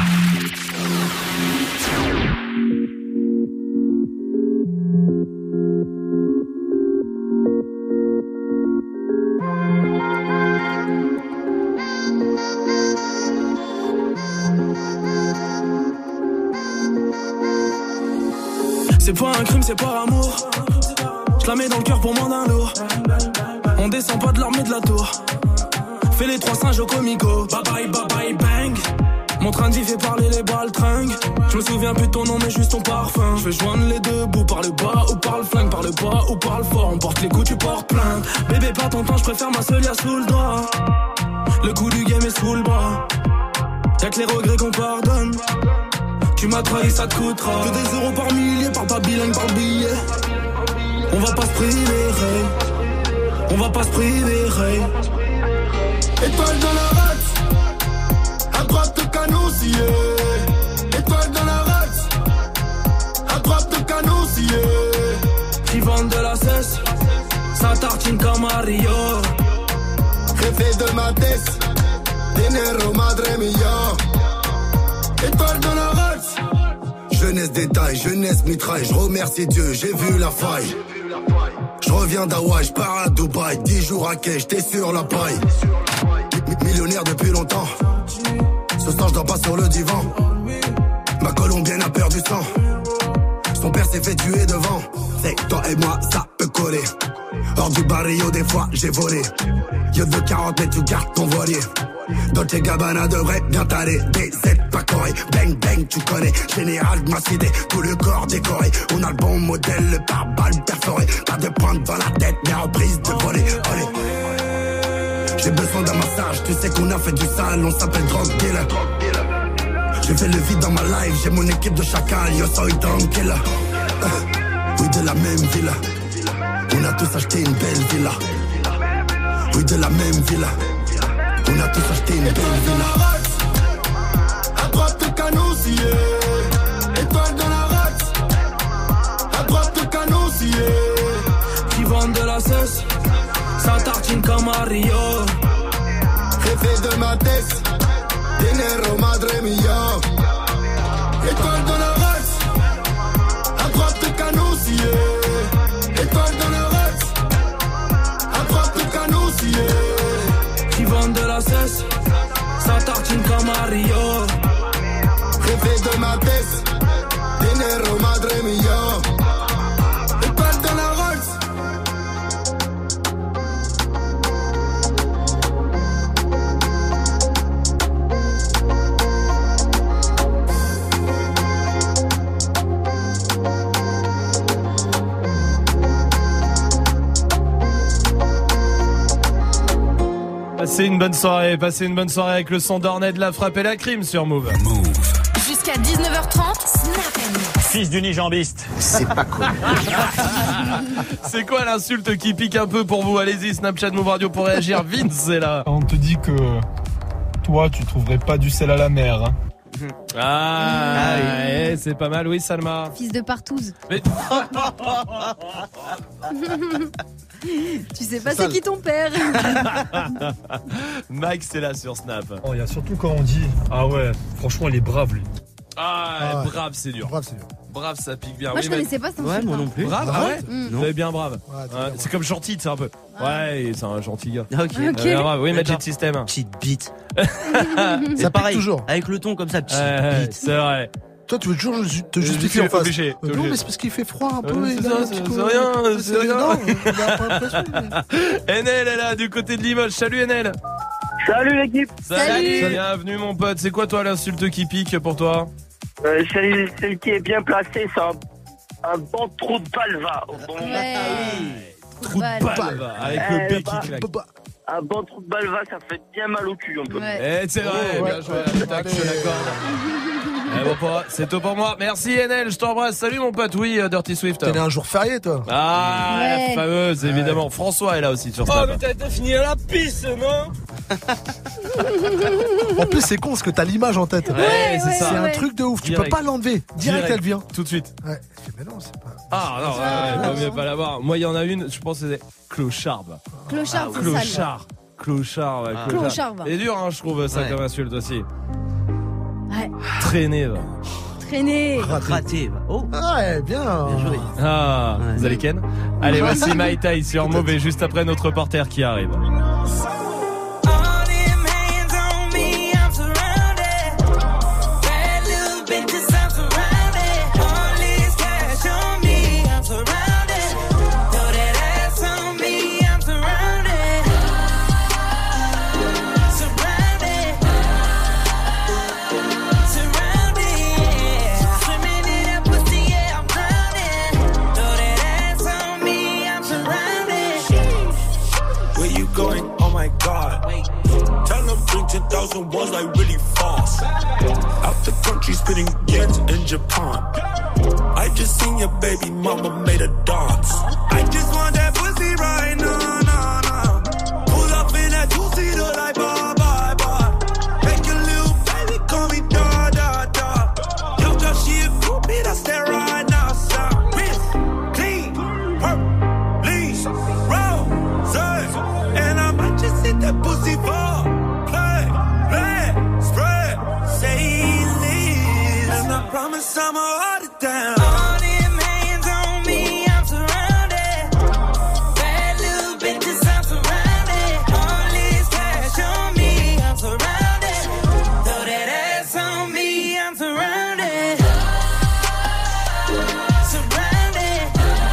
C'est pas un crime, c'est par amour. Je la mets dans le cœur pour moins d'un lourd. On descend pas de l'armée de la tour. Fais les trois singes au comico. Bye bye, bye bye, bang. Mon train de vie fait parler les baltringues. Je me souviens plus de ton nom mais juste ton parfum. Je vais joindre les deux bouts par le bas ou par le flingue. Par le bas ou par le fort. On porte les coups, tu portes plainte. Bébé pas ton temps, je préfère ma seule y'a sous le doigt. Le coup du game est sous le bras. Y'a que les regrets qu'on pardonne. Tu m'as trahi, ça te coûtera. Que des euros par millier, par pas bilingue, par billet. On va pas se priver. on va pas se priver, hey. Étoile dans la race, à droite le canon scié. Étoile dans la race, à droite le canon scié. Qui vendent de la cesse, ça tartine comme Mario. Jefe de ma tête, dinero madre mia. Étoile dans la race. Jeunesse détail, jeunesse mitraille. Je remercie Dieu, j'ai vu la faille. Je reviens d'Hawaï, je pars à Dubaï. Dix jours à quai, j'étais sur la paille. Millionnaire depuis longtemps. Ce soir je dors pas sur le divan. Ma colombienne a perdu sang. Son père s'est fait tuer devant. C'est toi et moi, ça peut coller. Hors du barrio, des fois j'ai volé. Yo de quarante mètres, tu gardes ton voilier. Dolce Gabbana devrait bien t'aller. D Z pas coré, bang bang tu connais. Général de ma cité, tout le corps décoré. On a le bon modèle, le pare-balles perforé. Pas de pointe dans la tête, mais reprise de voler. Allez. J'ai besoin d'un massage, tu sais qu'on a fait du sale, on s'appelle drug dealer. J'ai fait le vide dans ma life, j'ai mon équipe de chacal, yo soy tranquille. Euh, oui de la même villa, on a tous acheté une belle villa. Oui de la même villa, on a tous acheté une belle villa. À droite le canon scié, étoile dans la race. À droite le canon scié, qui vendent de la cesse, ça tartine comme Mario. Jefe de ma tête, dinero madre mia. Étoile dans la race, à droite le canon scié. Étoile dans la race, à droite le canon scié. Qui vendent de la cesse, ça tartine comme Mario. Jefe de ma tête, dinero madre mia. Étoile dans la race. Passez une bonne soirée, passez une bonne soirée avec le son d'Ornette de la frappe et la crime sur Move. Move. Jusqu'à dix-neuf heures trente, Snap. Fils d'unijambiste. C'est pas cool. C'est quoi l'insulte qui pique un peu pour vous? Allez-y, Snapchat Move Radio pour réagir. Vince est là. On te dit que toi, tu trouverais pas du sel à la mer. Hein. Ah, ah oui. Ouais, c'est pas mal, oui, Salma. Fils de partouze. Mais... tu sais pas c'est qui ton père. Mike, c'est là sur Snap. Il oh, y a surtout quand on dit ah ouais, franchement, il est brave lui. Ah, ah ouais. Brave, c'est dur. Brave, c'est dur. Brave, ça pique bien. Moi, oui, je connaissais mais... pas ça. Ouais, moi non plus. Brave, ah ouais mmh. Vous avez bien brave. Ouais, ouais, c'est comme gentil, c'est un peu. Ah. Ouais, c'est un gentil gars. Ok. okay. Euh, brave. Oui, Magic System. Petite bite. Ça pareil toujours. Avec le ton comme ça, petite ouais, bite. C'est vrai. Toi, tu veux toujours te justifier en face. Obligé, euh, non, mais c'est parce qu'il fait froid un peu. Euh, c'est ça, c'est, c'est rien, c'est rien. Non, il a pas l'impression. Mais... Enel est là, du côté de Limoges. Salut Enel. Salut l'équipe. Salut. Salut. Bienvenue mon pote. C'est quoi toi l'insulte qui pique pour toi? euh, celle, celle qui est bien placée, c'est un, un bon trou de balva. Bon, ouais. Trou de balva. Avec euh, le B qui claque. Un bon trou de balva, ça fait bien mal au cul un peu. Ouais. Eh, c'est vrai, oh, bien ouais, joué. Ouais, tac, je l'accorde. Eh, bon, pas, c'est tout pour moi. Merci Enel, je t'embrasse. Salut mon pote, oui, Dirty Swift. T'es né un jour férié, toi. Ah, ouais. La fameuse, évidemment. Ouais. François est là aussi sur Snap. Oh, mais t'as été fini à la pisse, non? En plus, c'est con parce que t'as l'image en tête. Ouais, ouais c'est ouais, ça. C'est ouais. un truc de ouf. Direct. Tu peux pas l'enlever. Direct, Direct, elle vient. Tout de suite. Ouais. Mais non, c'est pas. Ah non, ouais, ouais, ouais, pas l'avoir. Moi, il y en a une, je pense que c'est Clocharbe. Clochard, ah, Clochard. Clochard, ouais, ah. Clochard. C'est dur, hein, je trouve ça ouais. comme insulte aussi. Ouais. Traîner, va. Traîner. Raté. Oh. Ah ouais, bien. Bien joué. Ah, ouais. Vous allez ken? Allez, voici My Tai sur Move et juste après notre reporter qui arrive. ten thousand ones like really fast. Out the country spinning yens in Japan. I just seen your baby mama made a dance. I just want that pussy right now, no, no. that pussy for. Play, play, spread, say leave. And I promise I'ma hold it down. All them hands on me, I'm surrounded. Bad little bitches, I'm surrounded. All this cash on me, I'm surrounded. Throw that ass on me, I'm surrounded. Surrounded.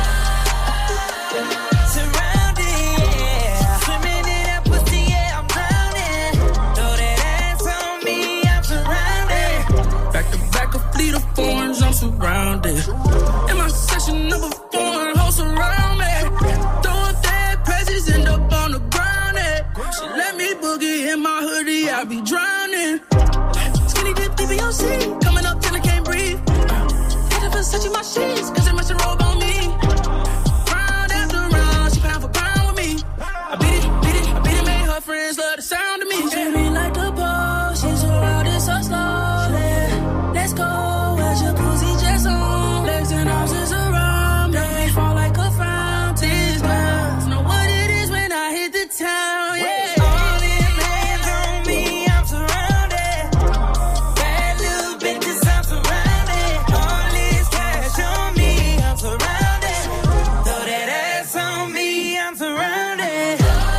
Surrounded, yeah. Swimming in that pussy, yeah, I'm drowning. Throw that ass on me, I'm surrounded. Back to back, a fleet of foreigns, I'm surrounded. In my section, number four, hoes surround me. Throwing dead presses, end up on the ground. eh. She let me boogie in my hoodie, I be drowning. Skinny dip, D B O C, coming up till I can't breathe. Hit it for touching my sheets, cause it must robe on me. Round after round, she pound for pound with me. I beat it, beat it, I beat it, made her friends love the sound of me. Treat me like the boss, she's surrounded so slowly. Let's go, where's jacuzzi just on? Legs and arms is around me. Fall like a fountain, girls know what it is when I hit the town, yeah. All them hands on me, I'm surrounded. Bad little bitches, I'm surrounded. All this cash on me, I'm surrounded. Throw that ass on me, I'm surrounded.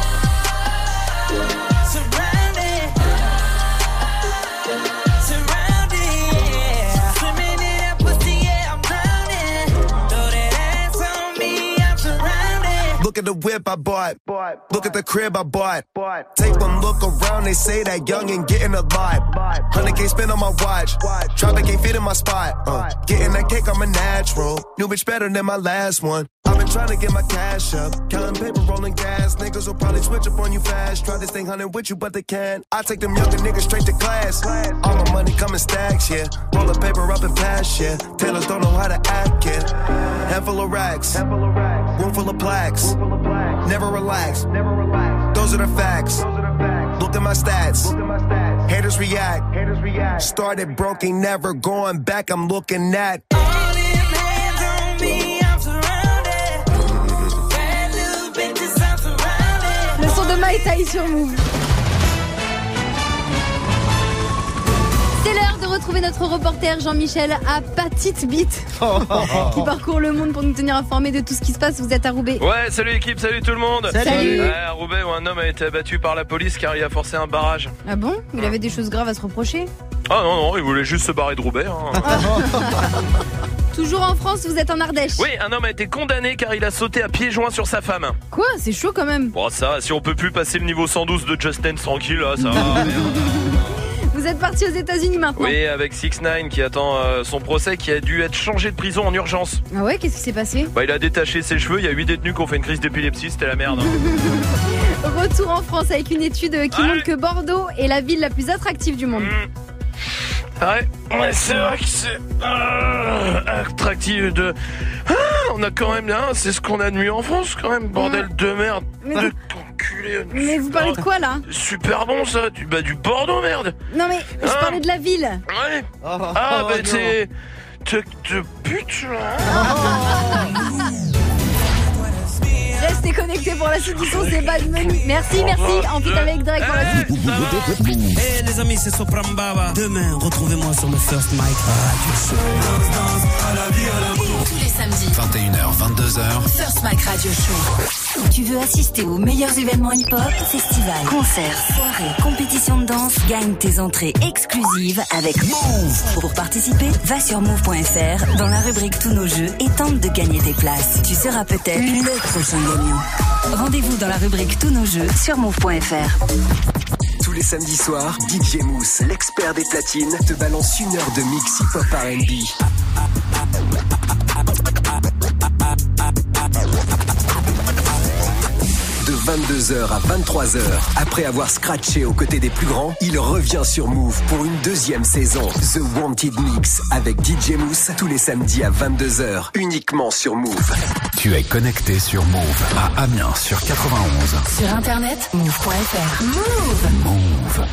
Surrounded. Surrounded, yeah. Swimming in that pussy, yeah, I'm drowning. Throw that ass on me, I'm surrounded. Look at the whip I bought. Look at the crib I bought. Take one look around, they say that young and getting a lot. one hundred K spent on my watch. Traffic ain't fit in my spot. Uh, getting that cake, I'm a natural. New bitch better than my last one. I've been trying to get my cash up. Counting paper, rolling gas. Niggas will probably switch up on you fast. Try to stay hunting with you, but they can't. I take them younger niggas straight to class. All my money come in stacks, yeah. Roll the paper up and pass, yeah. Tailors don't know how to act, yeah. Handful of racks. Room full of plaques. Never relax. Those are the facts. Look at my stats. Haters react. Started broken, never going back. I'm looking at. All them hands on me, I'm surrounded. Bad little bitches, I'm surrounded. Le son de Mai Tai sur Move. C'est l'heure de retrouver notre reporter Jean-Michel à Petite Bite qui parcourt le monde pour nous tenir informés de tout ce qui se passe. Vous êtes à Roubaix. Ouais, salut l'équipe, salut tout le monde. Salut. Ouais, à Roubaix où un homme a été abattu par la police car il a forcé un barrage. Ah bon? Il avait des choses graves à se reprocher? Ah non, non, il voulait juste se barrer de Roubaix. Hein. Toujours en France, vous êtes en Ardèche. Oui, un homme a été condamné car il a sauté à pieds joints sur sa femme. Quoi? C'est chaud quand même. Bon, ça, si on peut plus passer le niveau cent douze de Just Dance tranquille, là, ça va. Vous êtes parti aux États-Unis maintenant. Oui, avec six neuf qui attend euh, son procès, qui a dû être changé de prison en urgence. Ah ouais, qu'est-ce qui s'est passé? Bah, il a détaché ses cheveux, il y a huit détenus qui ont fait une crise d'épilepsie, c'était la merde. Hein. Retour en France avec une étude qui ouais. montre que Bordeaux est la ville la plus attractive du monde. Mmh. Ouais, ouais, c'est vrai que c'est euh, attractif de... Ah, on a quand même... Hein, c'est ce qu'on a de mieux en France quand même, bordel mmh. de merde. Mais, de vous... mais vous parlez de quoi là? Super bon ça, du, bah, du Bordeaux merde. Non mais je hein parlais de la ville. Ouais. Oh, ah bah oh, t'es... T'es de pute là. Oh. Restez connectés pour la suite du son, c'est Bad Money. Merci, merci. En fit avec Drake pour la suite. Hey les amis, c'est Sopran Baba. Demain, retrouvez-moi sur le First Mic Radio Show. Tous les samedis. vingt et une heures, vingt-deux heures. First Mic Radio Show. Tu veux assister aux meilleurs événements hip-hop, festivals, concerts, soirées, compétitions de danse, gagne tes entrées exclusives avec Move. Pour participer, va sur move point f r dans la rubrique Tous nos jeux et tente de gagner tes places. Tu seras peut-être le prochain gagnant. Rendez-vous dans la rubrique Tous nos jeux sur move point f r. Tous les samedis soirs, D J Mousse, l'expert des platines, te balance une heure de mix hip-hop R and B. De vingt-deux heures à vingt-trois heures, après avoir scratché aux côtés des plus grands, il revient sur Move pour une deuxième saison. The Wanted Mix avec D J Mousse tous les samedis à vingt-deux heures, uniquement sur Move. Tu es connecté sur Move à Amiens sur quatre-vingt-onze. Sur internet, move point f r. Move. Move.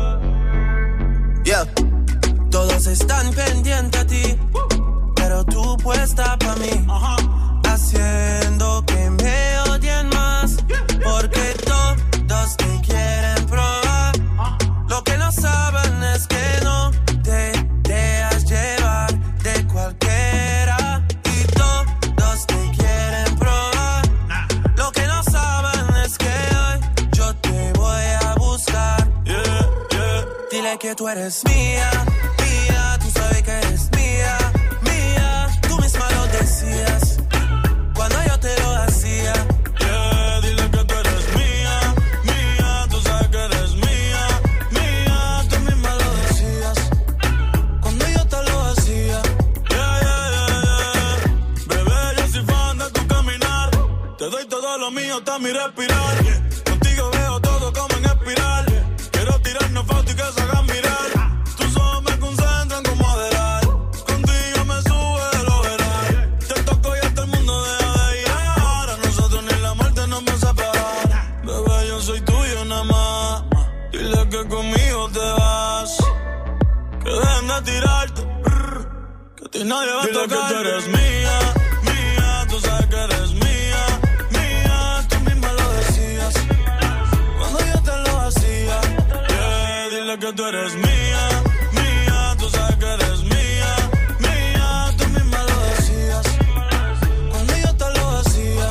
Yeah. Todos están pendientes a ti, pero tú tú puesta pa' mí, haciendo que me odien más, porque todos te quieren probar. Lo que no saben es que no te dejas llevar de cualquiera, y todos te quieren probar. Lo que no saben es que hoy yo te voy a buscar. Yeah, yeah. Dile que tú eres mía, mía, tú sabes que eres mía, mía, tú misma lo decías cuando yo te lo hacía. Yeah, dile que tú eres mía, mía, tú sabes que eres mía, mía, tú misma lo decías cuando yo te lo hacía. Yeah, yeah, yeah, yeah. Bebé, yo soy fan de tu caminar, te doy todo lo mío hasta mi respirar. Contigo veo todo como en espiral, quiero tirarnos fotos y que se hagan mirar. Tus ojos me concentran como Adelar, contigo me sube lo veral. Te toco y hasta el mundo deja de ir. A nosotros ni la muerte nos va a separar. Bebé, yo soy tuyo nada más, dile que conmigo te vas, que dejen de tirarte, que a ti nadie va a tocar. Dile que tú eres mía, mía, tú sabes que eres mía, mía, tú misma lo decías cuando yo te lo hacía. Yeah, dile que tú eres mía, mía, tú sabes que eres mía, mía, tú misma lo decías cuando yo te lo hacía.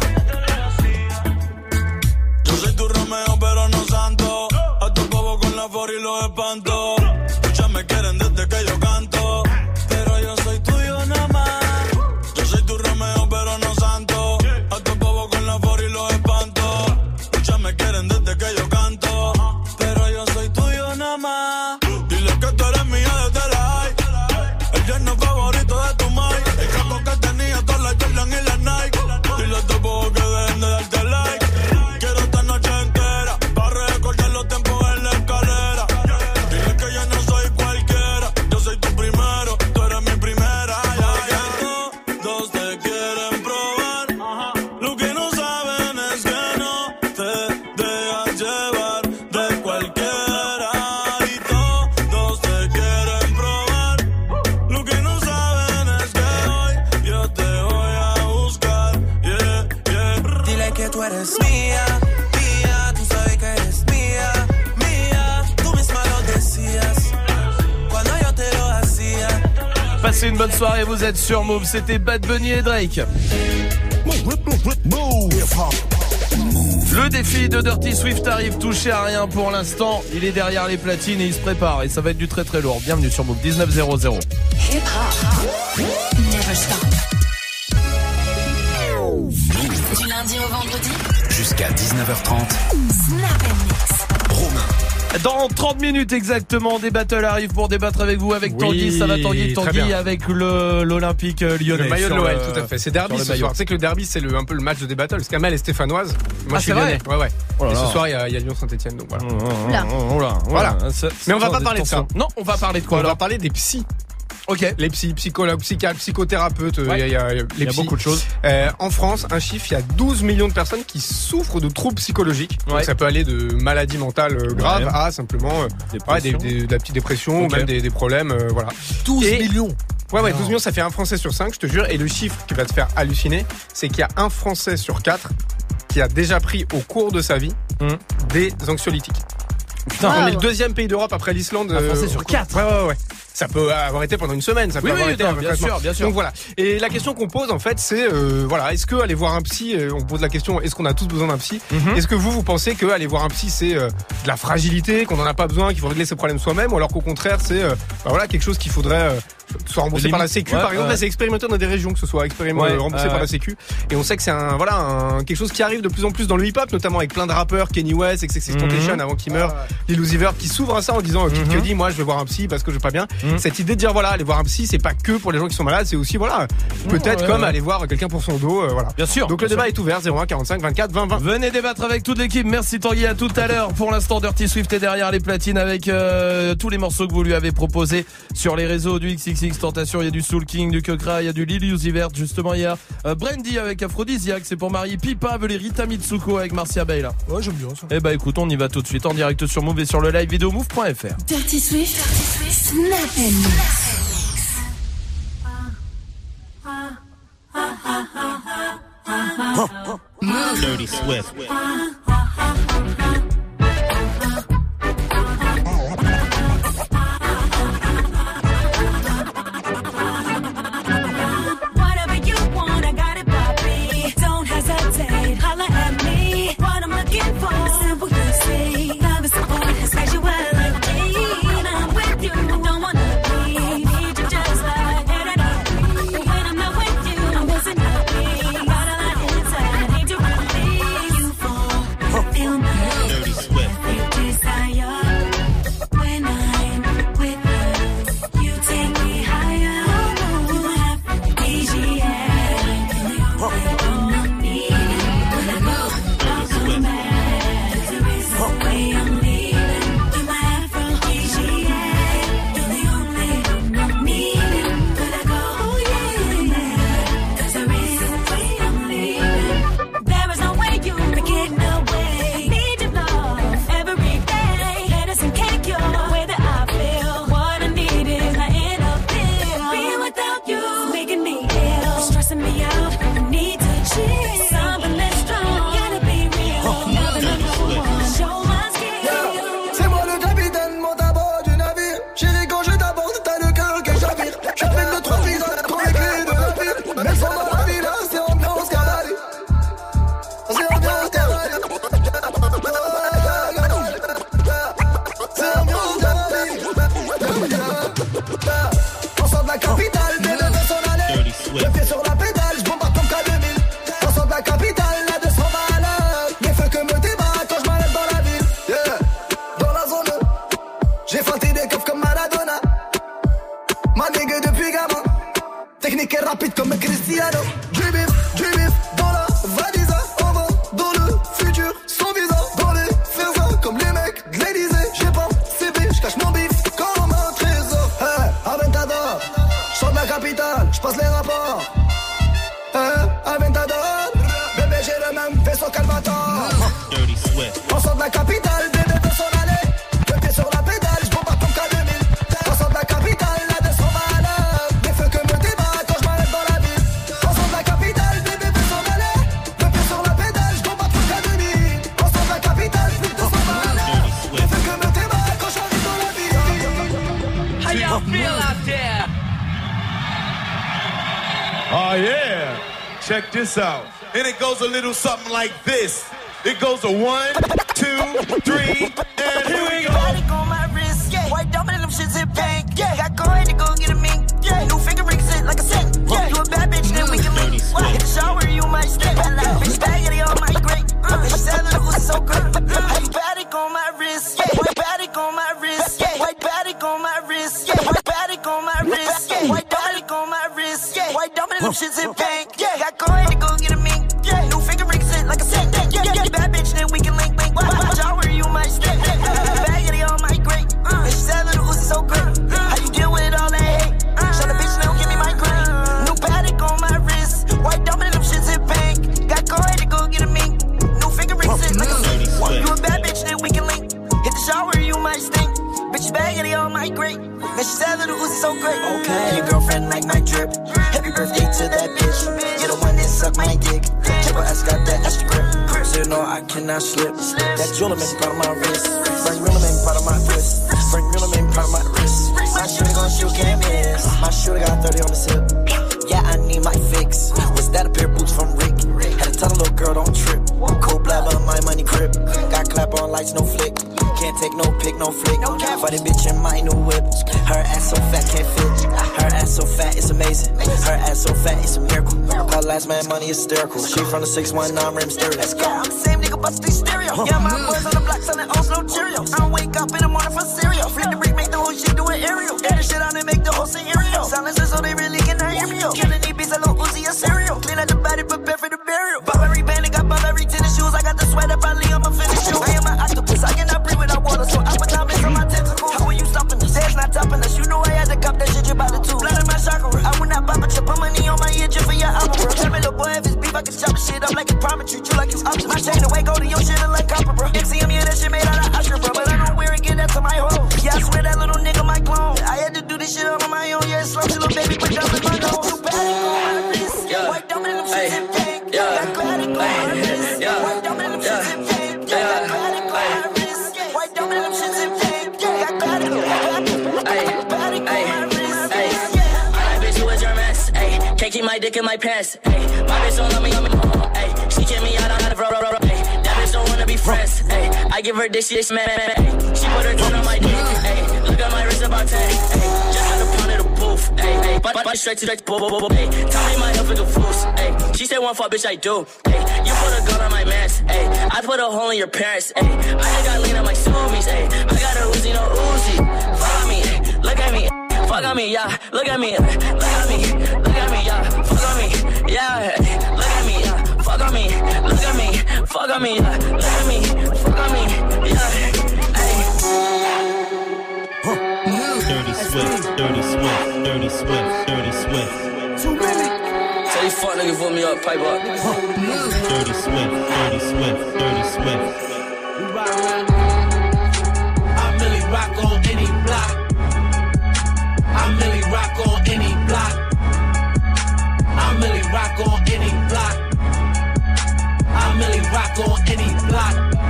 Yo soy tu Romeo pero no santo, a tu bobo con la for y los espanto. Muchas me quieren desde que yo canto, pero yo soy tuyo nada más. Yo soy tu Romeo pero no santo, a tu bobo con la for y los espanto. Muchas me quieren desde que yo canto, pero yo soy tuyo nada más. Dile que tú eres mía desde la high, el yerno favorito de tu mai, el capo que tenía todas las Jordan y las Nike. Dile a tu bobo que dejen de darte like, quiero esta noche entera para recordar los tiempos en la escalera. Dile que yo no soy cualquiera, yo soy tu primero, tú eres mi primera. Ya, ya. Todos te quieren probar, lo que no saben es que no te dejas llevar de cualquiera. Y todos te quieren probar, lo que no saben es que hoy yo te voy a buscar. Yeah, yeah. Dile que tú eres mía, mía, tú sabes que eres mía, mía, tú misma lo decías cuando yo te lo hacía. Passez une bonne soirée, vous êtes sur Move, c'était Bad Bunny et Drake. Le défi de Dirty Swift arrive, touché à rien pour l'instant. Il est derrière les platines et il se prépare. Et ça va être du très très lourd. Bienvenue sur Move dix-neuf zéro zéro. Hip hop, never stop. Du lundi au vendredi, jusqu'à dix-neuf heures trente. Snap and Mix. Romain. Dans trente minutes exactement, des battles arrivent pour débattre avec vous, avec Oui, Tanguy. Ça va Tanguy, très Tanguy bien. avec le l'Olympique lyonnais. Le maillot de sur l'O L, le- tout à fait. C'est derby sur le ce maillot. soir. Tu sais que le derby, c'est le, un peu le match de des battles. Parce qu'Amel est stéphanoise. Moi, Ah, je suis c'est vrai lyonnais. Ouais, ouais. Oh là Et là. ce soir, il y a, il y a Lyon-Saint-Etienne. Donc voilà. Oula. Oula. Voilà. Ça- Mais on va ça, pas des parler de ça. tensions. Non, on va parler de quoi On alors va parler des psys. Ok. Les psys, psychologues, psychiatres, psychothérapeutes, il Ouais. y a, il y a- les Il y a psys. beaucoup de choses. Euh, en France, un chiffre, il y a douze millions de personnes qui souffrent de troubles psychologiques. Ouais. Donc ça peut aller de maladies mentales euh, graves Ouais. à simplement euh, ouais, des, des- de la petite dépression, Ok. ou même des, des problèmes. euh, voilà. douze Et- millions. Ouais, ouais, Non. douze millions, ça fait un Français sur cinq, je te jure. Et le chiffre qui va te faire halluciner, c'est qu'il y a un Français sur quatre qui a déjà pris au cours de sa vie Mmh. des anxiolytiques. Putain, On wow. est le deuxième pays d'Europe après l'Islande. Un Français euh, sur au- quatre. Ouais, ouais, ouais. Ça peut avoir été pendant une semaine, ça peut Oui, avoir oui, été non, un bien traitement. sûr, bien sûr. Donc voilà. Et la question qu'on pose en fait, c'est euh, voilà, est-ce que aller voir un psy, euh, on pose la question, est-ce qu'on a tous besoin d'un psy Mhm. Est-ce que vous vous pensez que aller voir un psy c'est euh, de la fragilité, qu'on en a pas besoin, qu'il faut régler ses problèmes soi-même, ou alors qu'au contraire c'est euh, bah voilà quelque chose qu'il faudrait euh, soit remboursé Limite. par la Sécu Ouais, par exemple. ouais. Là c'est expérimenté dans des régions, que ce soit expérimenté Ouais, remboursé ouais, par ouais. la Sécu. Et on sait que c'est un voilà un, quelque chose qui arrive de plus en plus dans le hip-hop, notamment avec plein de rappeurs, Kanye West, XXXTentacion Mhm. avant qu'il meure, Lil Uzi Vert qui s'ouvre à ça en disant euh, Kid Mhm. Cudi, moi je vais voir un psy parce que je vais pas bien. Mhm. Cette idée de dire voilà aller voir un psy, c'est pas que pour les gens qui sont malades, c'est aussi voilà peut-être ouais, comme ouais. aller voir quelqu'un pour son dos, euh, voilà. Bien sûr. Donc le bien débat sûr. est ouvert zéro un quarante-cinq vingt-quatre vingt vingt. Venez débattre avec toute l'équipe. Merci Tanguy, à tout à l'heure. Pour l'instant, Dirty Swift est derrière les platines avec euh, tous les morceaux que vous lui avez proposés sur les réseaux du XXXTentacion. Il y a du Soul King, du Kukra, il y a du Lil Uzi Vert. Justement, il y a euh, Brandy avec Aphrodisiac. C'est pour Marie Pipa, les Rita Mitsuko avec Marcia Bay là. Ouais, j'aime bien ça. Eh bah écoute, on y va tout de suite en direct sur Move et sur le live vidéo move point f r. Dirty Swift, Snap and Mix. Ah, ah. Dirty Swift. Check this out. And it goes a little something like this. It goes a one, two, three, and here we go. On my wrist, yeah. White diamond and them shits in pink, yeah. Got coin to go get a mink, yeah. New finger rings it like a set, yeah. You a bad bitch, then we can link. Hit the shower, you might stink. Bitch, baggity on my great. Bitch, selling it was so good. White batic on my wrist, yeah. White batic on my wrist, yeah. White batic on my wrist, yeah. White batic on my wrist, yeah. White batic on my wrist, yeah. White diamond and them shits in pink, yeah. Got coin to go get a mink, yeah. New finger rings it like a set, yeah. Yeah, bad bitch, then we can link, link. Shower, you might stink. Baggity on my great. Bitch, selling it was so good. How you deal with all that hate? Shut up, bitch, now give me my green. New batic on my wrist. White diamond and them shits in pink. Got coin to go get a mink. New finger rings it like a set. You a bad bitch, then we can link. Hit the shower, you might stink. Bitch, baggity on my great. Bitch, selling it was so great. Okay, your girlfriend like my drip. Happy birthday to that bitch. You're the one that suck my dick. Triple S got that extra grip. So you know I cannot slip. That jewelry make part of my wrist. Frank Real make part of my wrist. Frank Real make part of my wrist. My shooter gon' shoot, can't miss. My shooter got thirty on the zip. Yeah, I need my fix. Was that a pair of boots from Rick? Had to tell a little girl don't trip. Cold blabber, my money grip. Got clap on lights, no flick. Can't take no pic, no flick. For the bitch in my new whip. Her ass so fat, can't fit. Her ass so fat, it's amazing. Her ass so fat, it's a miracle. Her last man money is hysterical. She from the six one nine rim stereo. Let's go. Yeah, I'm the same nigga, but these stereo. Yeah, my boys on the block selling Oslo Cheerios. I wake up in the morning for cereal. Flip the brick, make the whole shit do an aerial. Air the shit out and make the whole scenario. Silencer so they really cannot hear me. Killing these beats, a little Uzi, a cereal. Clean out the body, prepare for the burial. Bob every band, got Bob every tennis shoes. I got the sweater, probably on my finish shoes. I am an octopus, I cannot breathe without water. So I put diamonds on my tentacles. How are you stopping us? It's not topping us. You know I had to cup that shit, you about to two. Blood in my chakra. I would not pop it, you put money on my ear just for your opera. Tell me, little boy, if it's beef, I can chop the shit up like a prime. Treat you like you option. My chain away, go to your shit like copper, bro. X C M, yeah, that shit made out of Oscar, bro. But I don't wear it, get that to my hoe. Yeah, I swear that little nigga my clone. I had to do this shit all on my own. Yeah, slow, little baby, put down in my nose. You better go on my wrist. White diamond and them shit in pink. Yeah, got glad it go on my wrist. Can't keep my dick in my pants. Ay, my bitch don't love me, I'm a ay. She kick me out, I'm not a bro, bro, bro. Ay, that bitch don't wanna be friends. Ay, I give her this shit, man. Ay, she put her tongue on my dick. Ay, look at my wrist about ten. Ay, just got a pound of the booth. Ay, body, body straight to the boo, boo, boo, boo. Ay, tell me my health is a fool. Ay, she said one fuck, bitch, I do. Ay, you put a gun on my mans. Ay, I put a hole in your parents. Ay, I just got lean on my zoomies. Ay, I got a Uzi, no Uzi. Follow me, look at me. Fuck on me, yeah. Look at me, look at me, look at me, yeah. Fuck on me, yeah. Look at me, yeah. Fuck on me, look at me, fuck on me, yeah. Look at me, fuck on me, yeah. Hey. Dirty Swift, Dirty Swift, Dirty Swift, Dirty Swift. Too many. Tell these fuck niggas put me up, pipe up. Dirty Swift, Dirty Swift, Dirty Swift. I really rock on any block. I really rock on any block. I really rock on any block. I really rock on any block.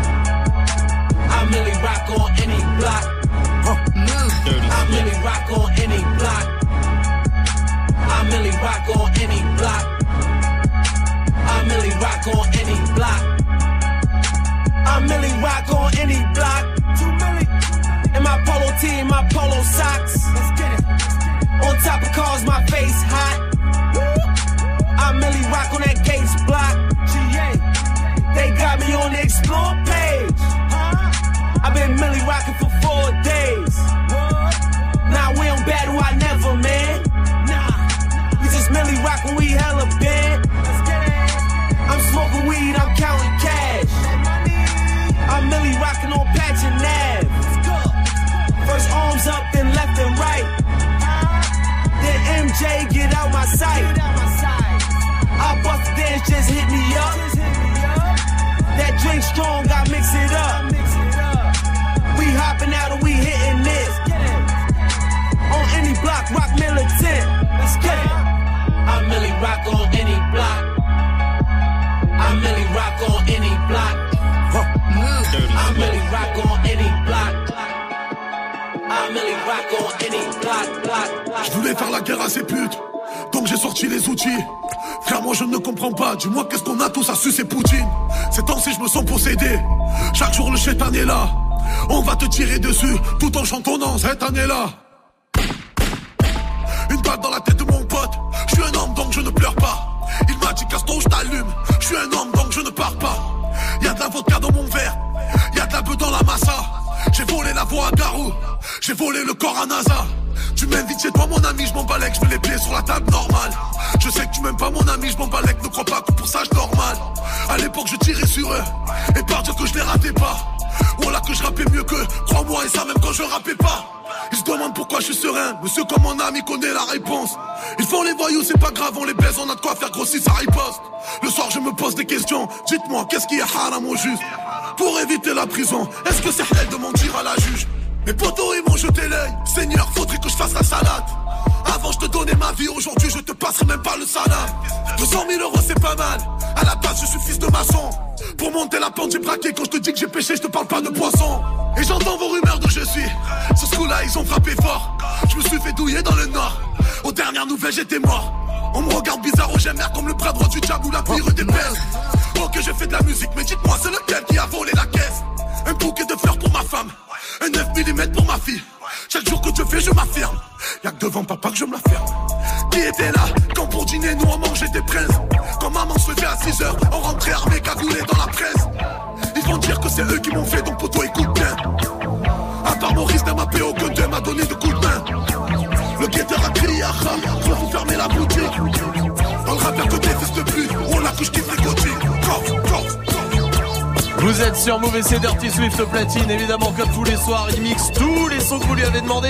I really rock on any block. I really rock on any block. I really rock on any block. I really rock on any block. I really rock on any block. Too many. In my polo tee, my polo socks. Let's get it. On top of cars, my face hot. I really rock on that Gates block. G A. They got me on the explore page. I've been Millie rocking for four days. Nah, we don't battle, I never, man. Nah, we just Millie rockin', we hella bad. I'm smoking weed, I'm counting cash. I'm Millie rockin' on Patch and Nav. First arms up, then left and right. Then M J get out my sight. I bust the dance, just hit me up. That drink strong, I mix it up. We hopping out and we hitting this. On any block, rock militant. Let's get it. I really rock on any block. I really rock on any block. I really rock on any block. I really rock on any block, block, block. Je voulais faire la guerre à ces putes, donc j'ai sorti les outils. Frère, moi je ne comprends pas, dis-moi qu'est-ce qu'on a tous à sucer Poutine. Ces temps-ci je me sens possédé, chaque jour le chétan est là. On va te tirer dessus, tout en chantonnant cette année-là. Une balle dans la tête de mon pote, je suis un homme donc je ne pleure pas. Il m'a dit Gaston je t'allume, je suis un homme donc je ne pars pas. Y'a de la vodka dans mon verre, y'a de la bœuf dans la massa. J'ai volé la voix à Garou, j'ai volé le corps à NASA. Tu m'invites chez toi mon ami, je m'en balèque, je mets les pieds sur la table normale. Je sais que tu m'aimes pas mon ami, je m'en balèque, ne crois pas que pour ça je normal. À l'époque je tirais sur eux, et par dire que je les ratais pas. Voilà que je rappais mieux qu'eux, crois-moi et ça même quand je rappais pas. Ils se demandent pourquoi je suis serein, monsieur comme mon ami connaît la réponse. Ils font les voyous, c'est pas grave, on les baise, on a de quoi faire grossir sa riposte. Le soir je me pose des questions, dites-moi qu'est-ce qui est haram au juste. Pour éviter la prison, est-ce que c'est halal de mentir à la juge? Mes potos ils m'ont jeté l'œil, Seigneur faudrait que je fasse la salade. Avant je te donnais ma vie, aujourd'hui je te passerai même pas le salam. deux cent mille euros c'est pas mal, à la base je suis fils de maçon. Pour monter la pente j'ai braqué, quand je te dis que j'ai pêché je te parle pas de poisson. Et j'entends vos rumeurs de je suis, ce coup là ils ont frappé fort. Je me suis fait douiller dans le nord, aux dernières nouvelles j'étais mort. On me regarde bizarre, oh j'aime l'air comme le bras droit du diable ou la pire des pères. Ok j'ai fait de la musique mais dites-moi c'est lequel qui a volé la caisse. Un bouquet de fleurs pour ma femme, un neuf millimètres pour ma fille. Chaque jour que je fais je m'affirme, y'a que devant papa que je me la ferme. Qui était là quand pour dîner nous on mangeait des princes. Quand maman se levait à six heures, on rentrait armé cagoulé dans la presse. Ils vont dire que c'est eux qui m'ont fait donc pour toi écoute bien. À part Maurice n'a m'a payé aucun d'eux m'a donné de coups de main. Le guetteur a crié à Kha, je vous fermer la boutique. Dans le rap y'a que des fils de pute, on a que je kiffe les coachings. Vous êtes sur Move et c'est Dirty Swift au platine, évidemment comme tous les soirs, il mixe tous les sons que vous lui avez demandé.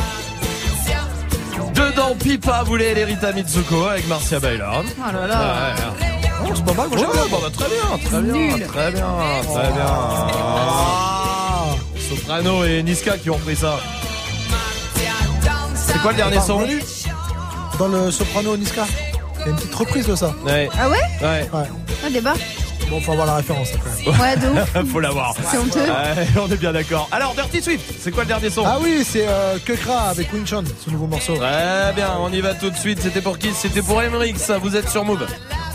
Dedans, Pipa voulait l'Erita Mitsuko avec Marcia Bailon. Oh là là. Ouais, ouais. Oh, c'est pas mal, moi j'aime bien. Bon, bah, très bien, très bien, Nul. très bien, très bien. Ah. Soprano et Niska qui ont pris ça. C'est quoi le dernier son? Dans le Soprano Niska. Il y a une petite reprise de ça. Ouais. Ah ouais? Ouais. Ah, débat. Bon, faut avoir la référence quand même. Ouais, de ouf. Faut l'avoir. C'est honteux. Euh, on est bien d'accord. Alors, Dirty Swift, c'est quoi le dernier son? Ah oui, c'est euh, Kekra avec Winchon, ce nouveau morceau. Très bien, on y va tout de suite. C'était pour qui? C'était pour Emmerich, ça. Vous êtes sur Move.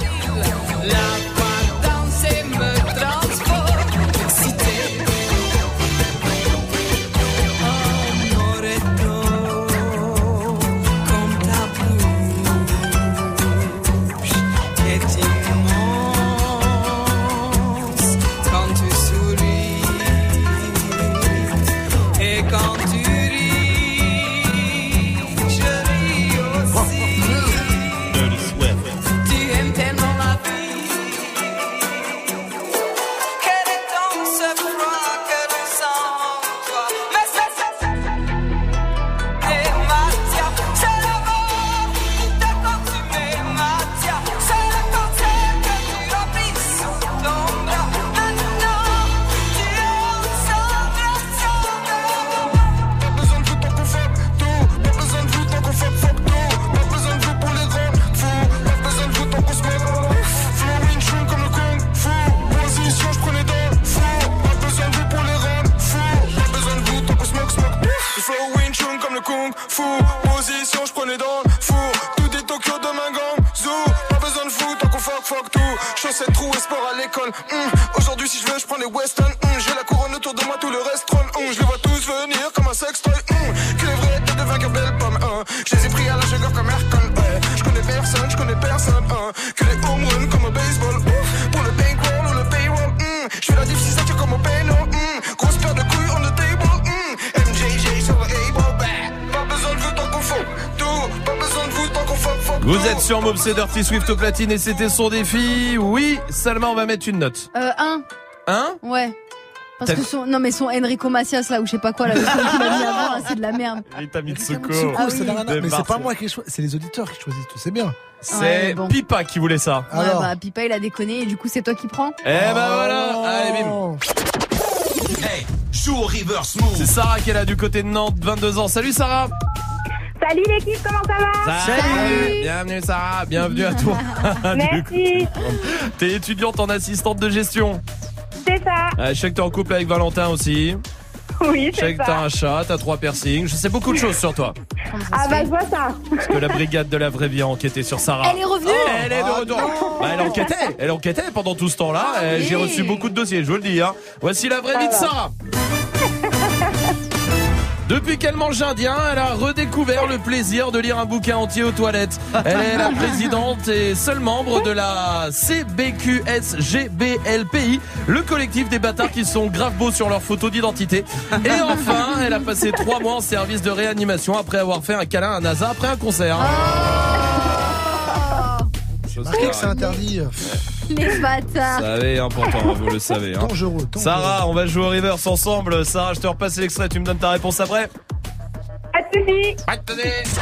Vous êtes sur Move, c'est Dirty Swift au platine et c'était son défi. Oui, Salma, on va mettre une note. Euh, un. Un? Ouais. Parce que son, non mais son Enrico Macias là ou je sais pas quoi là, le son qu'il a mis avant là, c'est de la merde. Rita Mitsuko. Ah oui. oui. Mais c'est pas moi qui choisis, c'est les auditeurs qui choisissent tout, c'est bien. C'est ouais, bon. Pipa qui voulait ça. Ouais, Alors. bah Pipa il a déconné et du coup c'est toi qui prends. Eh ben voilà, allez bim. Hey, joue au reverse move. C'est Sarah qui est là du côté de Nantes, vingt-deux ans. Salut Sarah. Salut l'équipe, comment ça va? Salut. Bienvenue Sarah, bienvenue à toi. Merci. T'es étudiante en assistante de gestion. C'est ça. Euh, je sais que t'es en couple avec Valentin aussi. Oui, Je sais c'est que ça. t'as un chat, t'as trois piercings. Je sais beaucoup de choses sur toi. Ah bah je vois ça. Parce que la brigade de la vraie vie a enquêté sur Sarah. Elle est revenue. Elle est de retour. Bah, elle enquêtait, elle enquêtait pendant tout ce temps-là. Ah, Euh, oui. J'ai reçu beaucoup de dossiers, je vous le dis. Hein. Voici la vraie vie de Sarah. Depuis qu'elle mange indien, elle a redécouvert le plaisir de lire un bouquin entier aux toilettes. Elle est la présidente et seule membre de la C B Q S G B L P I, le collectif des bâtards qui sont grave beaux sur leur photo d'identité. Et enfin, elle a passé trois mois en service de réanimation après avoir fait un câlin à NASA après un concert. Marqué que c'est interdit. Les bâtards. Vous savez, important, vous le savez. Hein. Dangereux, dangereux. Sarah, on va jouer au reverse ensemble. Sarah, je te repasse l'extrait, tu me donnes ta réponse après. Pas de soucis. Pas de soucis.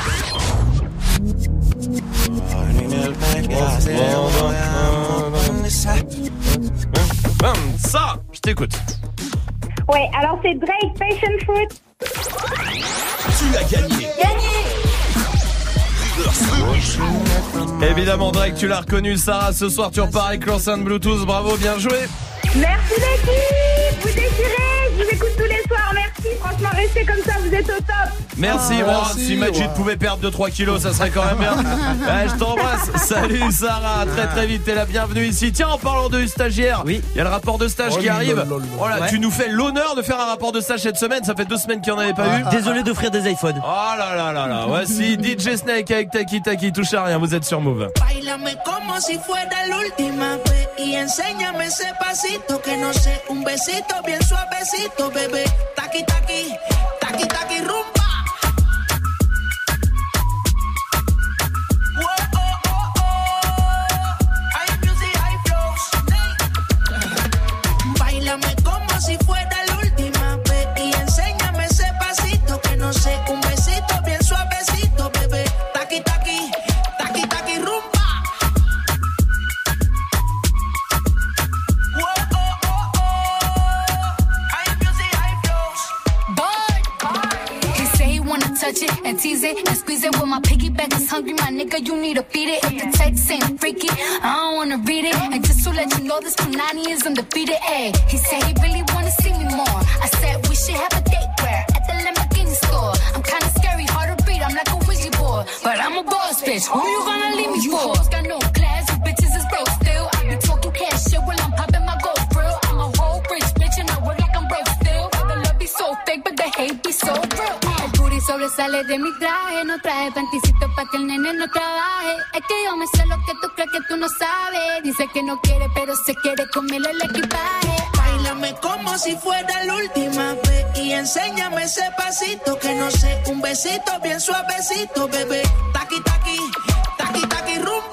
Ça, je t'écoute. Ouais, alors c'est Drake, Passion Fruit. Tu as gagné. Évidemment, Drake, tu l'as reconnu. Sarah, ce soir, tu repars avec l'enceinte Bluetooth. Bravo, bien joué. Merci l'équipe. Vous déchirez. Je vous écoute tous les soirs. Merci. Franchement, restez comme ça. Vous êtes au top. Merci, Ah, bon, merci, si Majid ouais. pouvait perdre deux trois kilos, ça serait quand même bien. Ouais, je t'embrasse. Salut Sarah, très très vite, t'es la bienvenue ici. Tiens, en parlant de stagiaire, Oui. il y a le rapport de stage Oh, qui lol, arrive. lol, lol. Voilà, Ouais. tu nous fais l'honneur de faire un rapport de stage cette semaine. Ça fait deux semaines qu'il n'y en avait pas eu. Désolé d'offrir des iPhones. Oh là là là là. Voici D J Snake avec Taki Taki. Touche à rien, vous êtes sur Move. Báilame como si fuera la última vez y enséñame ese pasito que no sé, un besito bien suavecito, bebé. Taki taki, taki taki rumba. Whoa, oh, oh, oh. Hay music, hay flows. Báilame como si fuera la última vez y enséñame ese pasito que no sé, un besito bien suavecito, bebé. Taki taki, taki taki rumba. it and squeeze it with my piggyback. Is hungry, my nigga, you need to feed it. If the text ain't freaky, I don't wanna read it. And just to let you know, this Punani is undefeated. Ay, he said he really wanna see me more. I said we should have a date where at the Lamborghini store. I'm kinda scary, hard to read, I'm like a Ouija board, but I'm a boss bitch. Who you gonna leave me you for? You hoes got no class, you bitches is broke still. I be talking cash shit while I'm popping my gold grill. I'm a whole rich bitch and I work like I'm broke still. The love be so fake, but the hate be so real. El booty sobresale de mi traje, no traje panticito pa' que el nene no trabaje. Es que yo me sé lo que tú crees que tú no sabes. Dice que no quiere, pero se quiere comerle el equipaje. Báilame como si fuera la última vez y enséñame ese pasito que no sé, un besito bien suavecito, bebé. Taqui, taqui, taqui, taqui, rumba.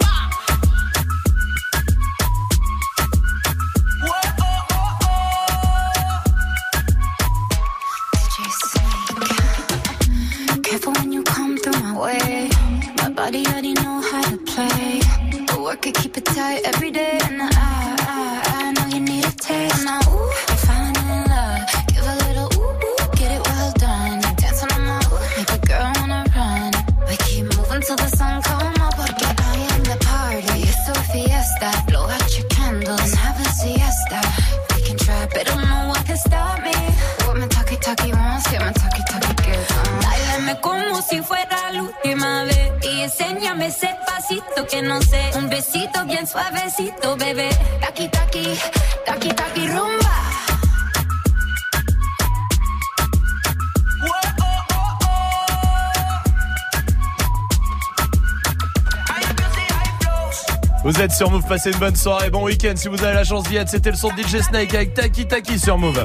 Careful when you come through my way. My body already know how to play. But work it, keep it tight every day. And I, I, I know you need a taste. Now, ooh, I'm falling in love. Give a little ooh, ooh, get it well done. Dancing on my ooh, make a girl wanna run. We keep moving till the sun come up. Porque I am the party. It's a fiesta. Blow out your candles and have a siesta. We can try, but don't know what can stop me. What my talkie talkie wants, get my talkie talkie gives. Báilame como si fuera la última vez y enséñame ese pasito que no sé, un besito bien suavecito, bebé. Taqui, taqui, taqui, taqui, rumba. Vous êtes sur Move, passez une bonne soirée, bon week-end si vous avez la chance d'y être. C'était le son de D J Snake avec Taki Taki sur Move.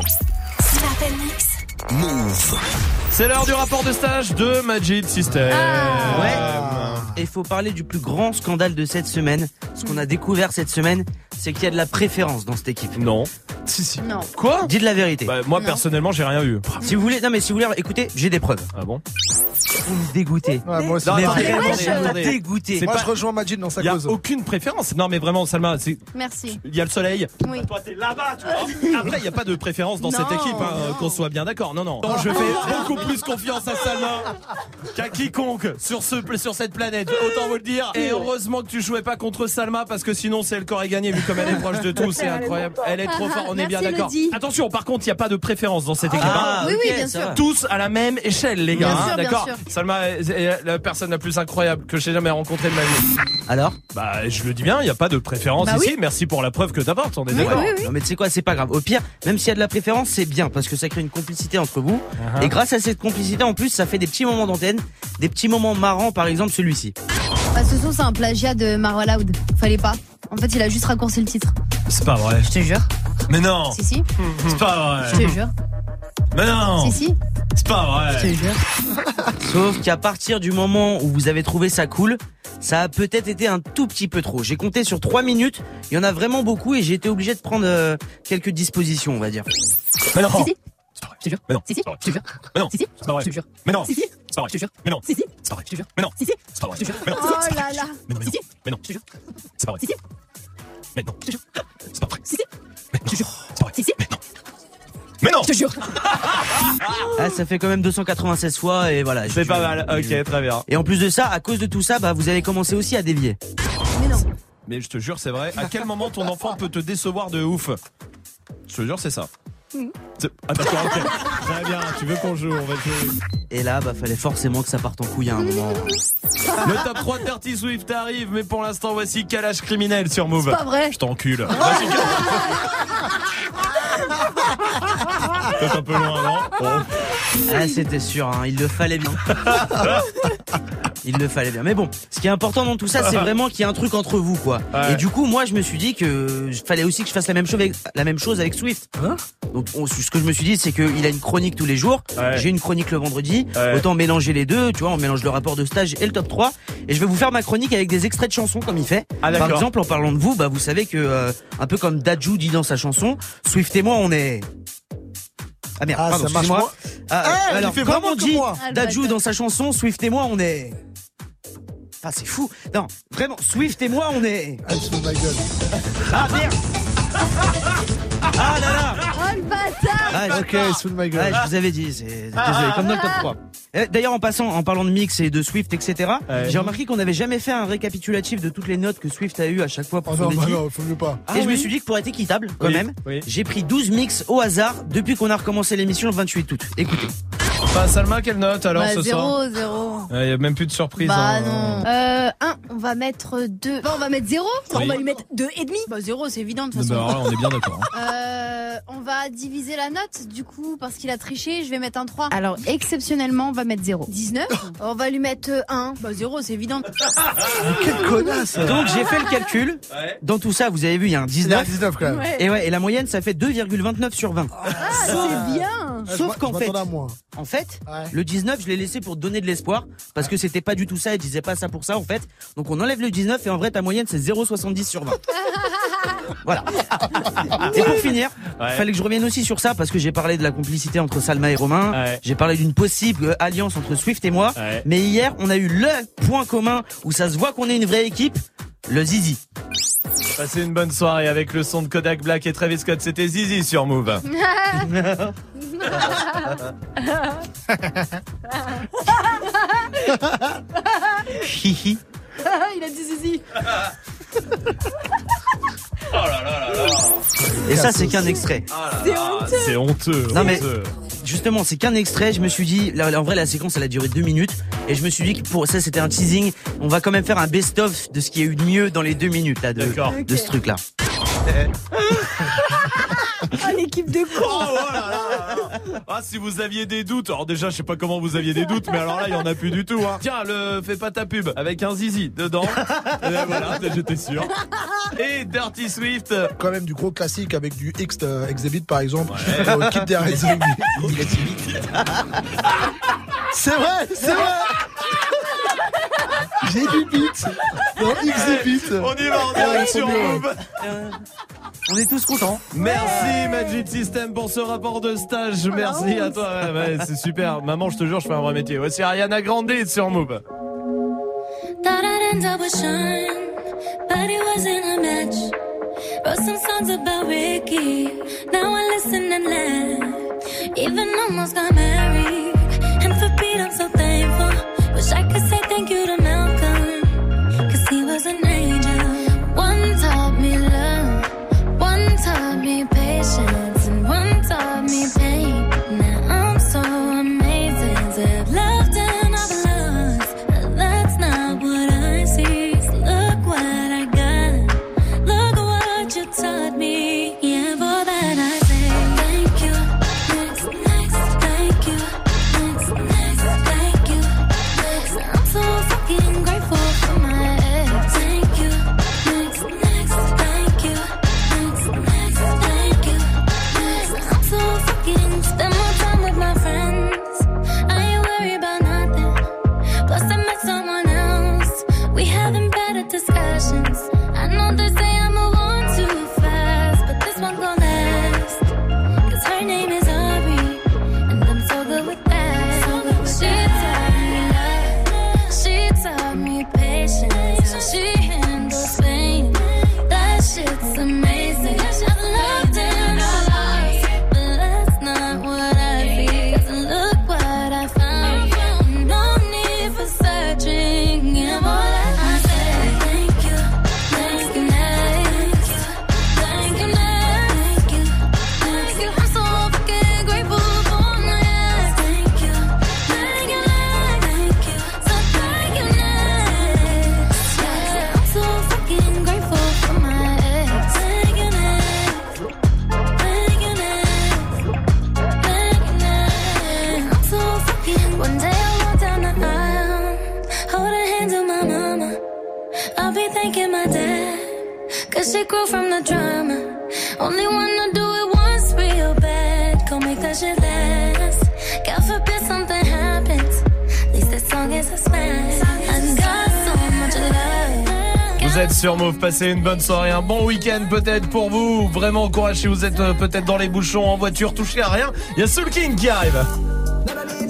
Move. C'est l'heure du rapport de stage de Majid System. Ah. Ouais. Et il faut parler du plus grand scandale de cette semaine. Ce qu'on a découvert cette semaine, c'est qu'il y a de la préférence dans cette équipe. Non. Si, si. Non. Quoi ? Dites la vérité. Bah, moi, non. Personnellement, j'ai rien eu. Si vous voulez, non mais si vous voulez, écoutez, j'ai des preuves. Ah bon ? Vous me dégoûtez. Ouais, moi aussi. Non, mais attendez, vraiment, attendez, me attendez. dégoûté. Moi, pas... je rejoins Majid dans sa y a cause. Aucune préférence. Non, mais vraiment, Salma, c'est. Merci. Il y a le soleil. Oui. Toi, t'es là-bas, tu vois. Après, il n'y a pas de préférence dans non, cette équipe, hein, non. qu'on soit bien d'accord. Non, non. Non, je fais beaucoup plus confiance à Salma qu'à quiconque sur ce, sur cette planète. Autant vous le dire. Et heureusement que tu jouais pas contre Salma parce que sinon, c'est elle qui aurait gagné vu comme elle est proche de tout. C'est incroyable. Elle est trop forte. On est bien Merci, d'accord. Elodie. Attention, par contre, il n'y a pas de préférence dans cette équipe. Ah, hein. oui, oui, ok, bien ça sûr. va. Tous à la même échelle, les gars. Bien hein, sûr, bien d'accord. sûr. Salma est la personne la plus incroyable que j'ai jamais rencontrée de ma vie. Alors ? Bah, je le dis bien, il n'y a pas de préférence Bah ici. oui. Merci pour la preuve que t'apportes, on est Oui, d'accord. oui, oui. Non mais tu sais quoi, c'est pas grave. Au pire, même s'il y a de la préférence, c'est bien parce que ça crée une complicité entre vous. Uh-huh. Et grâce à cette complicité, en plus, ça fait des petits moments d'antenne, des petits moments marrants, par exemple celui-ci. Bah, ce son, c'est un plagiat de Marwa Loud. Fallait pas. En fait, il a juste raccourci le titre. C'est pas vrai. Je te jure. Mais non. Si, si. C'est pas Je vrai. te jure. Mais non. Si, si. C'est pas Je vrai. te jure. Sauf qu'à partir du moment où vous avez trouvé ça cool, ça a peut-être été un tout petit peu trop. J'ai compté sur trois minutes, il y en a vraiment beaucoup et j'ai été obligé de prendre euh, quelques dispositions, on va dire. Mais non. Si, si. C'est pas vrai. Je te jure. Mais non. Si, si. Je te jure. Mais non. Si, si. C'est pas vrai. Je te jure. Mais non. Si, si. C'est pas vrai. Je te jure. Mais non. Si, si. C'est pas vrai. Je te jure. Mais non. Si, si. C'est pas vrai. Je te jure. Mais non. Oh là là. Mais non. Si, si. Mais non. Je te jure. C'est pas vrai. Si, si. Mais non. Je te jure. C'est pas vrai. Si, si. Mais non. Je te jure. C'est pas vrai. Si, si. Mais non. Mais non. Je te jure. Ah, ça fait quand même deux cent quatre-vingt-seize fois et voilà. C'est je- pas mal. Ok, très bien. Et en plus de ça, à cause de tout ça, bah vous avez commencé aussi à dévier. Mais non. Mais je te jure, c'est vrai. À quel moment ton enfant peut te décevoir de ouf ? Je te jure, c'est ça. C'est- Ah d'accord, ok. Très bien, tu veux qu'on joue, on va jouer. Et là, bah fallait forcément que ça parte en couille à un moment. Le top trois de Dirty Swift arrive, mais pour l'instant, voici Calage criminel sur Move. C'est pas vrai. Je t'encule. Vas-y, peut-être un peu loin, non ? Bon. Ah, c'était sûr, hein, il le fallait bien. Il le fallait bien. Mais bon, ce qui est important dans tout ça, c'est vraiment qu'il y a un truc entre vous, quoi. Ouais. Et du coup, moi, je me suis dit que fallait aussi que je fasse la même chose avec, la même chose avec Swift. Hein Donc, on- ce que je me suis dit, c'est qu'il a une chronique tous les jours. Ouais. J'ai une chronique le vendredi. Ouais. Autant mélanger les deux, tu vois, on mélange le rapport de stage et le top trois. Et je vais vous faire ma chronique avec des extraits de chansons, comme il fait. Ah, Par d'accord. exemple, en parlant de vous, bah, vous savez que, euh, un peu comme Dadju dit dans sa chanson, Swift et moi, on est... Ah merde, Ah, pardon, ça marche excusez-moi. moins. Ah, Ah, il alors, fait comme vraiment on comme dit, moi. Ah, le Dadju bâtard. dans sa chanson, Swift et moi, on est... Ah, c'est fou. Non, vraiment, Swift et moi, on est... Ah, je fous ma gueule. Ah, merde. Ah là là. Oh le bâtard. Ah, ok, sous le ma gueule. Ouais, je vous avais dit, c'est désolé, comme dans le top trois. Eh, D'ailleurs, en passant, en parlant de mix et de Swift, et cetera, Ouais. j'ai remarqué qu'on n'avait jamais fait un récapitulatif de toutes les notes que Swift a eu à chaque fois pour Oh son non, bah défi. non, faut mieux pas. Et Ah je me oui. suis dit que pour être équitable, quand Oui, même, oui. j'ai pris douze mix au hasard depuis qu'on a recommencé l'émission le vingt-huit août. Écoutez. Bah, Salma, quelle note alors Bah, ce soir? zéro, zéro. Il y a même plus de surprise. Bah hein. non. Euh, un, on va mettre deux. Bah, on va mettre zéro. Oui. On va lui mettre deux et demi. Bah, zéro, c'est évident, de toute Bah, façon. alors là, on est bien d'accord. hein. Euh, on va diviser la note, du coup, parce qu'il a triché, je vais mettre un trois. Alors, exceptionnellement, on va mettre zéro. dix-neuf. On va lui mettre un. Bah, zéro, c'est évident. Quelle connasse. Donc j'ai fait le calcul. Ouais. Dans tout ça, vous avez vu, il y a un Il y a dix-neuf. dix-neuf quand même. Ouais. Et ouais, et la moyenne, ça fait deux virgule vingt-neuf sur vingt. Ah, c'est bien. Sauf Je qu'en fait, m'attendais à moins. en fait, Ouais. le dix-neuf, je l'ai laissé pour donner de l'espoir parce que c'était pas du tout ça, il disait pas ça pour ça en fait. Donc on enlève le dix-neuf et en vrai ta moyenne c'est zéro virgule soixante-dix sur vingt. Voilà. Et pour finir, Ouais. fallait que je revienne aussi sur ça parce que j'ai parlé de la complicité entre Salma et Romain. Ouais. J'ai parlé d'une possible euh, alliance entre Swift et moi. Ouais. Mais hier, on a eu le point commun où ça se voit qu'on est une vraie équipe, le zizi. Passez une bonne soirée avec le son de Kodak Black et Travis Scott. C'était Zizi sur Move. Hihi. Il a dit zizi. Oh là là là là. Et ça, c'est qu'un extrait. C'est honteux. C'est honteux. Non, mais- honteux. Justement, c'est qu'un extrait. Je me suis dit, là, en vrai, la séquence, elle a duré deux minutes. Et je me suis dit que pour ça, c'était un teasing. On va quand même faire un best-of de ce qui a eu de mieux dans les deux minutes, là, de, D'accord. de ce truc-là. Ah, l'équipe de Oh, cons. oh là là là là. Ah, si vous aviez des doutes, alors déjà je sais pas comment vous aviez des doutes, mais alors là il y en a plus du tout. Hein. Tiens, le fais pas ta pub avec un zizi dedans. Et ben voilà, j'étais sûr. Et Dirty Swift. Quand même du gros classique avec du X euh, Exhibit par exemple. Euh, Kid There Exhibit. C'est vrai, c'est vrai. J'ai du beat dans Exhibit. On y va en direct sur Move. On est tous contents. Merci Magic System pour ce rapport de stage. Merci à toi. Ouais, ouais, c'est super. Maman, je te jure, je fais un vrai métier. Voici Ariana Grande sur Move. Thought I'd end up with Sean, but it wasn't a match. Wrote some songs about Ricky, now I listen and laugh. Even almost got married, and for Pete I'm so thankful. Wish I could say thank you to Malcolm, cause he was an angel. One taught me love, one taught me patience, and one taught me pain. Now I'm so amazing to have loved and I've lost, but that's not what I see. So look what I got, look what you taught me. Yeah, for that I say thank you. Next, next, thank you. Next, next, thank you. Next, I'm so fucking grateful for my ex. Thank you. Next, next, thank you. Next, next, thank you. Next, I'm so fucking spend more time with my friends. I ain't worried about nothing. Plus I met someone else. We having better discussions. I know they say I move on too fast, but this one gon' last. Cause her name is Ari, and I'm so good with that. So good with she that. taught me love, she taught me patience, how she handles pain. That shit's amazing. I've loved and I lost, but that's not what I see. Cause look what I found. No need for searching. Yeah, more than I say. Thank you, thank you, next. Thank you, next. Thank you, thank you. I'm so fucking grateful for my ex. Thank you, thank you, next. Thank you, so thank you, next. Yeah, I'm so fucking grateful for my ex. Thank you, next. Thank you, next. Thank you, next. I'm so fucking. One day I walk down the aisle, holding hands with my mama. I'll be thanking my dad, cause she grew from the drama. Only wanna do it once real bad, go make that shit last. God forbid something happens, at least this song is a smash. I got so much love. Vous êtes sur Move, passez une bonne soirée, un bon week-end peut-être pour vous. Vraiment courage si vous êtes euh, peut-être dans les bouchons, en voiture, touchez à rien. Il y a Soul King qui arrive.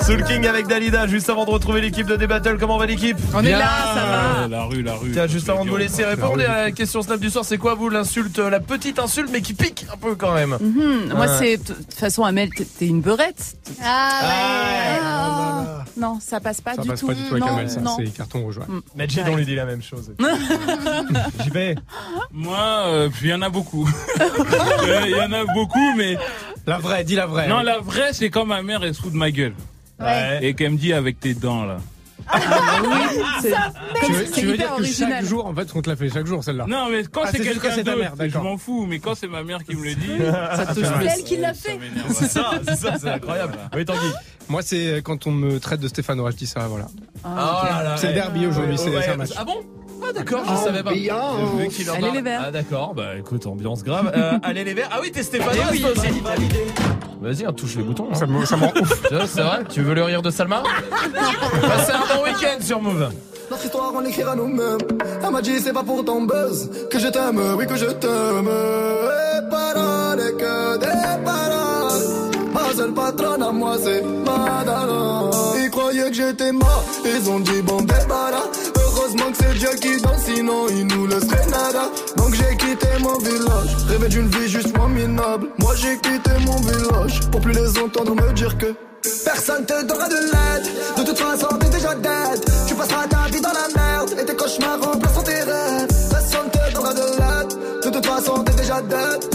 Soul King avec Dalida, juste avant de retrouver l'équipe de D-Battle. Comment va l'équipe? On est là, ça va. La rue, la rue. Tiens, juste avant de vous laisser répondre à la question Snap du soir, c'est quoi vous l'insulte, la petite insulte mais qui pique un peu quand même? Mm-hmm. Moi Ouais. c'est, de toute façon Amel, t'es t'es une beurette. Ah ouais. Ah, non, ça passe pas Ça du passe tout. pas du tout avec non, Amel, ça, non. c'est carton rouge. Ouais. Majid, on lui dit la même chose. J'y vais. Moi, euh, il y en a beaucoup. Il y en a beaucoup, mais. La vraie, dis la vraie. Non, la vraie, c'est quand ma mère, elle se fout de ma gueule. Ouais. Et qu'elle me dit avec tes dents, là. Ah, oui, c'est, Tu veux, c'est tu veux hyper dire que original. chaque jour, en fait, on te la fait chaque jour celle-là. Non, mais quand Ah, c'est c'est juste quelqu'un quand c'est ta d'autre, mère, je d'accord. m'en fous. Mais quand c'est ma mère qui me le dit, Ça touche fait plus. C'est elle qui l'a fait. C'est ça, c'est ça, c'est incroyable. Oui, Tanguy. Moi, c'est quand on me traite de Stéphanois, je dis ça, voilà. Ah, ok. là là, C'est le ouais. derby aujourd'hui, c'est Ouais. c'est un match. Ah bon? Ah d'accord, je savais pas. Vu qu'il en Allez, parle. les Verts. Ah d'accord, bah écoute, ambiance grave. Euh, allez les verts. Ah oui, t'es Stéphanois toi aussi. Vas-y, on touche les boutons. Hein. Ça me ça me rend ouf. Tu vois, c'est vrai? Tu veux le rire de Salma? Passez un bon week-end sur Move. Notre histoire, on l'écrira nous-mêmes. Elle m'a dit, c'est pas pour ton buzz que je t'aime, oui, que je t'aime. Et paroles, et que des paroles. Ma seule patronne à moi, c'est Madara. Ils croyaient que j'étais mort, ils ont dit, bon, débarras. Heureusement que c'est Dieu qui danse, sinon il nous laisserait nada. Donc j'ai quitté mon village, rêvé d'une vie juste moins minable. Moi j'ai quitté mon village, pour plus les entendre me dire que personne te donnera de l'aide. De toute façon t'es déjà dead. Tu passeras ta vie dans la merde et tes cauchemars remplaceront tes rêves. Personne te donnera de l'aide. De toute façon t'es déjà dead.